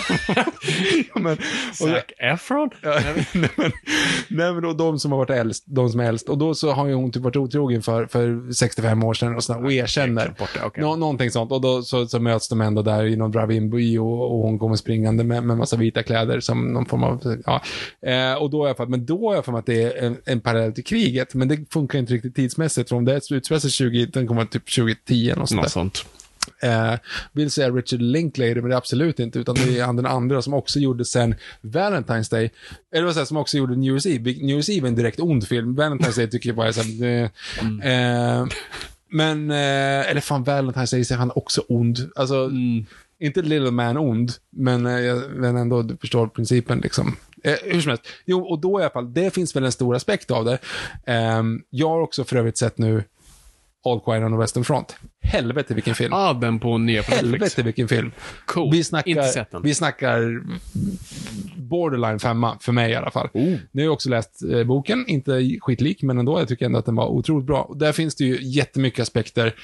ja, men, Zac Efron? Ja, nej, men, nej, men då, de som har varit äldst, de som är äldst. Och då så har ju hon typ varit otrogen för, för sextiofem år sedan och, sådär, och erkänner. Okay. Nå, någonting sånt. Och då så, så möts de ändå där i någon drive-in-by och, och hon kommer springande med, med massa vita kläder som någon form av... Ja. Eh, och då är jag för att, men då är jag för att det är en, en parallell till kriget. Men det funkar inte riktigt tidsmässigt. För om det är utspelar sig tjugo, den kommer typ tjugo tio eller något sånt. Något sånt. Eh, vill säga Richard Linklater, men det är absolut inte, utan det är han den andra som också gjorde sen Valentine's Day, eller vad säger, som också gjorde New Year's Eve. New Year's Eve är en direkt ond film. Valentine's Day tycker jag bara är så här, mm. eh, men eh, eller fan, Valentine's Day är han också ond, alltså mm. inte Little Man ond, men, eh, men ändå, du förstår principen liksom. Eh, hur som helst, jo, och då i alla fall, det finns väl en stor aspekt av det. eh, jag har också för övrigt sett nu All Quiet on the Western Front. Helvete vilken film. Ah, den på nya på Netflix. Helvete vilken film. Cool. Vi snackar, inte sett den. Vi snackar borderline femma, för mig i alla fall. Oh. Nu har jag också läst eh, boken, inte skitlik, men ändå, jag tycker ändå att den var otroligt bra. Och där finns det ju jättemycket aspekter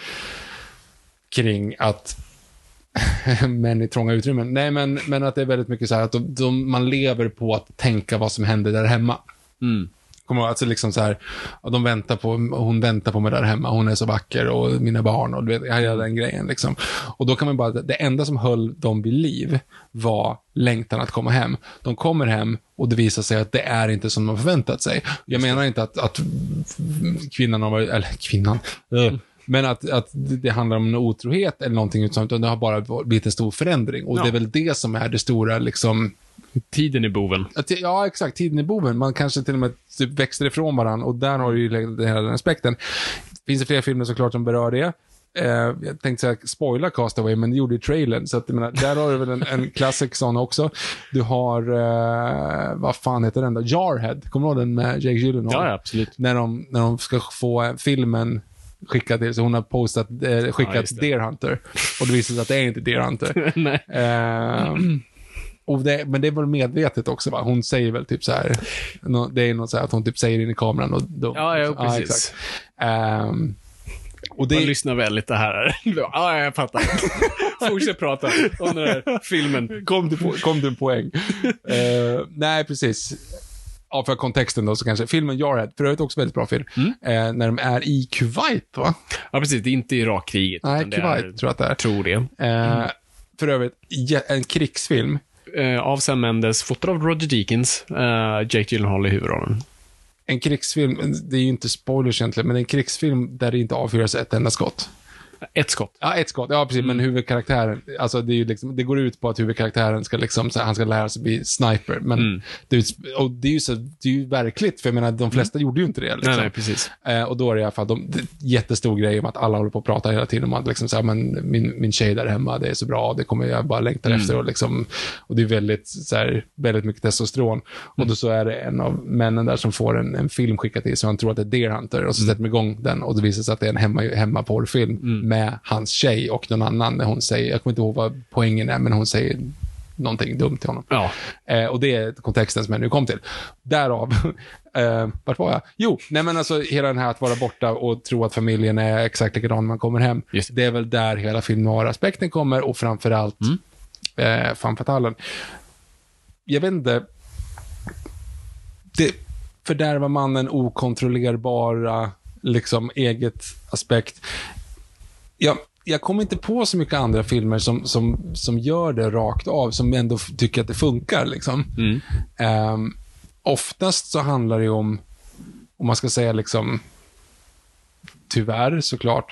kring att män i trånga utrymmen. Nej, men, men att det är väldigt mycket så här att de, de, man lever på att tänka vad som händer där hemma. Mm. Kommer alltså liksom så här, och de väntar på, hon väntar på mig där hemma, hon är så vacker och mina barn och du vet, jag gör den grejen liksom. Och då kan man bara, det enda som höll dem vid liv var längtan att komma hem. De kommer hem och det visar sig att det är inte som de förväntat sig. Jag menar inte att, att kvinnan har varit, eller kvinnan mm. men att, att det handlar om en otrohet eller någonting utan det har bara blivit en stor förändring. Och ja. Det är väl det som är det stora liksom. Tiden i boven. Ja, exakt. Tiden i boven. Man kanske till och med typ växer ifrån varandra. Och där har du ju den här aspekten. Finns det fler filmer såklart som berör det. Eh, jag tänkte säga spoila Castaway, men det gjorde ju trailern. Så att, jag menar, där har du väl en, en classic sån också. Du har, eh, vad fan heter den då? Jarhead. Kommer du ihåg den med Jake Gyllenhaal? Ja, absolut. När de, när de ska få filmen skickad till, så hon har postat, eh, skickat ja, Deer Hunter. Och det visar sig att det är inte Deer Hunter. Nej. Eh, Och det, men det är väl medvetet också, va? Hon säger väl typ så här, det är något så här att hon typ säger in i kameran och då, ja, ja, precis. Ja, um, och det... Man lyssnar väldigt det här. Ja, jag fattar. Fortsätt prata om den här filmen. Kom du, kom du en poäng? uh, nej, precis. Ja, för kontexten då så kanske. Filmen Jarhead, för övrigt också väldigt bra film. Mm. Uh, när de är i Kuwait, va? Ja, precis. Det är inte Irakkriget. Nej, Kuwait är, tror jag att det är. Tror det. Uh, mm. för övrigt en krigsfilm. Uh, av Sam Mendes, fotad av Roger Deakins, uh, Jake Gyllenhaal i huvudrollen. En krigsfilm, det är ju inte spoilers egentligen, men en krigsfilm där det inte avfyras ett enda skott. Ett skott. Ja, ett skott. Ja, precis. Mm. Men huvudkaraktären, alltså det är ju liksom, det går ut på att huvudkaraktären ska liksom, så han ska lära sig bli sniper. Men mm. det, är, och det är ju så, det är ju verkligt, för jag menar, de flesta mm. gjorde ju inte det. Liksom. Nej, nej, precis. Eh, och då är det i alla fall de, det, jättestor grej om att alla håller på att prata hela tiden om att liksom så här, men min, min tjej där hemma, det är så bra, det kommer jag bara längta mm. efter. Och, liksom, och det är väldigt, så här, väldigt mycket testosteron. Mm. Och då så är det en av männen där som får en, en film skickad till, så han tror att det är Deer Hunter, och så mm. sätter de igång den, och det visar sig att det är en hemma, hemmaporrfilm mm. med hans tjej och någon annan, när hon säger, jag kommer inte ihåg vad poängen är, men hon säger någonting dumt till honom. Ja. Eh, och det är kontexten som jag nu kom till. Därav, eh, vart var jag? Jo, nej men alltså hela den här att vara borta och tro att familjen är exakt likadan när man kommer hem. Just. Det är väl där hela film noir-aspekten kommer, och framförallt mm. eh, femme fatalen. Jag vet inte, det fördärva mannen okontrollerbara liksom eget aspekt. Jag, jag kommer inte på så mycket andra filmer som, som, som gör det rakt av, som ändå f- tycker att det funkar liksom. Mm. Um, oftast så handlar det om, om man ska säga liksom, tyvärr såklart,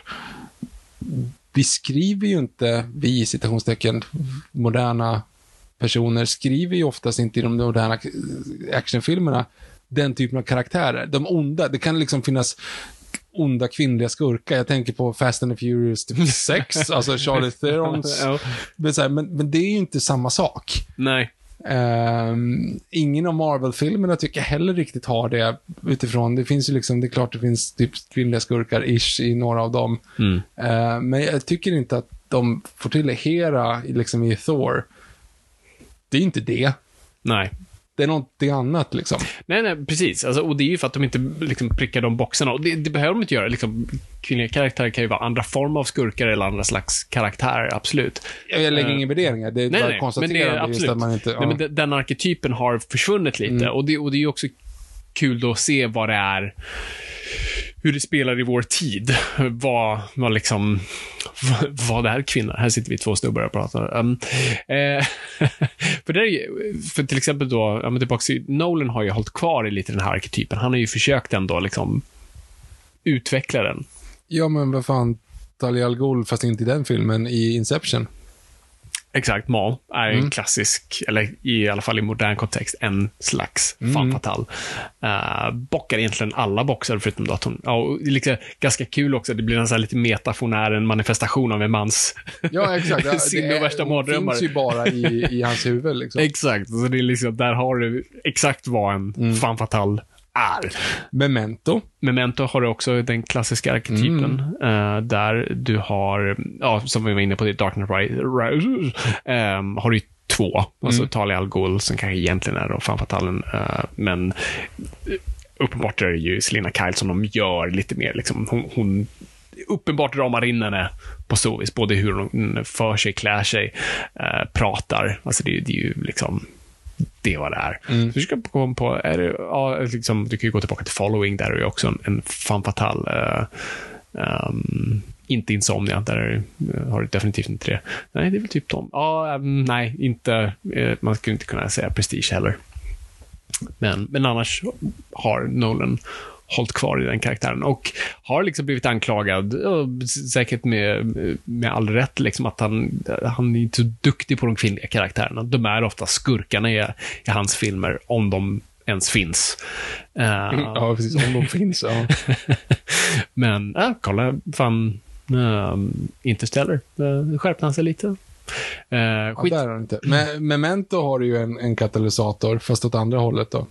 vi skriver ju inte, vi i citationstecken moderna personer skriver ju oftast inte i de moderna actionfilmerna den typen av karaktärer. De onda, det kan liksom finnas onda kvinnliga skurkar. Jag tänker på Fast and the Furious sex, alltså Charlie Therons. Ja. Men, så här, men, men det är ju inte samma sak. Nej. Um, ingen av Marvel-filmerna tycker jag heller riktigt har det utifrån. Det finns ju liksom, det är klart det finns typ kvinnliga skurkar-ish i några av dem. Mm. Uh, men jag tycker inte att de får till Hera liksom i Thor. Det är inte det. Nej. Det är någonting annat liksom. Nej, nej, precis. Alltså, och det är ju för att de inte liksom prickar de boxarna. Och det, det behöver de inte göra. Liksom, kvinnliga karaktärer kan ju vara andra former av skurkar eller andra slags karaktärer, absolut. Jag lägger uh, inga värderingar. Det är nej, bara nej, konstaterande. Men det är absolut. Att man inte, ja. nej, men den, den arketypen har försvunnit lite. Mm. Och, det, och det är ju också kul då att se vad det är, hur det spelar i vår tid. Vad, vad liksom vad, vad det är kvinnor. Här sitter vi två snubbar och pratar. Um, eh, för, det är, för till exempel då, ja, men tillbaka, Nolan har ju hållit kvar i lite den här arketypen. Han har ju försökt ändå liksom utveckla den. Ja, men vad fan, Talia al Ghul, fast inte i den filmen, i Inception. Exakt, Mal är Mm. en klassisk, eller i alla fall i modern kontext, en slags Mm. fan fatal. Uh, bockar egentligen alla boxar förutom då att hon, ja, och det är liksom ganska kul också, det blir en sån här lite metafonär, en manifestation av en mans Ja, exakt. Ja, sin och värsta mardrömmar. Det finns ju bara i, i hans huvud liksom. Exakt, så det är liksom, där har du exakt vad en Mm. fan fatal är. Memento. Memento har du också den klassiska arketypen mm. uh, där du har, ja, som vi var inne på, det Dark Knight Rises, um, har du två, alltså mm. Talia al Ghul som kanske egentligen är då fan fatalen, uh, men uppenbart är det ju Selina Kyle som de gör lite mer liksom, hon, hon uppenbart ramar in henne på så vis, både hur hon för sig, klär sig, uh, pratar, alltså det, det är ju liksom det var det är. Mm. Så du ska gå på, är det, ja, liksom, du kan ju gå tillbaka till Following, där är det också en, en fan fatal uh, um, inte Insomnia, där uh, har du definitivt inte det. Nej, det är väl typ de. Ja, um, nej, inte, uh, man skulle inte kunna säga Prestige heller. Men, men annars har Nolan hållit kvar i den karaktären och har liksom blivit anklagad, säkert med, med all rätt, liksom att han, han är inte så duktig på de kvinnliga karaktärerna. De är ofta skurkarna i, i hans filmer, om de ens finns. Uh, ja, precis, om de finns, ja. Men, ja, kolla, fan, uh, Interstellar, uh, skärpte han sig lite. Uh, skit. Ja, där har inte. Men Memento har ju en, en katalysator, fast åt andra hållet då.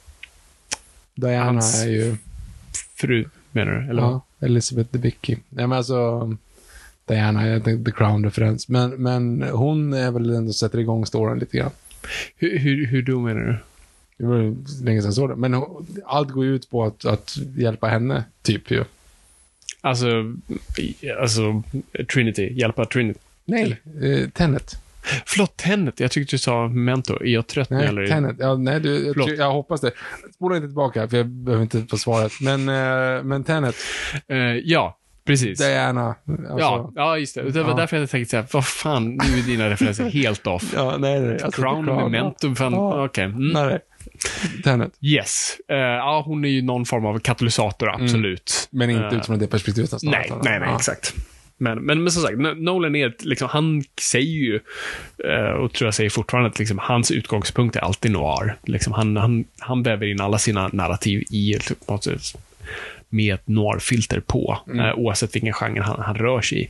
Diana Hans är ju fru, menar du? Eller? Ja, Elizabeth Debicki. Nej, men alltså Diana, jag tänkte The Crown-referens. Men, men hon är väl ändå sätter igång storyn lite grann. Hur, hur, hur då menar du? Det var länge sedan så det. Men hon, allt går ut på att, att hjälpa henne, typ ju. Alltså, alltså Trinity, hjälpa Trinity. Nej, eh, Tenet. Förlåt, Tenet. Jag tyckte du sa Memento. Är jag trött nu? Nej, eller? Tenet. Ja, nej, du, jag, tror, jag hoppas det. Spola inte tillbaka, för jag behöver inte få svaret. Men, eh, men Tenet. Uh, ja, Precis. Diana. Alltså. Ja, ja, just det. Det var Ja. därför jag tänkte säga, vad fan, nu är dina referenser helt off. Ja, nej, nej. Alltså, Crown, Crown, Memento, fan, ja. okej. Okay. Mm. Nej, Tenet. Yes. Uh, ja, hon är ju någon form av katalysator, absolut. Men inte Uh, utifrån det perspektivet nästan. Nej, nej, nej, ja. exakt. Men, men, men som sagt, Nolan är ett, liksom, han säger ju, uh, och tror jag säger fortfarande, att liksom, hans utgångspunkt är alltid noir. Liksom, han, han, han väver in alla sina narrativ i med ett noir-filter på, mm. uh, oavsett vilken genre han, han rör sig i.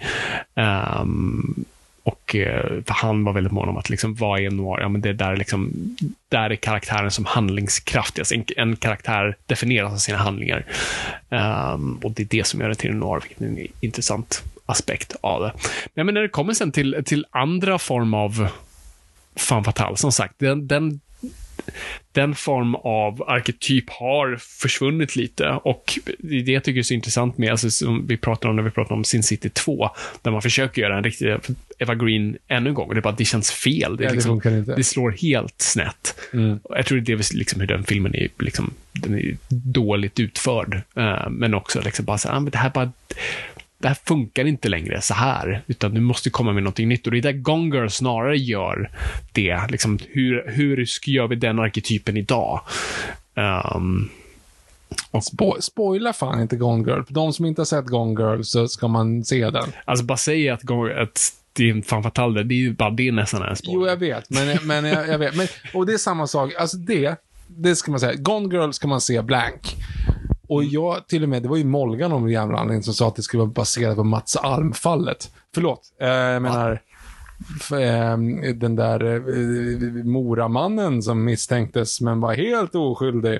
Um, och uh, för han var väldigt mån om att liksom, vad är noir? Ja, men det är där, liksom, där är karaktären som handlingskraftigast. En, en karaktär definieras av sina handlingar. Um, och det är det som gör det till en noir, vilket är en intressant aspekt av det. Men, men när det kommer sen till, till andra form av femme fatale, som sagt, den, den den form av arketyp har försvunnit lite, och det är det jag tycker är så intressant med, alltså, som vi pratar om när vi pratar om Sin City två, där man försöker göra en riktig Eva Green ännu en gång, och det är bara, det känns fel, det, är ja, liksom, det, inte. det slår helt snett. Mm. Jag tror det är liksom hur den filmen är, liksom, den är dåligt utförd, uh, men också liksom bara så här, ah, men det här bara det här funkar inte längre så här, utan du måste komma med något nytt, och det är där Gone Girl snarare gör det, liksom, hur, hur gör vi den arketypen idag? Um, och Spo- spoila fan inte Gone Girl. För de som inte har sett Gone Girl, så ska man se den. Alltså bara säga att, att det är en fan fatale, det är ju bara det är nästan en spoiler. Jo, jag vet, men, men jag, jag vet men, och det är samma sak, alltså det det ska man säga, Gone Girl ska man se blank. Och jag, till och med, det var ju Molgan om jävla anledning som sa att det skulle vara baserat på Mats Alm-fallet. Förlåt, eh, jag menar f- eh, den där eh, Moramannen som misstänktes men var helt oskyldig.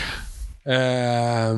Eh,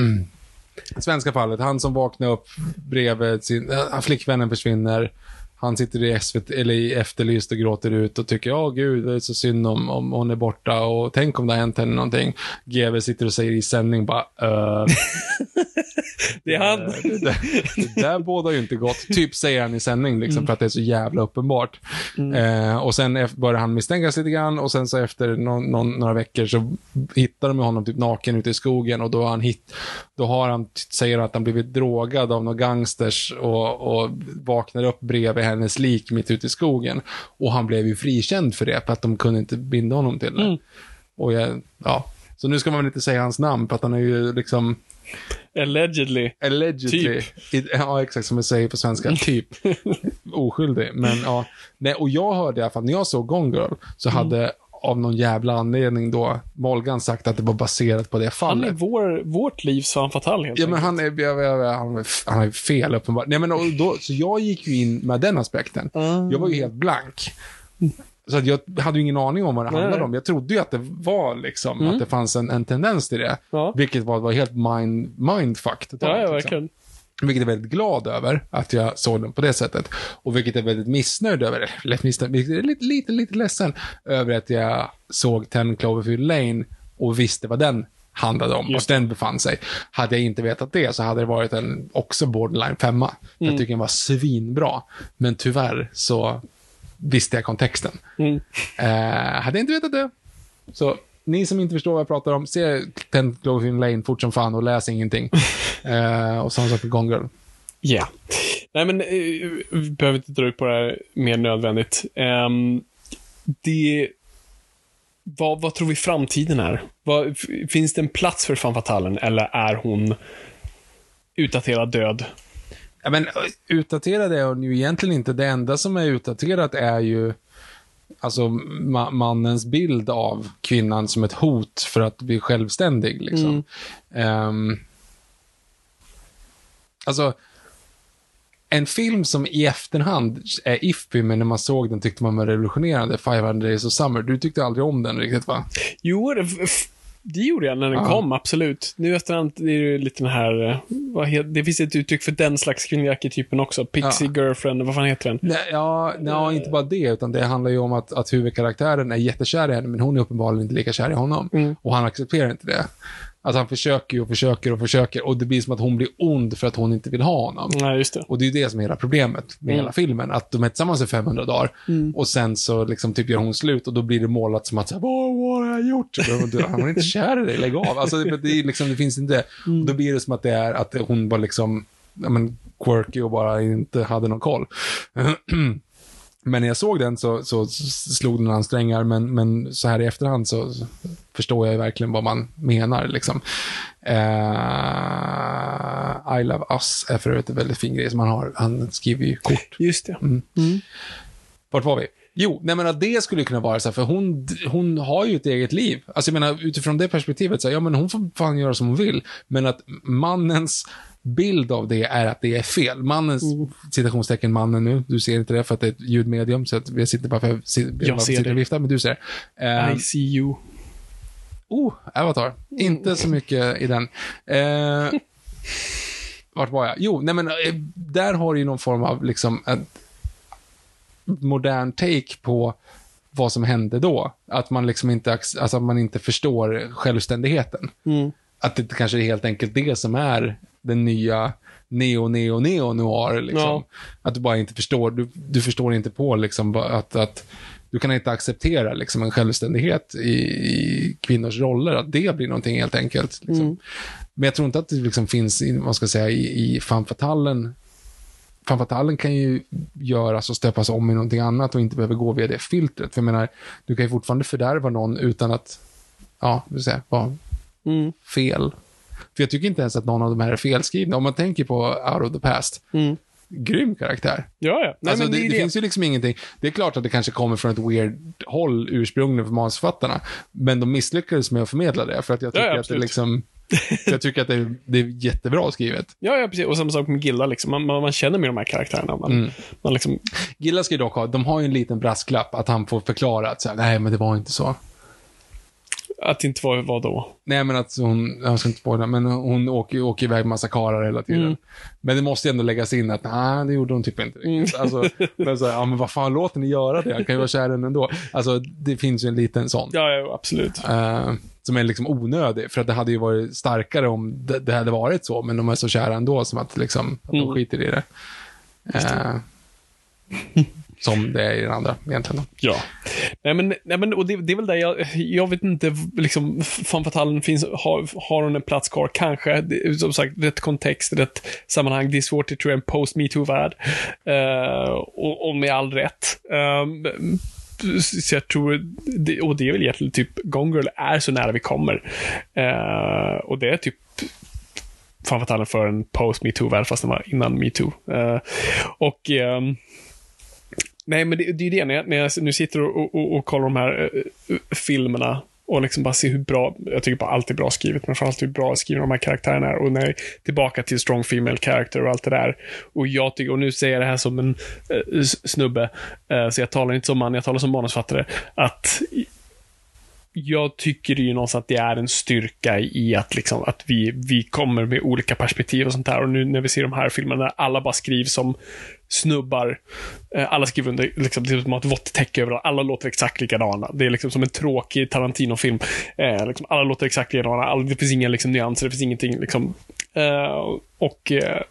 svenska fallet, han som vaknade upp bredvid sin, äh, flickvännen försvinner. Han sitter i S V T eller i Efterlyst och gråter ut och tycker, ja gud, det är så synd om, om hon är borta, och tänk om det har hänt henne någonting. G V sitter och säger i sändning bara, uh, det är han. Det, det, det där båda ju inte gott. Typ säger han i sändning liksom, mm. för att det är så jävla uppenbart. Mm. Eh, och sen börjar han misstänkas lite grann, och sen så efter någon, någon, några veckor så hittar de honom typ naken ute i skogen, och då har han hit, då har han, säger att han blivit drogad av några gangsters och, och vaknar upp bredvid hennes lik mitt ute i skogen, och han blev ju frikänd för det, för att de kunde inte binda honom till det. Mm. Och jag, ja, så nu ska man väl inte säga hans namn, för att han är ju liksom allegedly, allegedly typ. Ja, exakt som jag säger på svenska, typ oskyldig, men ja. Nej, och jag hörde i alla fall, när jag såg Gone Girl, så mm. hade av någon jävla anledning då Molgan sagt att det var baserat på det fallet. Han är vår, vårt livs fan fatal, helt ja, men han är, jag, jag, han, han är fel uppenbart. Nej, men och då, så jag gick ju in med den aspekten. Mm. Jag var ju helt blank. Så att jag hade ju ingen aning om vad det handlade Nej. om. Jag trodde ju att det var liksom, mm. att det fanns en, en tendens till det. Ja. Vilket var, var helt mind, mindfucked. Ja, ja, liksom. verkligen. Vilket jag är väldigt glad över att jag såg den på det sättet. Och vilket jag är väldigt missnöjd över. Eller missnöjd, lite, lite, lite ledsen över att jag såg Ten Cloverfield Lane och visste vad den handlade om. Just. Och den befann sig. Hade jag inte vetat det, så hade det varit en också borderline femma. Mm. Jag tycker den var svinbra. Men tyvärr så visste jag kontexten. Mm. Eh, hade jag inte vetat det, så ni som inte förstår vad jag pratar om, se Ten Cloverfield Lane fort som fan och läs ingenting. uh, och samma sak för Gone Girl. Ja. Yeah. Nej, men uh, vi behöver inte dra ut på det här mer nödvändigt. Um, det vad, vad tror vi framtiden är? Vad, finns det en plats för fan fatalen, eller är hon utdaterad död? Ja, men utdaterad är hon ju egentligen inte. Det enda som är utdaterat är ju alltså ma- mannens bild av kvinnan som ett hot för att bli självständig liksom. Mm. Um, alltså en film som i efterhand är iffy, men när man såg den tyckte man var revolutionerande, five hundred Days of Summer. Du tyckte aldrig om den riktigt, va? Jo, det, det gjorde jag när den ja. kom, absolut. Nu efterhand det är det lite den här, vad heter, det finns ett uttryck för den slags kvinnliga arketypen också. Pixie ja. Girlfriend, vad fan heter den? Nej, ja, nej, inte bara det, utan det handlar ju om att, att huvudkaraktären är jättekär i henne, men hon är uppenbarligen inte lika kär i honom. Mm. Och han accepterar inte det. Att han försöker och försöker och försöker, och det blir som att hon blir ond för att hon inte vill ha honom. Nej, just det. Och det är ju det som är hela problemet med mm. hela filmen, att de är tillsammans i femhundra dagar mm. och sen så liksom typ gör hon slut, och då blir det målat som att så här, vad, vad har jag gjort? Han är inte kär i dig, lägg av. Alltså det, det, är liksom, det finns inte, mm. och då blir det som att det är att hon bara liksom ja, men, quirky och bara inte hade någon koll. Men när jag såg den så, så slog den ansträngar, men, men så här i efterhand så, så förstår jag verkligen vad man menar liksom. Uh, I Love Us är för övrigt en väldigt fin grej som han har. Han skriver ju kort. Just det. Mm. Mm. Vart var vi? Jo, nej men att det skulle kunna vara så här, för hon, hon har ju ett eget liv. Alltså jag menar, utifrån det perspektivet så här, ja men hon får fan göra som hon vill. Men att mannens bild av det är att det är fel. Mannens, mm. citationstecken mannen nu, du ser inte det för att det är ett ljudmedium, så att vi sitter bara för att jag ser det. Vifta, men du ser. Uh, I see you. Oh, Avatar. Mm. Inte så mycket i den. Uh, vart var jag? Jo, nej men där har du ju någon form av liksom en modern take på vad som hände då. Att man liksom inte, alltså att man inte förstår självständigheten. Mm. Att det kanske är helt enkelt det som är den nya neo, neo, neo noir liksom. Ja. Att du bara inte förstår, du, du förstår inte på liksom att, att du kan inte acceptera liksom en självständighet i, i kvinnors roller, att det blir någonting helt enkelt liksom. Mm. Men jag tror inte att det liksom finns i, vad ska jag säga, i, i femme fatalen. Femme fatalen kan ju göras och stöpas om i någonting annat och inte behöver gå via det filtret. För jag menar, du kan ju fortfarande fördärva någon utan att, ja, vill säga, vara mm. fel. För jag tycker inte ens att någon av de här är felskrivna. Om man tänker på Out of the Past. Mm. Grym karaktär. Ja, ja. Nej, alltså, men det, det, det det finns ju liksom ingenting. Det är klart att det kanske kommer från ett weird håll ursprungligen för manusförfattarna. Men de misslyckades med att förmedla det. För att jag tycker ja, ja, att det liksom... jag tycker att det är, det är jättebra skrivet. Ja, ja, precis. Och samma sak med Gilla. Liksom. Man, man, man känner med de här karaktärerna. Man, mm. man liksom... Gilla ska ju dock ha... De har ju en liten brasklapp att han får förklara att så här, nej, men det var inte så. Att det inte var vad då? Nej, men att hon, jag ska inte spoila, men hon åker, åker iväg massa karar hela tiden. Mm. Men det måste ju ändå läggas in att nej, det gjorde hon typ inte riktigt. Mm. Alltså, men så här, ja men vad fan, låter ni göra det? Jag kan ju vara kär ändå. Alltså, det finns ju en liten sån. Ja, ja absolut. Uh, som är liksom onödig, för att det hade ju varit starkare om det, det hade varit så, men de är så kära ändå som att liksom, att de mm. skiter i det. Uh, som det är i den andra egentligen. Ja. Nej men, nej, men och det, det är väl där jag, jag vet inte liksom, femme fatalen finns, har, har hon en plats kvar kanske, det, som sagt, rätt kontext, rätt sammanhang, det är svårt, jag tror, en post-MeToo-värld uh, och, och med all rätt um, så jag tror det, och det är väl egentligen typ Gone Girl är så nära vi kommer uh, och det är typ femme fatalen för en post-MeToo-värld fast den var innan MeToo uh, och um, nej, men det, det är det när jag, när jag nu sitter och, och, och kollar de här uh, filmerna och liksom bara ser hur bra, jag tycker bara allt är bra skrivet, men framförallt hur bra skrivna de här karaktärerna är, och när jag är tillbaka till strong female character och allt det där, och jag tycker, och nu säger jag det här som en uh, snubbe, uh, så jag talar inte som man, jag talar som manusfattare, att jag tycker ju någonstans att det är en styrka i att, liksom, att vi, vi kommer med olika perspektiv och sånt där. Och nu när vi ser de här filmerna där alla bara skrivs som snubbar, eh, alla skriver under liksom, det är som att vått täcke över, alla låter exakt likadana. Det är liksom som en tråkig Tarantino-film. Eh, liksom, alla låter exakt likadana, alla, det finns inga liksom, nyanser, det finns ingenting liksom. Eh, och eh,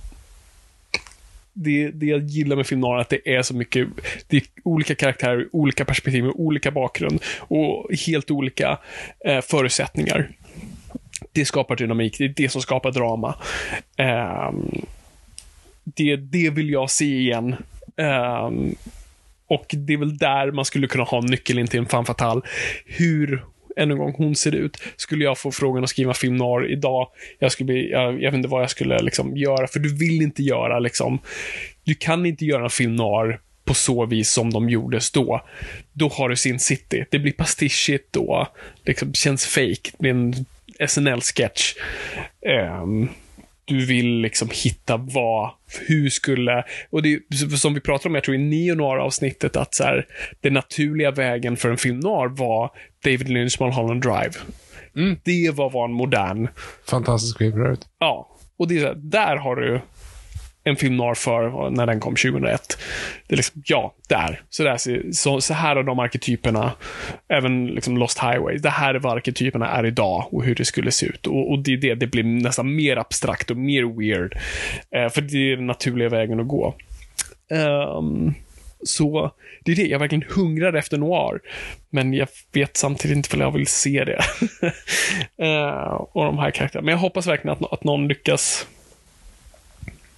Det, det jag gillar med film noir är att det är så mycket, det är olika karaktärer, olika perspektiv, olika bakgrund och helt olika eh, förutsättningar. Det skapar dynamik, det är det som skapar drama. Eh, det, det vill jag se igen. Eh, och det är väl där man skulle kunna ha nyckeln in till en femme fatale. Hur än en gång hon ser ut. Skulle jag få frågan att skriva film noir idag, jag skulle bli, jag, jag vet inte vad jag skulle liksom göra, för du vill inte göra liksom, du kan inte göra en film noir på så vis som de gjordes då. Då har du Sin City. Det blir pastischigt då. Liksom känns fake med en S N L-sketch. Um, du vill liksom hitta vad, hur skulle, och det som vi pratar om, jag tror i neo-noir-avsnittet, att så här, den naturliga vägen för en film noir var David Lynch Mulholland Drive. Mm. Det var, var en modern fantastisk skrivare ut. Ja, och det är så här, där har du en film noir för när den kom tjugohundraett. Det är liksom, ja, där. Så, där så, så här är de arketyperna, även liksom Lost Highway. Det här är vad arketyperna är idag och hur det skulle se ut. Och, och det är det, det blir nästan mer abstrakt och mer weird. Eh, för det är den naturliga vägen att gå. Um, så det är det, jag verkligen hungrar efter noir. Men jag vet samtidigt inte för jag vill se det. uh, och de här karaktärerna. Men jag hoppas verkligen att, att någon lyckas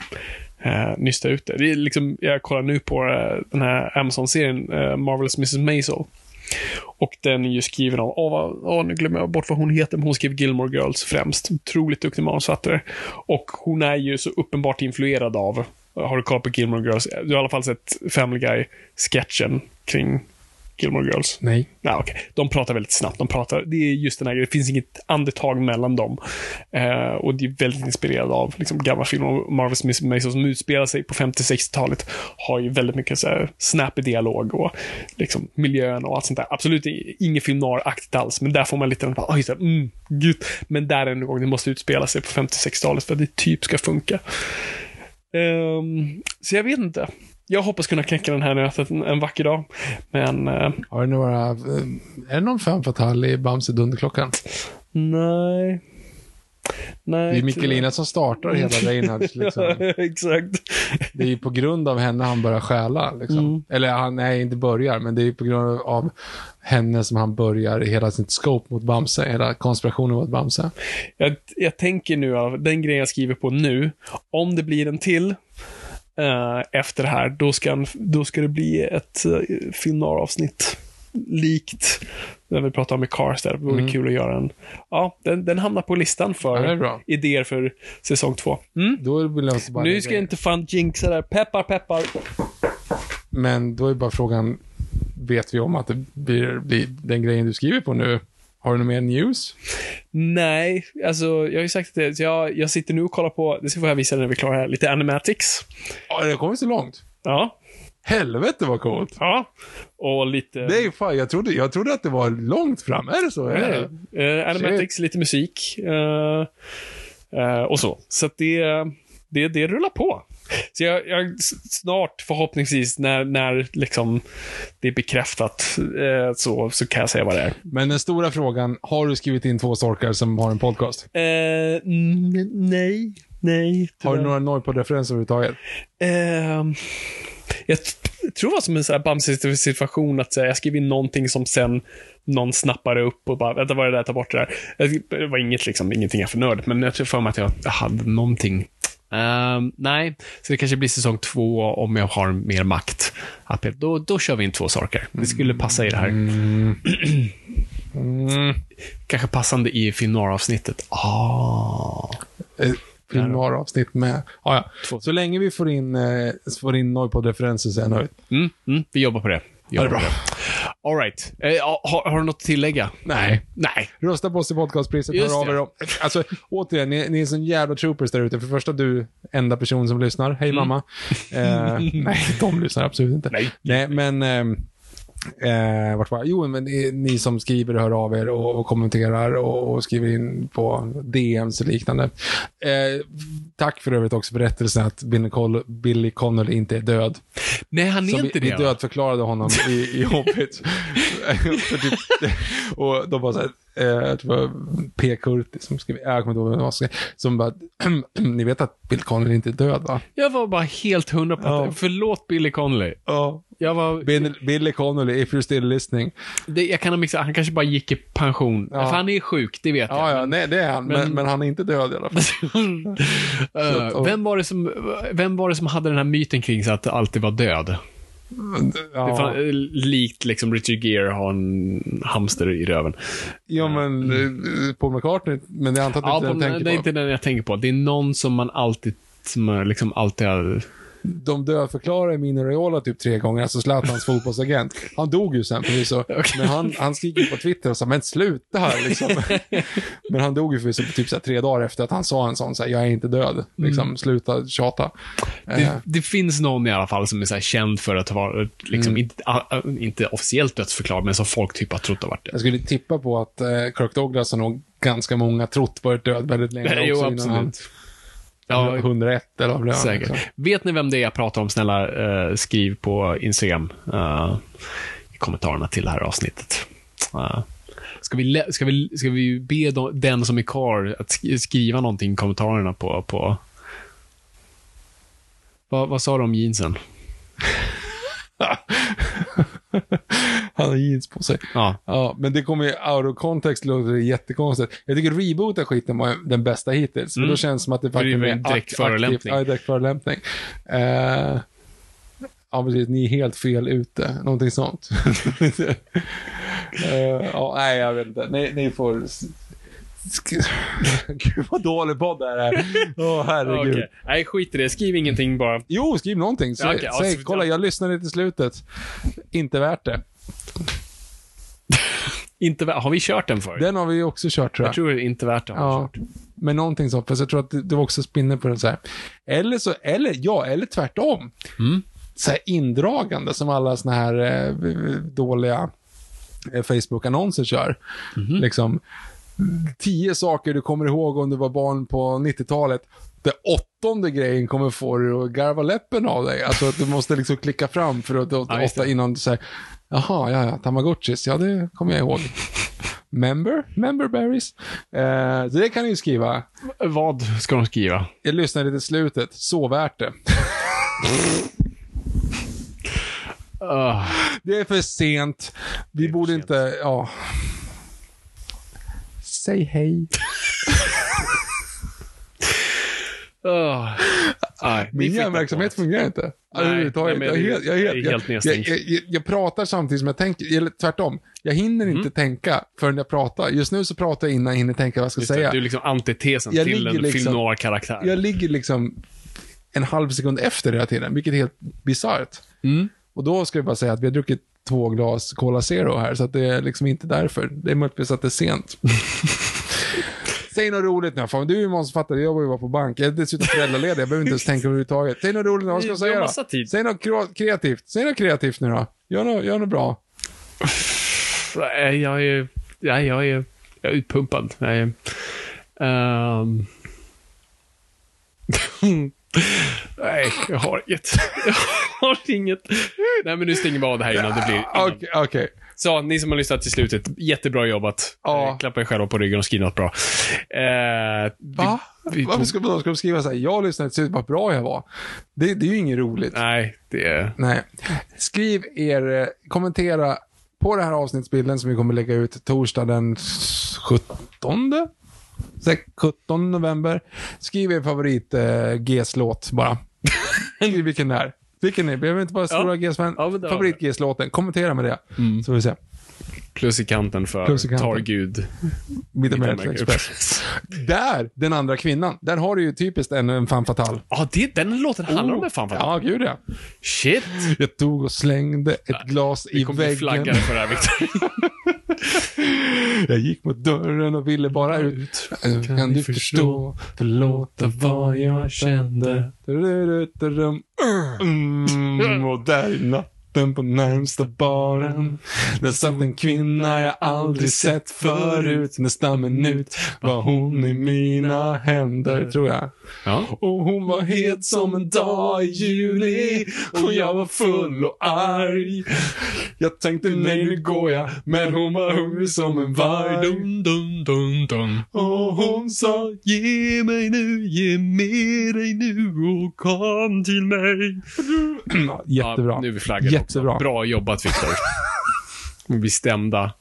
uh, nysta ut det. Det är liksom, jag kollar nu på uh, den här Amazon-serien uh, Marvelous missus Maisel. Och den är ju skriven av, åh, vad, åh, nu glömmer jag bort vad hon heter, men hon skrev Gilmore Girls främst. Otroligt duktig manusförfattare. Och hon är ju så uppenbart influerad av, har du koll på Gilmore Girls? Du har i alla fall sett Family Guy-sketchen kring Gilmore Girls? Nej. Nej, okej. Okay. De pratar väldigt snabbt. De pratar, det är just den här grejen. Det finns inget andetag mellan dem. Eh, och det är väldigt inspirerad av liksom, gamla filmer. Marvelous missus Maisel som utspelar sig på femtio-sextiotalet har ju väldigt mycket så här, snappy dialog och liksom, miljön och allt sånt där. Absolut ingen film noir-aktigt alls, men där får man lite en oj, så här, mm, gud. Men där är en gång det måste utspela sig på femtio-sextiotalet för att det typ ska funka. Um, så jag vet inte. Jag hoppas kunna knäcka den här nötet en, en vacker dag. Men... Uh, har du några... Är det någon fem fatal i Bamse Dunderklockan? Nej. Nej. Det är Michelina som startar hela Reinhards. Liksom. Exakt. Det är ju på grund av henne han börjar stjäla. Liksom. Mm. Eller han nej, inte börjar, men det är på grund av henne som han börjar hela sitt scope mot Bamse. Hela konspirationen mot Bamse. Jag, jag tänker nu av den grejen jag skriver på nu. Om det blir en till... Uh, efter det här, då ska, då ska det bli ett uh, filmavsnitt likt när vi pratar om med Cars där. Det vore mm. kul att göra en. Ja, den, den hamnar på listan för ja, idéer för säsong två. Mm? Då vill jag bara nu ska jag inte fan jinxa där. Peppar, peppar. Men då är bara frågan, vet vi om att det blir, blir den grejen du skriver på nu? Har du någon mer news? Nej, alltså jag har ju sagt det. Så jag, jag sitter nu och kollar på, det ska jag visa när vi är klara här, lite animatics. Ja, det kommer så långt. Ja. Helvete vad coolt. Ja. Och lite... Det är fan, jag trodde, jag trodde att det var långt fram. Är det så? Är det? Uh, animatics, Shit. Lite musik. Uh, uh, och så. Så att det, det, det rullar på. Så jag, jag snart förhoppningsvis när, när liksom det är bekräftat eh, så, så kan jag säga vad det är. Men den stora frågan, har du skrivit in två storkar som har en podcast? Eh, n- nej, nej. Har du några Noipod-referenser överhuvudtaget? Eh, jag t- tror det var som en sån här Bamse-situation att säga, jag skriver in någonting som sen någon snappade upp och bara, vänta vad är det där, ta bort det där. Det var inget liksom, ingenting jag för nörd, men jag tror för mig att jag hade någonting. Um, nej, så det kanske blir säsong två om jag har mer makt. Då, då kör vi in två saker. Det skulle passa i det här. Mm. Mm. Kanske passande i film-noir-avsnittet. Ah. Film noir-avsnitt med. Ah, ja. Så länge vi får in, eh, får in Noipod-referenser så är jag nöjd. Mm, mm, vi jobbar på det. Ja, det är bra. All right. Eh, har, har du något att tillägga? Nej. Nej. Rösta på oss i podcastpriset. Hör av er om. Alltså, återigen, ni, ni är sån jävla troopers där ute. För första, du, enda person som lyssnar. Hej, mm. mamma. Eh, nej, de lyssnar absolut inte. Nej. Nej, men... Eh, Eh, vart var? Jo, men ni, ni som skriver och hör av er och, och kommenterar och, och skriver in på D Ms och liknande. Eh, tack för övrigt också berättelsen att Billy, Col- Billy Connolly inte är död. Nej, han är så inte vi, det. Vi dödförklarade honom i, i Hobbit. typ, och de bara så här, eh, det var P. Curtis som skrev, jag kommer inte ihåg vad det var, som bara, ni vet att Billy Connolly inte är död, va? Jag var bara helt hundra på ja. att, förlåt Billy Connolly. Ja. Jag var... Billy, Billy Connolly, if you're still listening. Det, jag kan ha mixat, han kanske bara gick i pension. Ja. För han är sjuk, det vet ja, jag. Ja, nej, det är han, men, men, men han är inte död i alla fall. uh, och... vem, var det som, vem var det som hade den här myten kring sig att det alltid var död? Ja. Det var likt liksom Richard Gere har en hamster i röven. Ja, men mm. Paul McCartney, men det är antagligen ja, inte den jag tänker det är på. inte den jag tänker på. Det är någon som man alltid som liksom alltid har... De dödförklarar Mino Raiola typ tre gånger, alltså Zlatans fotbollsagent. Han dog ju sen förvisso. Okay. Men han, han skriker på Twitter och sa, men sluta här liksom. Men han dog ju förvisso på typ så här, tre dagar efter att han sa en sån så här, jag är inte död. Liksom, mm. sluta tjata. Det, uh. det finns någon i alla fall som är så här, känd för att vara liksom, mm. inte, uh, inte officiellt dödsförklarad, men som folk typ har trott har varit det. Jag skulle tippa på att uh, Kirk Douglas har nog ganska många trott varit död väldigt länge. Nej, jo, absolut. Han... Ja, hundraett eller vad det är. Säkert. Liksom. Vet ni vem det är jag pratar om? Snälla uh, skriv på Instagram uh, i kommentarerna till det här avsnittet. Uh, ska, vi ska, vi, ska vi be do- den som är kvar att sk- skriva någonting i kommentarerna på... på... Va, vad sa de om jeansen? Han har jeans på sig. Ja. Ja, men det kommer ju out of context, låter det jättekonstigt. Jag tycker reboota skiten var den bästa hittills. Mm. Men då känns det som att det faktiskt är en direkt förolämpning. Ja, direkt förolämpning. Uh, ja, precis. Ni är helt fel ute. Någonting sånt. uh, ja, nej, jag vet inte. Ni, ni får... Gud vad dålig podd det här är. Åh oh, herregud. Okay. Nej, skit i det. Skriv ingenting bara. Jo, skriv någonting. Så, ja, okay. Säg, alltså, kolla, jag lyssnade till slutet. Inte värt det. Inte värt. Har vi kört den för? Den har vi också kört, tror jag. Jag tror det är inte värt det har ja. kört. Men någonting sånt. Fast jag tror att det, det var också spinner på den så här. Eller så, eller ja, eller tvärtom. Mm. Så här indragande som alla såna här eh, dåliga eh, Facebook-annonser kör. Mm. Liksom tio saker du kommer ihåg om du var barn på nittiotalet. Det åttonde grejen kommer få dig att garva läppen av dig. Alltså att du måste liksom klicka fram för att ja, ofta innan du säger jaha, ja, ja, Tamagotchis, ja det kommer jag ihåg. Member? Memberberries? Eh, så det kan du ju skriva. Vad ska de skriva? Jag lyssnade till slutet. Så värt det. uh. Det är för sent. Vi borde sent. inte... Ja. Säg hej. uh. Nej, min hjärnverksamhet fungerar inte. Nej, nej, men jag, är helt, jag, är helt, helt jag, jag, jag, jag pratar samtidigt som jag tänker. Eller tvärtom. Jag hinner mm. inte tänka förrän jag pratar. Just nu så pratar jag innan jag hinner tänka vad jag ska Just säga. Det, du är liksom antitesen jag till en liksom, film noir-karaktär. Jag ligger liksom en halv sekund efter hela tiden. Vilket är helt bizarrt. Mm. Och då ska jag bara säga att vi har druckit två glas Cola Zero här. Så att det är liksom inte därför. Det är möjligtvis att det är sent. Säg något roligt nu. Fan, du är ju måste fatta det. Jag var ju bara på bank. Jag är dessutom föräldraledig. Jag behöver inte ens tänka överhuvudtaget. Säg något roligt nu. Vad ska jag säga då? Säg något kreativt. Säg något kreativt nu då. Gör något, gör något bra. Jag är... Jag är... Jag är, jag är utpumpad. Jag är... Um... Nej, jag har inget. Jag har inget. Nej, men nu stänger vi av det här innan det blir... Okej, okej. Okay. Så, ni som har lyssnat till slutet, jättebra jobbat. Ja. Eh, klappa er själva på ryggen och skriva något bra. Eh, Va? Vi, vi Varför ska de ska de skriva så här? Jag lyssnade till slutet, vad bra jag var. Det, det är ju inget roligt. Nej, det är... Nej. Skriv er, kommentera på det här avsnittsbilden som vi kommer lägga ut torsdag den sjuttonde sjuttonde november. Skriv er favorit eh, G-slåt bara. Skriv vilken det är. Vilken är? Behöver inte bara stora ja. G-sfan. Ja, favorit G-slåten. Kommentera med det. Mm. Så vi ser. Plus i kanten för Targud. Mid-American Express. Där, den andra kvinnan. Där har du ju typiskt en, en fan fatal. Ja, det, den låten handlar oh. om en fan fatal. Ja, gud ja. Shit. Jag tog och slängde ett Nej. glas i väggen. Vi kommer bli för det här, Victor. Jag gick mot dörren och ville bara ut. Kan, kan du förstå? Förlåta vad jag kände. Mm, och där i natten på närmsta baren där satt en kvinna jag aldrig sett förut. Nästa minut var hon i mina händer, tror jag. Ja. Och hon var het som en dag i juli och jag var full och arg. Jag tänkte nej, nu går jag, men hon var hungrig som en varg. Dun, dun, dun, dun. Och hon sa ge mig nu, ge med dig nu och kom till mig. Jättebra. Ja, nu är vi flaggat. Jättebra. Också. Bra jobbat, Victor. Vi blir stämda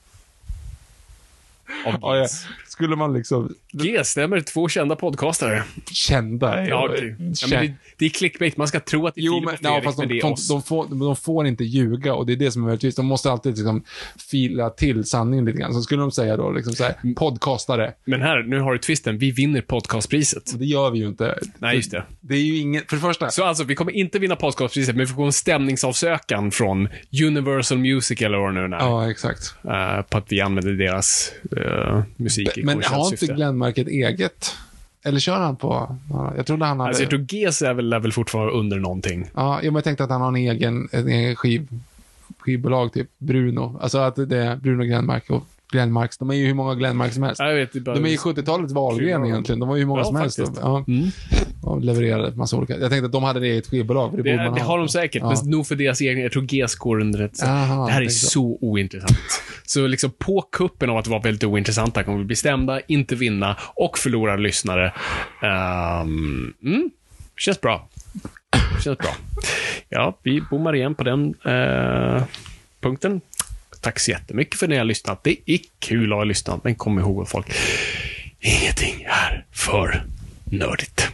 av ja, ja. Skulle man liksom... G stämmer två kända podcastare. Kända? Ja, okay. ja, men det, det är clickbait. Man ska tro att det är jo, men, och Fredrik, ja, fast de, men det är de, oss. De får, de får inte ljuga och det är det som är väldigt De måste alltid liksom fila till sanningen lite grann. Så skulle de säga då liksom så här, podcastare. Men här, nu har du twisten. Vi vinner podcastpriset. Och det gör vi ju inte. Nej, just det. Det är ju inget, för det första. Så alltså, vi kommer inte vinna podcastpriset, men vi får en stämningsavsökan från Universal Music eller vad nu är. Ja, exakt. Uh, på att vi använder deras uh, musik i men har inte Glenmark ett eget? Eller kör han på... Jag trodde han hade... Alltså jag tror G C är väl, är väl fortfarande under någonting. Ja, jag tänkte att han har en egen, en egen skiv, skivbolag, typ Bruno. Alltså att det är Bruno Glenmark och Glenmarks. De är ju hur många Glenmarks som helst. Jag vet, det bara... De är ju sjuttiotalets valgren egentligen. De var ju hur många ja, som helst. Ja. Mm. Och levererade massa olika. Jag tänkte att de hade det i ett skivbolag. För det det man det ha. har de säkert. Ja. Men nog för deras egna. Jag tror G går under ett... Aha, det här är så. så ointressant. Så liksom på kuppen av att vara väldigt ointressanta kommer vi bli stämda, inte vinna och förlora lyssnare. Um, mm, känns bra. Känns bra. Ja, vi bommar igen på den uh, punkten. tack så jättemycket för att ni har lyssnat. Det är kul att ha lyssnat, men kom ihåg folk, ingenting är för nördigt.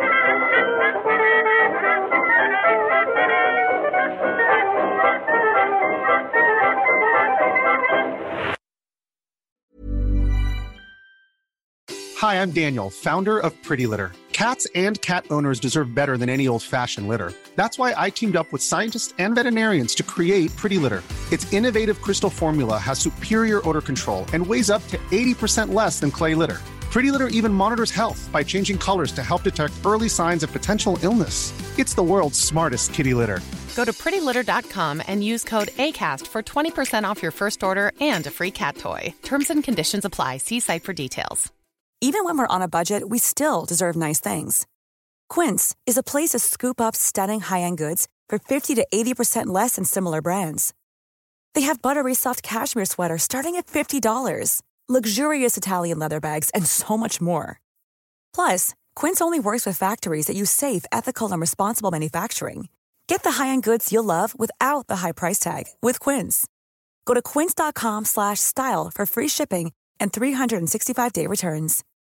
Hi, I'm Daniel, founder of Pretty Litter. Cats and cat owners deserve better than any old-fashioned litter. That's why I teamed up with scientists and veterinarians to create Pretty Litter. Its innovative crystal formula has superior odor control and weighs up to eighty percent less than clay litter. Pretty Litter even monitors health by changing colors to help detect early signs of potential illness. It's the world's smartest kitty litter. Go to pretty litter dot com and use code ACAST for twenty percent off your first order and a free cat toy. Terms and conditions apply. See site for details. Even when we're on a budget, we still deserve nice things. Quince is a place to scoop up stunning high-end goods for fifty to eighty percent less than similar brands. They have buttery soft cashmere sweaters starting at fifty dollars, luxurious Italian leather bags, and so much more. Plus, Quince only works with factories that use safe, ethical, and responsible manufacturing. Get the high-end goods you'll love without the high price tag with Quince. Go to quince dot com slash style for free shipping and three hundred sixty-five day returns.